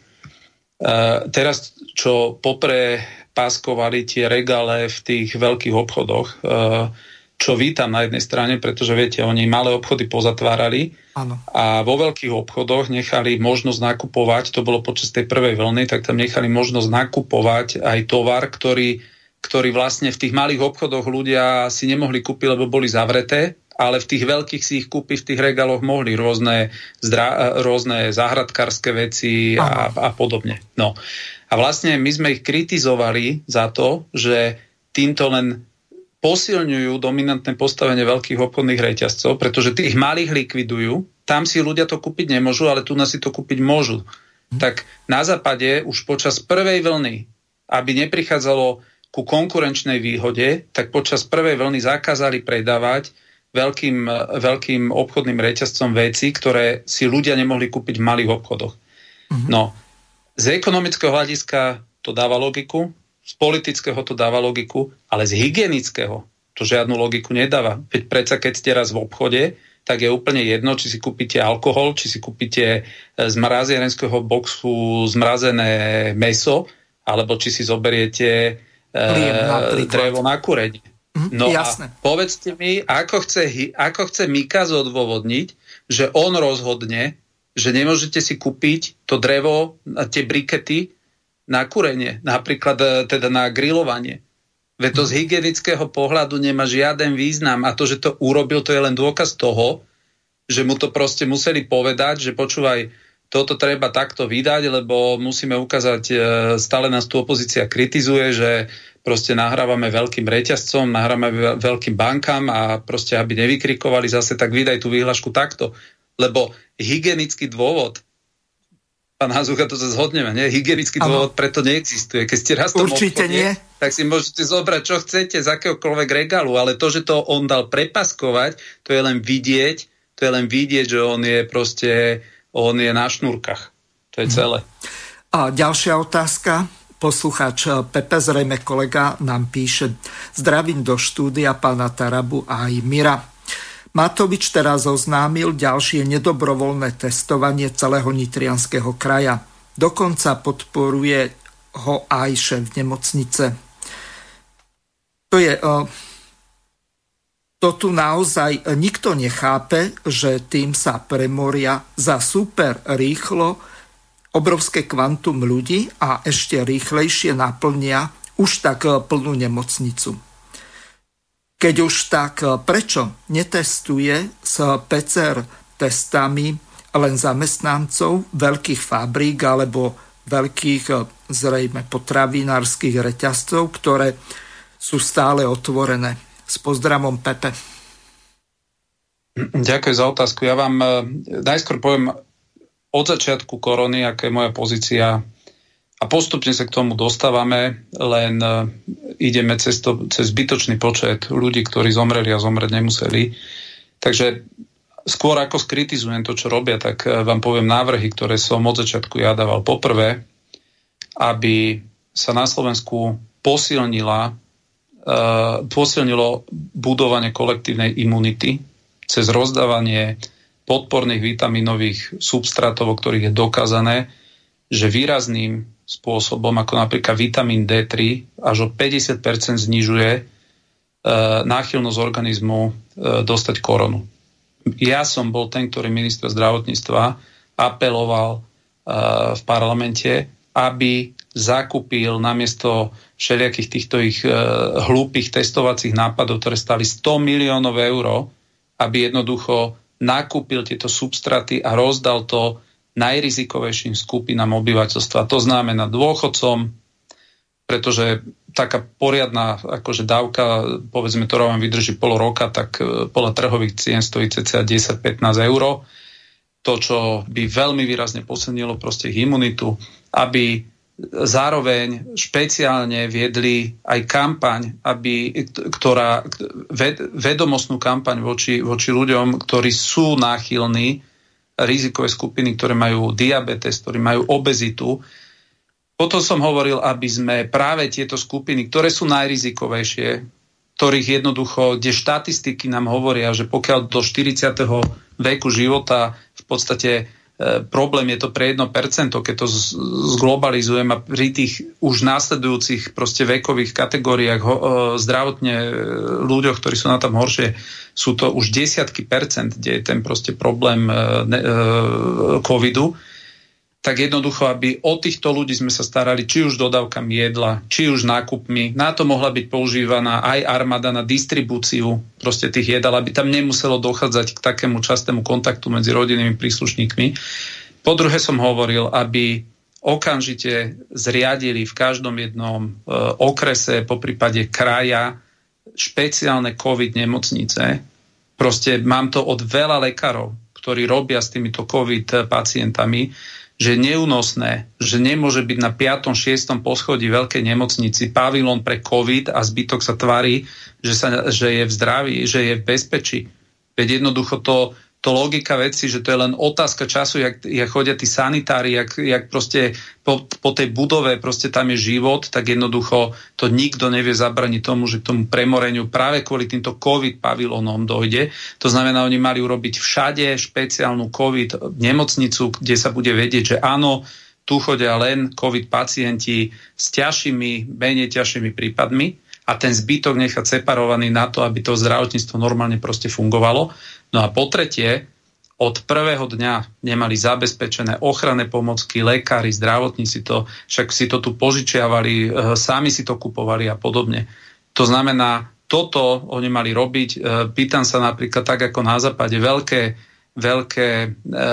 teraz, čo popre páskovali tie regále v tých veľkých obchodoch, e, čo vítam na jednej strane, pretože viete, oni malé obchody pozatvárali. Áno. A vo veľkých obchodoch nechali možnosť nakupovať, to bolo počas tej prvej vlny, tak tam nechali možnosť nakupovať aj tovar, ktorý, ktorý vlastne v tých malých obchodoch ľudia si nemohli kúpiť, lebo boli zavreté, ale v tých veľkých si ich kúpiť v tých regáloch mohli rôzne, zdra, rôzne záhradkárske veci a, a podobne. No. A vlastne my sme ich kritizovali za to, že týmto len posilňujú dominantné postavenie veľkých obchodných reťazcov, pretože tých malých likvidujú, tam si ľudia to kúpiť nemôžu, ale tu nás si to kúpiť môžu. Hmm. Tak na západe už počas prvej vlny, aby neprichádzalo ku konkurenčnej výhode, tak počas prvej vlny zakázali predávať veľkým, veľkým obchodným reťazcom veci, ktoré si ľudia nemohli kúpiť v malých obchodoch. Hmm. No, z ekonomického hľadiska to dáva logiku, z politického to dáva logiku, ale z hygienického to žiadnu logiku nedáva. Veď predsa, keď ste raz v obchode, tak je úplne jedno, či si kúpite alkohol, či si kúpite z mrazierenského boxu zmrazené mäso, alebo či si zoberiete e, drevo na kúrenie. Mm, no jasné. A povedzte mi, ako chce, ako chce Mikaz odôvodniť, že on rozhodne, že nemôžete si kúpiť to drevo, tie brikety na kúrenie, napríklad teda na grilovanie. Veď to z hygienického pohľadu nemá žiaden význam a to, že to urobil, to je len dôkaz toho, že mu to proste museli povedať, že počúvaj, toto treba takto vydať, lebo musíme ukázať, stále nás tu opozícia kritizuje, že proste nahrávame veľkým reťazcom, nahrávame veľkým bankám a proste, aby nevykrikovali zase, tak vydaj tú výhlášku takto. Lebo hygienický dôvod, pán Hazucha, to sa zhodneme, nie? Hygienický dôvod preto neexistuje. Keď ste raz v tom Určite obchode, nie. tak si môžete zobrať, čo chcete z akéhokoľvek regálu, ale to, že to on dal prepaskovať, to je len vidieť, to je len vidieť, že on je proste, on je na šnúrkach. To je celé. A ďalšia otázka. Poslucháč Pepe, zrejme kolega, nám píše: zdravím do štúdia pána Tarabu a aj Mira. Matovič teraz oznámil ďalšie nedobrovoľné testovanie celého nitrianskeho kraja. Dokonca podporuje ho aj šéf nemocnice. To je... To tu naozaj nikto nechápe, že tým sa premoria za super rýchlo obrovské kvantum ľudí a ešte rýchlejšie naplnia už tak plnú nemocnicu. Keď už tak, prečo netestuje s pé cé er testami len zamestnancov veľkých fabrík alebo veľkých zrejme potravinárskych reťazcov, ktoré sú stále otvorené? S pozdravom, Pepe. Ďakujem za otázku. Ja vám najskôr poviem od začiatku korony, aká je moja pozícia A postupne sa k tomu dostávame, len ideme cez, to, cez zbytočný počet ľudí, ktorí zomreli a zomrieť nemuseli. Takže skôr ako skritizujem to, čo robia, tak vám poviem návrhy, ktoré som od začiatku ja dával. Poprvé, aby sa na Slovensku posilnila, uh, posilnilo budovanie kolektívnej imunity cez rozdávanie podporných vitaminových substrátov, o ktorých je dokázané, že výrazným spôsobom, ako napríklad vitamín dé tri, až o päťdesiat percent znižuje e, náchylnosť organizmu e, dostať koronu. Ja som bol ten, ktorý minister zdravotníctva apeloval e, v parlamente, aby zakúpil namiesto všelijakých týchto ich e, hlúpych testovacích nápadov, ktoré stali sto miliónov eur, aby jednoducho nakúpil tieto substraty a rozdal to najrizikovejším skupinám obyvateľstva. To znamená dôchodcom, pretože taká poriadna akože dávka, povedzme, ktorá vám vydrží pol roka, tak podľa trhových cien stojí cca desať až pätnásť eur. To, čo by veľmi výrazne posilnilo proste ich imunitu, aby zároveň špeciálne viedli aj kampaň, aby, ktorá, ved, vedomostnú kampaň voči, voči ľuďom, ktorí sú náchylní, rizikové skupiny, ktoré majú diabetes, ktorí majú obezitu. Potom som hovoril, aby sme práve tieto skupiny, ktoré sú najrizikovejšie, ktorých jednoducho, kde štatistiky nám hovoria, že pokiaľ do štyridsiateho veku života v podstate e, problém je to pre jedno percento, keď to z, zglobalizujem a pri tých už následujúcich proste vekových kategóriách ho, e, zdravotne e, ľuďoch, ktorí sú na tom horšie, sú to už desiatky percent, kde je ten proste problém e, e, covidu, tak jednoducho, aby o týchto ľudí sme sa starali, či už dodávkami jedla, či už nákupmi. Na to mohla byť používaná aj armáda na distribúciu proste tých jedál, aby tam nemuselo dochádzať k takému častému kontaktu medzi rodinnými príslušníkmi. Po druhé som hovoril, aby okamžite zriadili v každom jednom e, okrese, poprípade kraja, špeciálne COVID nemocnice. Proste mám to od veľa lekárov, ktorí robia s týmito COVID pacientami, že je neúnosné, že nemôže byť na piatom šiestom poschodí veľkej nemocnici pavilón pre COVID a zbytok sa tvári, že, sa, že je v zdraví, že je v bezpečí. Veď jednoducho to, to logika veci, že to je len otázka času, jak, jak chodia tí sanitári, jak, jak proste po, po tej budove proste tam je život, tak jednoducho to nikto nevie zabraniť tomu, že k tomu premoreniu práve kvôli týmto COVID pavilónom dojde. To znamená, oni mali urobiť všade špeciálnu COVID nemocnicu, kde sa bude vedieť, že áno, tu chodia len COVID pacienti s ťažšími, menej ťažšími prípadmi a ten zbytok nechať separovaný na to, aby to zdravotníctvo normálne proste fungovalo. No a po tretie, od prvého dňa nemali zabezpečené ochranné pomocky, lekári, zdravotníci to, však si to tu požičiavali, sami si to kupovali a podobne. To znamená, toto oni mali robiť. Pýtam sa napríklad tak, ako na západe, veľké, veľké e,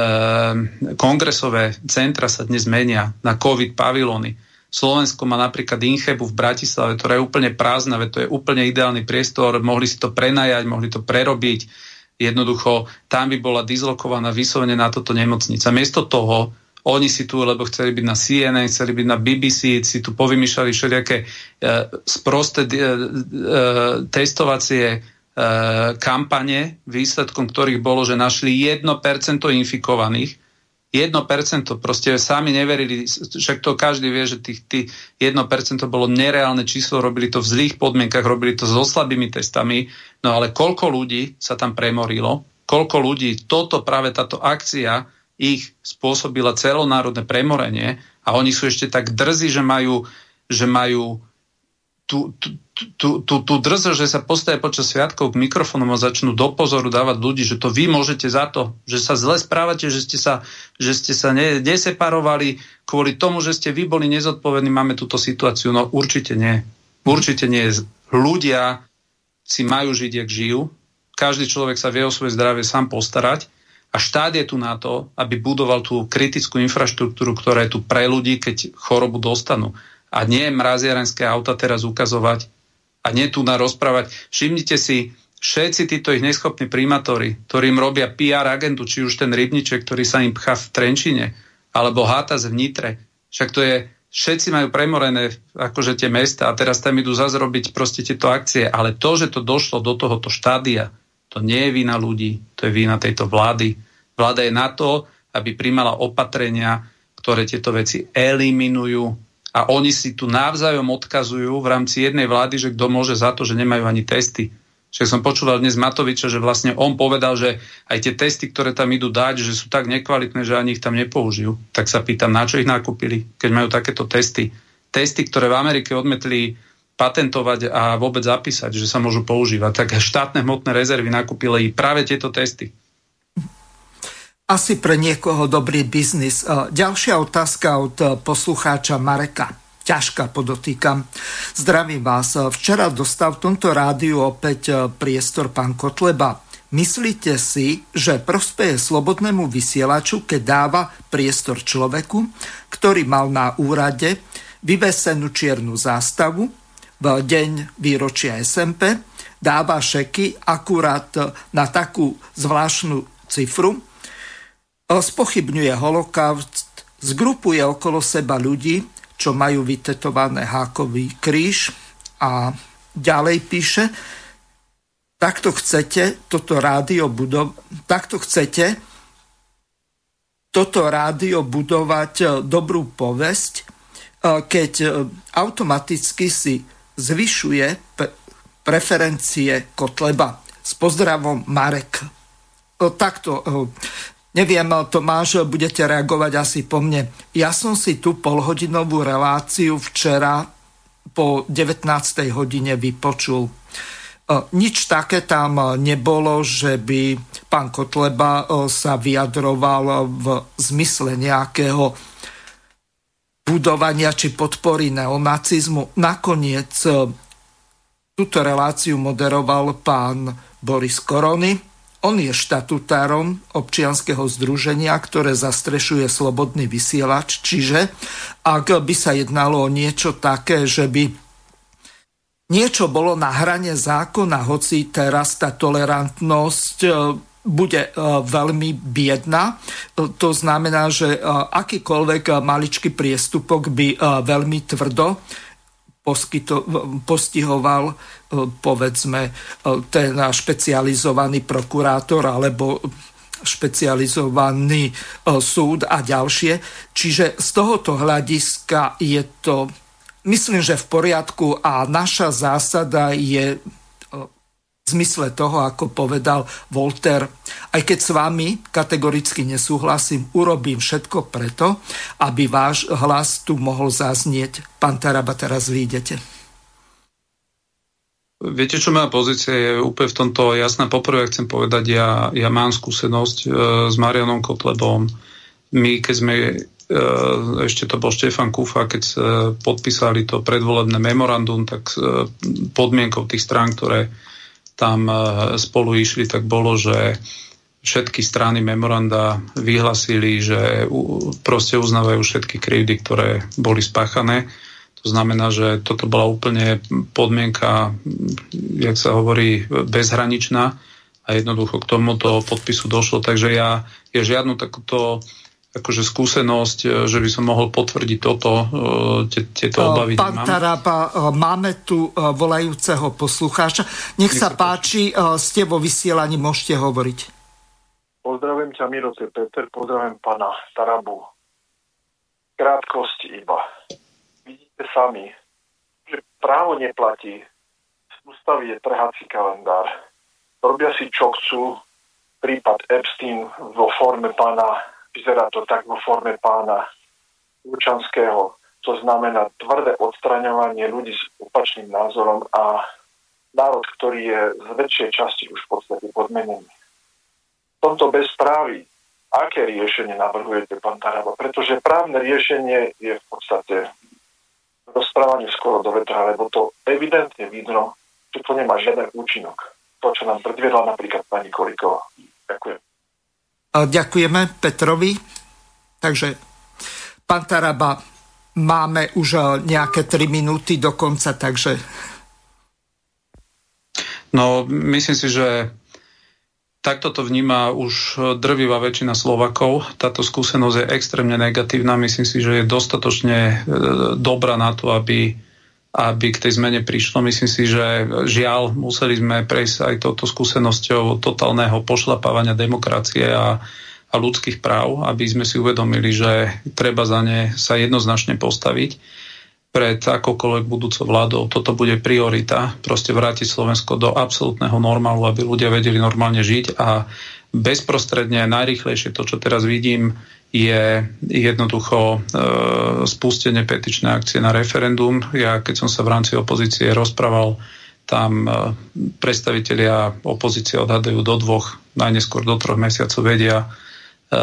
kongresové centra sa dnes menia na COVID pavilóny. Slovensko má napríklad Inchebu v Bratislave, ktorá je úplne prázdna, veď to je úplne ideálny priestor, mohli si to prenajať, mohli to prerobiť. Jednoducho, tam by bola dislokovaná vyslovene na toto nemocnica. Miesto toho, oni si tu, lebo chceli byť na C N N, chceli byť na B B C, si tu povymýšľali všelijaké e, sprosté e, e, testovacie e, kampane, výsledkom ktorých bolo, že našli jedno percento infikovaných. jedno percento, proste sami neverili, však to každý vie, že tých, tých jedno percento bolo nereálne číslo, robili to v zlých podmienkach, robili to so slabými testami, no ale koľko ľudí sa tam premorilo, koľko ľudí, toto práve táto akcia ich spôsobila celonárodné premorenie a oni sú ešte tak drzí, že majú, že majú tú, tú, tú, tú, tú drzo, že sa postavia počas sviatkov k mikrofónom a začnú do pozoru dávať ľudí, že to vy môžete za to, že sa zle správate, že ste sa, že ste sa ne, neseparovali kvôli tomu, že ste vy boli nezodpovední, máme túto situáciu. No určite nie. Určite nie. Ľudia si majú žiť, jak žijú. Každý človek sa vie o svoje zdravie sám postarať a štát je tu na to, aby budoval tú kritickú infraštruktúru, ktorá je tu pre ľudí, keď chorobu dostanú. A nie mraziarenské auta teraz ukazovať a nie tu na rozprávať. Všimnite si, všetci títo ich neschopní primátori, ktorým robia pé er agentu, či už ten Rybniček, ktorý sa im pchá v Trenčine, alebo Hátas v Nitre. Však to je, všetci majú premorené akože tie mesta a teraz tam idú zase robiť proste tieto akcie, ale to, že to došlo do tohoto štádia, to nie je vina ľudí, to je vina tejto vlády. Vláda je na to, aby prijímala opatrenia, ktoré tieto veci eliminujú a oni si tu navzájom odkazujú v rámci jednej vlády, že kto môže za to, že nemajú ani testy. Však som počúval dnes Matoviča, že vlastne on povedal, že aj tie testy, ktoré tam idú dať, že sú tak nekvalitné, že ani ich tam nepoužijú. Tak sa pýtam, na čo ich nakúpili, keď majú takéto testy. Testy, ktoré v Amerike odmetli patentovať a vôbec zapísať, že sa môžu používať. Tak štátne hmotné rezervy nakúpili práve tieto testy. Asi pre niekoho dobrý biznis. Ďalšia otázka od poslucháča Mareka. Ťažká, podotýkam. Zdravím vás. Včera dostal v tomto rádiu opäť priestor pán Kotleba. Myslíte si, že prospeje slobodnému vysielaču, keď dáva priestor človeku, ktorý mal na úrade vyvesenú čiernu zástavu v deň výročia es em pé, dáva šeky akurát na takú zvláštnu cifru, spochybňuje holokaust, zgrupuje okolo seba ľudí, čo majú vytetované hákový kríž a ďalej píše, takto chcete toto rádio budov- takto chcete toto rádio budovať dobrú povesť, keď automaticky si zvyšuje preferencie Kotleba. S pozdravom Marek. Takto. Neviem, Tomáš, budete reagovať asi po mne. Ja som si tú polhodinovú reláciu včera po devätnástej hodine vypočul. Nič také tam nebolo, že by pán Kotleba sa vyjadroval v zmysle nejakého budovania či podpory neonacizmu. Nakoniec túto reláciu moderoval pán Boris Korony. On je štatutárom občianskeho združenia, ktoré zastrešuje slobodný vysielač, čiže ak by sa jednalo o niečo také, že by niečo bolo na hrane zákona, hoci teraz tá tolerantnosť bude veľmi biedná, to znamená, že akýkoľvek maličký priestupok by veľmi tvrdo poskyto, postihoval povedzme ten špecializovaný prokurátor alebo špecializovaný súd a ďalšie. Čiže z tohoto hľadiska je to, myslím, že v poriadku a naša zásada je v zmysle toho, ako povedal Voltaire, aj keď s vami kategoricky nesúhlasím, urobím všetko preto, aby váš hlas tu mohol zaznieť. Pán Taraba, teraz vy idete. Viete, čo moja pozícia je úplne v tomto jasná. Poprvé chcem povedať, ja, ja mám skúsenosť e, s Marianom Kotlebom. My, keď sme, e, ešte to bol Štefan Kufa, keď e, podpísali to predvolebné memorandum, tak e, podmienkou tých strán, ktoré tam spolu išli, tak bolo, že všetky strany memoranda vyhlasili, že proste uznávajú všetky krivdy, ktoré boli spáchané. To znamená, že toto bola úplne podmienka, jak sa hovorí, bezhraničná a jednoducho k tomuto podpisu došlo. Takže ja, ja žiadnu takúto akože skúsenosť, že by som mohol potvrdiť toto, tieto obavy. Pán Taraba, máme tu volajúceho poslucháča. Nech, Nech sa páči, ste vo vysielaní, môžete hovoriť. Pozdravujem ťa, Miro, to je Peter, pozdravujem pána Tarabu. Krátkosti iba. Vidíte sami, že právo neplatí. Z ústavy je trhací kalendár. Robia si, čo chcú. Prípad Epstein vo forme pána vyzerá to tak vo forme pána Lučanského. To znamená tvrdé odstraňovanie ľudí s opačným názorom a národ, ktorý je z väčšej časti už v podstate podmenený. V tomto bezpráví, aké riešenie navrhujete, pán Taraba? Pretože právne riešenie je v podstate rozprávanie skoro do vetra, lebo to evidentne vidno, že to nemá žiaden účinok. To, čo nám predviedla napríklad pani Kolíková. Ďakujem. Ďakujeme Petrovi. Takže, pán Taraba, máme už nejaké tri minúty do konca, takže... No, myslím si, že takto to vníma už drvivá väčšina Slovakov. Táto skúsenosť je extrémne negatívna. Myslím si, že je dostatočne dobrá na to, aby, aby k tej zmene prišlo. Myslím si, že žiaľ, museli sme prejsť aj touto skúsenosťou totálneho pošľapávania demokracie a, a ľudských práv, aby sme si uvedomili, že treba za ne sa jednoznačne postaviť. Pred akokoľvek budúcou vládou toto bude priorita, proste vrátiť Slovensko do absolútneho normálu, aby ľudia vedeli normálne žiť a bezprostredne najrýchlejšie to, čo teraz vidím, je jednoducho e, spustenie petičnej akcie na referendum. Ja, keď som sa v rámci opozície rozprával, tam e, predstavitelia opozície odhadajú do dvoch, najneskôr do troch mesiacov vedia e,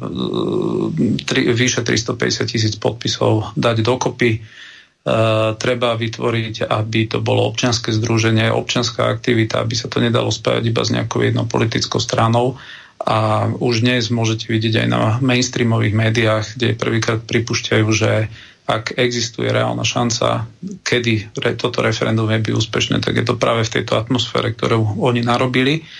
tri, vyše tristopäťdesiat tisíc podpisov dať dokopy. Uh, treba vytvoriť, aby to bolo občianske združenie, občianská aktivita, aby sa to nedalo spájať iba s nejakou jednou politickou stranou. A už dnes môžete vidieť aj na mainstreamových médiách, kde prvýkrát pripúšťajú, že ak existuje reálna šanca, kedy re, toto referendum je by úspešné, tak je to práve v tejto atmosfére, ktorú oni narobili.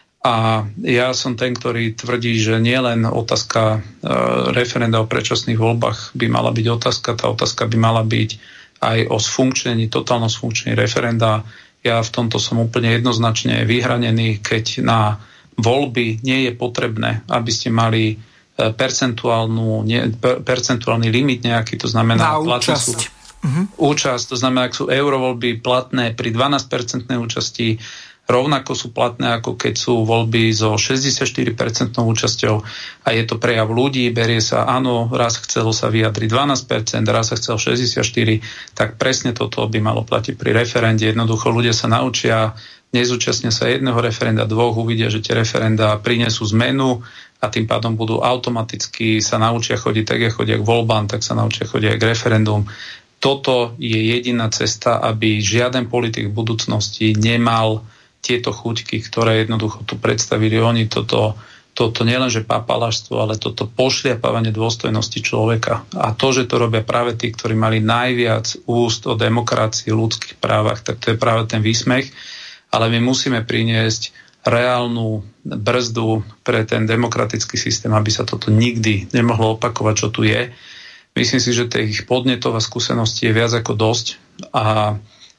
A ja som ten, ktorý tvrdí, že nie len otázka uh, referenda o predčasných voľbách by mala byť otázka, tá otázka by mala byť aj o sfunkčnení, totálnom sfunkčení referenda. Ja v tomto som úplne jednoznačne vyhranený, keď na voľby nie je potrebné, aby ste mali percentuálnu, nie, percentuálny limit nejaký, to znamená na účasť. Sú, uh-huh. účasť, to znamená, ak sú eurovoľby platné pri dvanásť percentnej účasti, rovnako sú platné, ako keď sú voľby so šesťdesiatštyri percent účasťou a je to prejav ľudí, berie sa, áno, raz chcelo sa vyjadriť dvanásť percent, raz sa chcel šesťdesiatštyri percent, tak presne toto by malo platiť pri referende. Jednoducho ľudia sa naučia, nezúčastnia sa jedného referenda, dvoch, uvidia, že tie referenda prinesú zmenu a tým pádom budú automaticky sa naučia chodiť tak, ako chodia k voľbám, tak sa naučia chodiť aj k referendum. Toto je jediná cesta, aby žiaden politik v budúcnosti nemal tieto chuťky, ktoré jednoducho tu predstavili oni, toto, toto nielenže papalaštvo, ale toto pošliapávanie dôstojnosti človeka. A to, že to robia práve tí, ktorí mali najviac úst o demokracii, ľudských právach, tak to je práve ten výsmech. Ale my musíme priniesť reálnu brzdu pre ten demokratický systém, aby sa toto nikdy nemohlo opakovať, čo tu je. Myslím si, že tých podnetov a skúseností je viac ako dosť a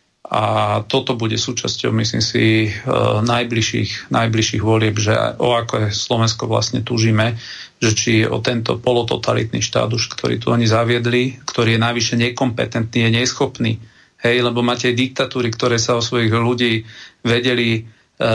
A toto bude súčasťou, myslím si, najbližších, najbližších volieb, že o aké Slovensko vlastne túžime, že či o tento polototalitný štát už, ktorý tu oni zaviedli, ktorý je najvyššie nekompetentný, je neschopný. Hej, lebo máte aj diktatúry, ktoré sa o svojich ľudí vedeli e,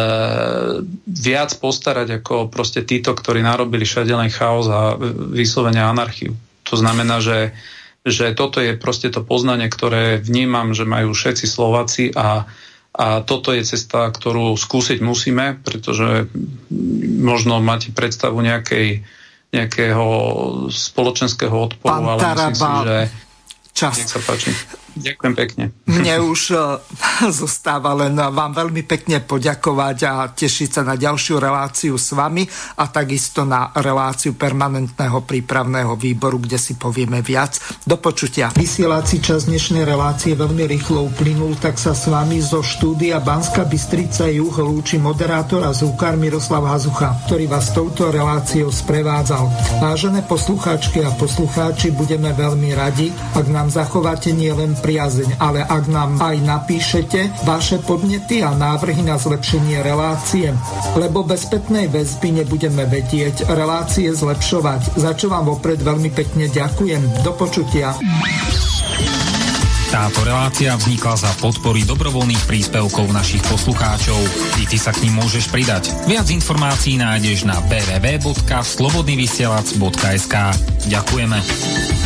viac postarať ako proste títo, ktorí narobili všade len chaos a vyslovene anarchiu. To znamená, že že toto je proste to poznanie, ktoré vnímam, že majú všetci Slováci a, a toto je cesta, ktorú skúsiť musíme, pretože možno máte predstavu nejakej, nejakého spoločenského odporu, Pán ale myslím si, že čas. Nech sa páči. Ďakujem pekne. Mne už zostáva len vám veľmi pekne poďakovať a tešiť sa na ďalšiu reláciu s vami a takisto na reláciu permanentného prípravného výboru, kde si povieme viac. Do počutia. Vysielací čas dnešnej relácie veľmi rýchlo uplynul, tak sa s vami zo štúdia Banská Bystrica Juh lúči moderátor a zvukár Miroslav Hazucha, ktorý vás touto reláciou sprevádzal. Vážené poslucháčky a poslucháči, budeme veľmi radi, ak nám zachováte nielen priazeň, ale ak nám aj napíšete vaše podnety a návrhy na zlepšenie relácie, lebo bez spätnej väzby nebudeme vedieť relácie zlepšovať. Za čo vám vopred veľmi pekne ďakujem. Do počutia. Táto relácia vznikla za podpory dobrovoľných príspevkov našich poslucháčov. I ty sa k nim môžeš pridať. Viac informácií nájdeš na w w w bodka slobodnyvysielac bodka es ka. Ďakujeme.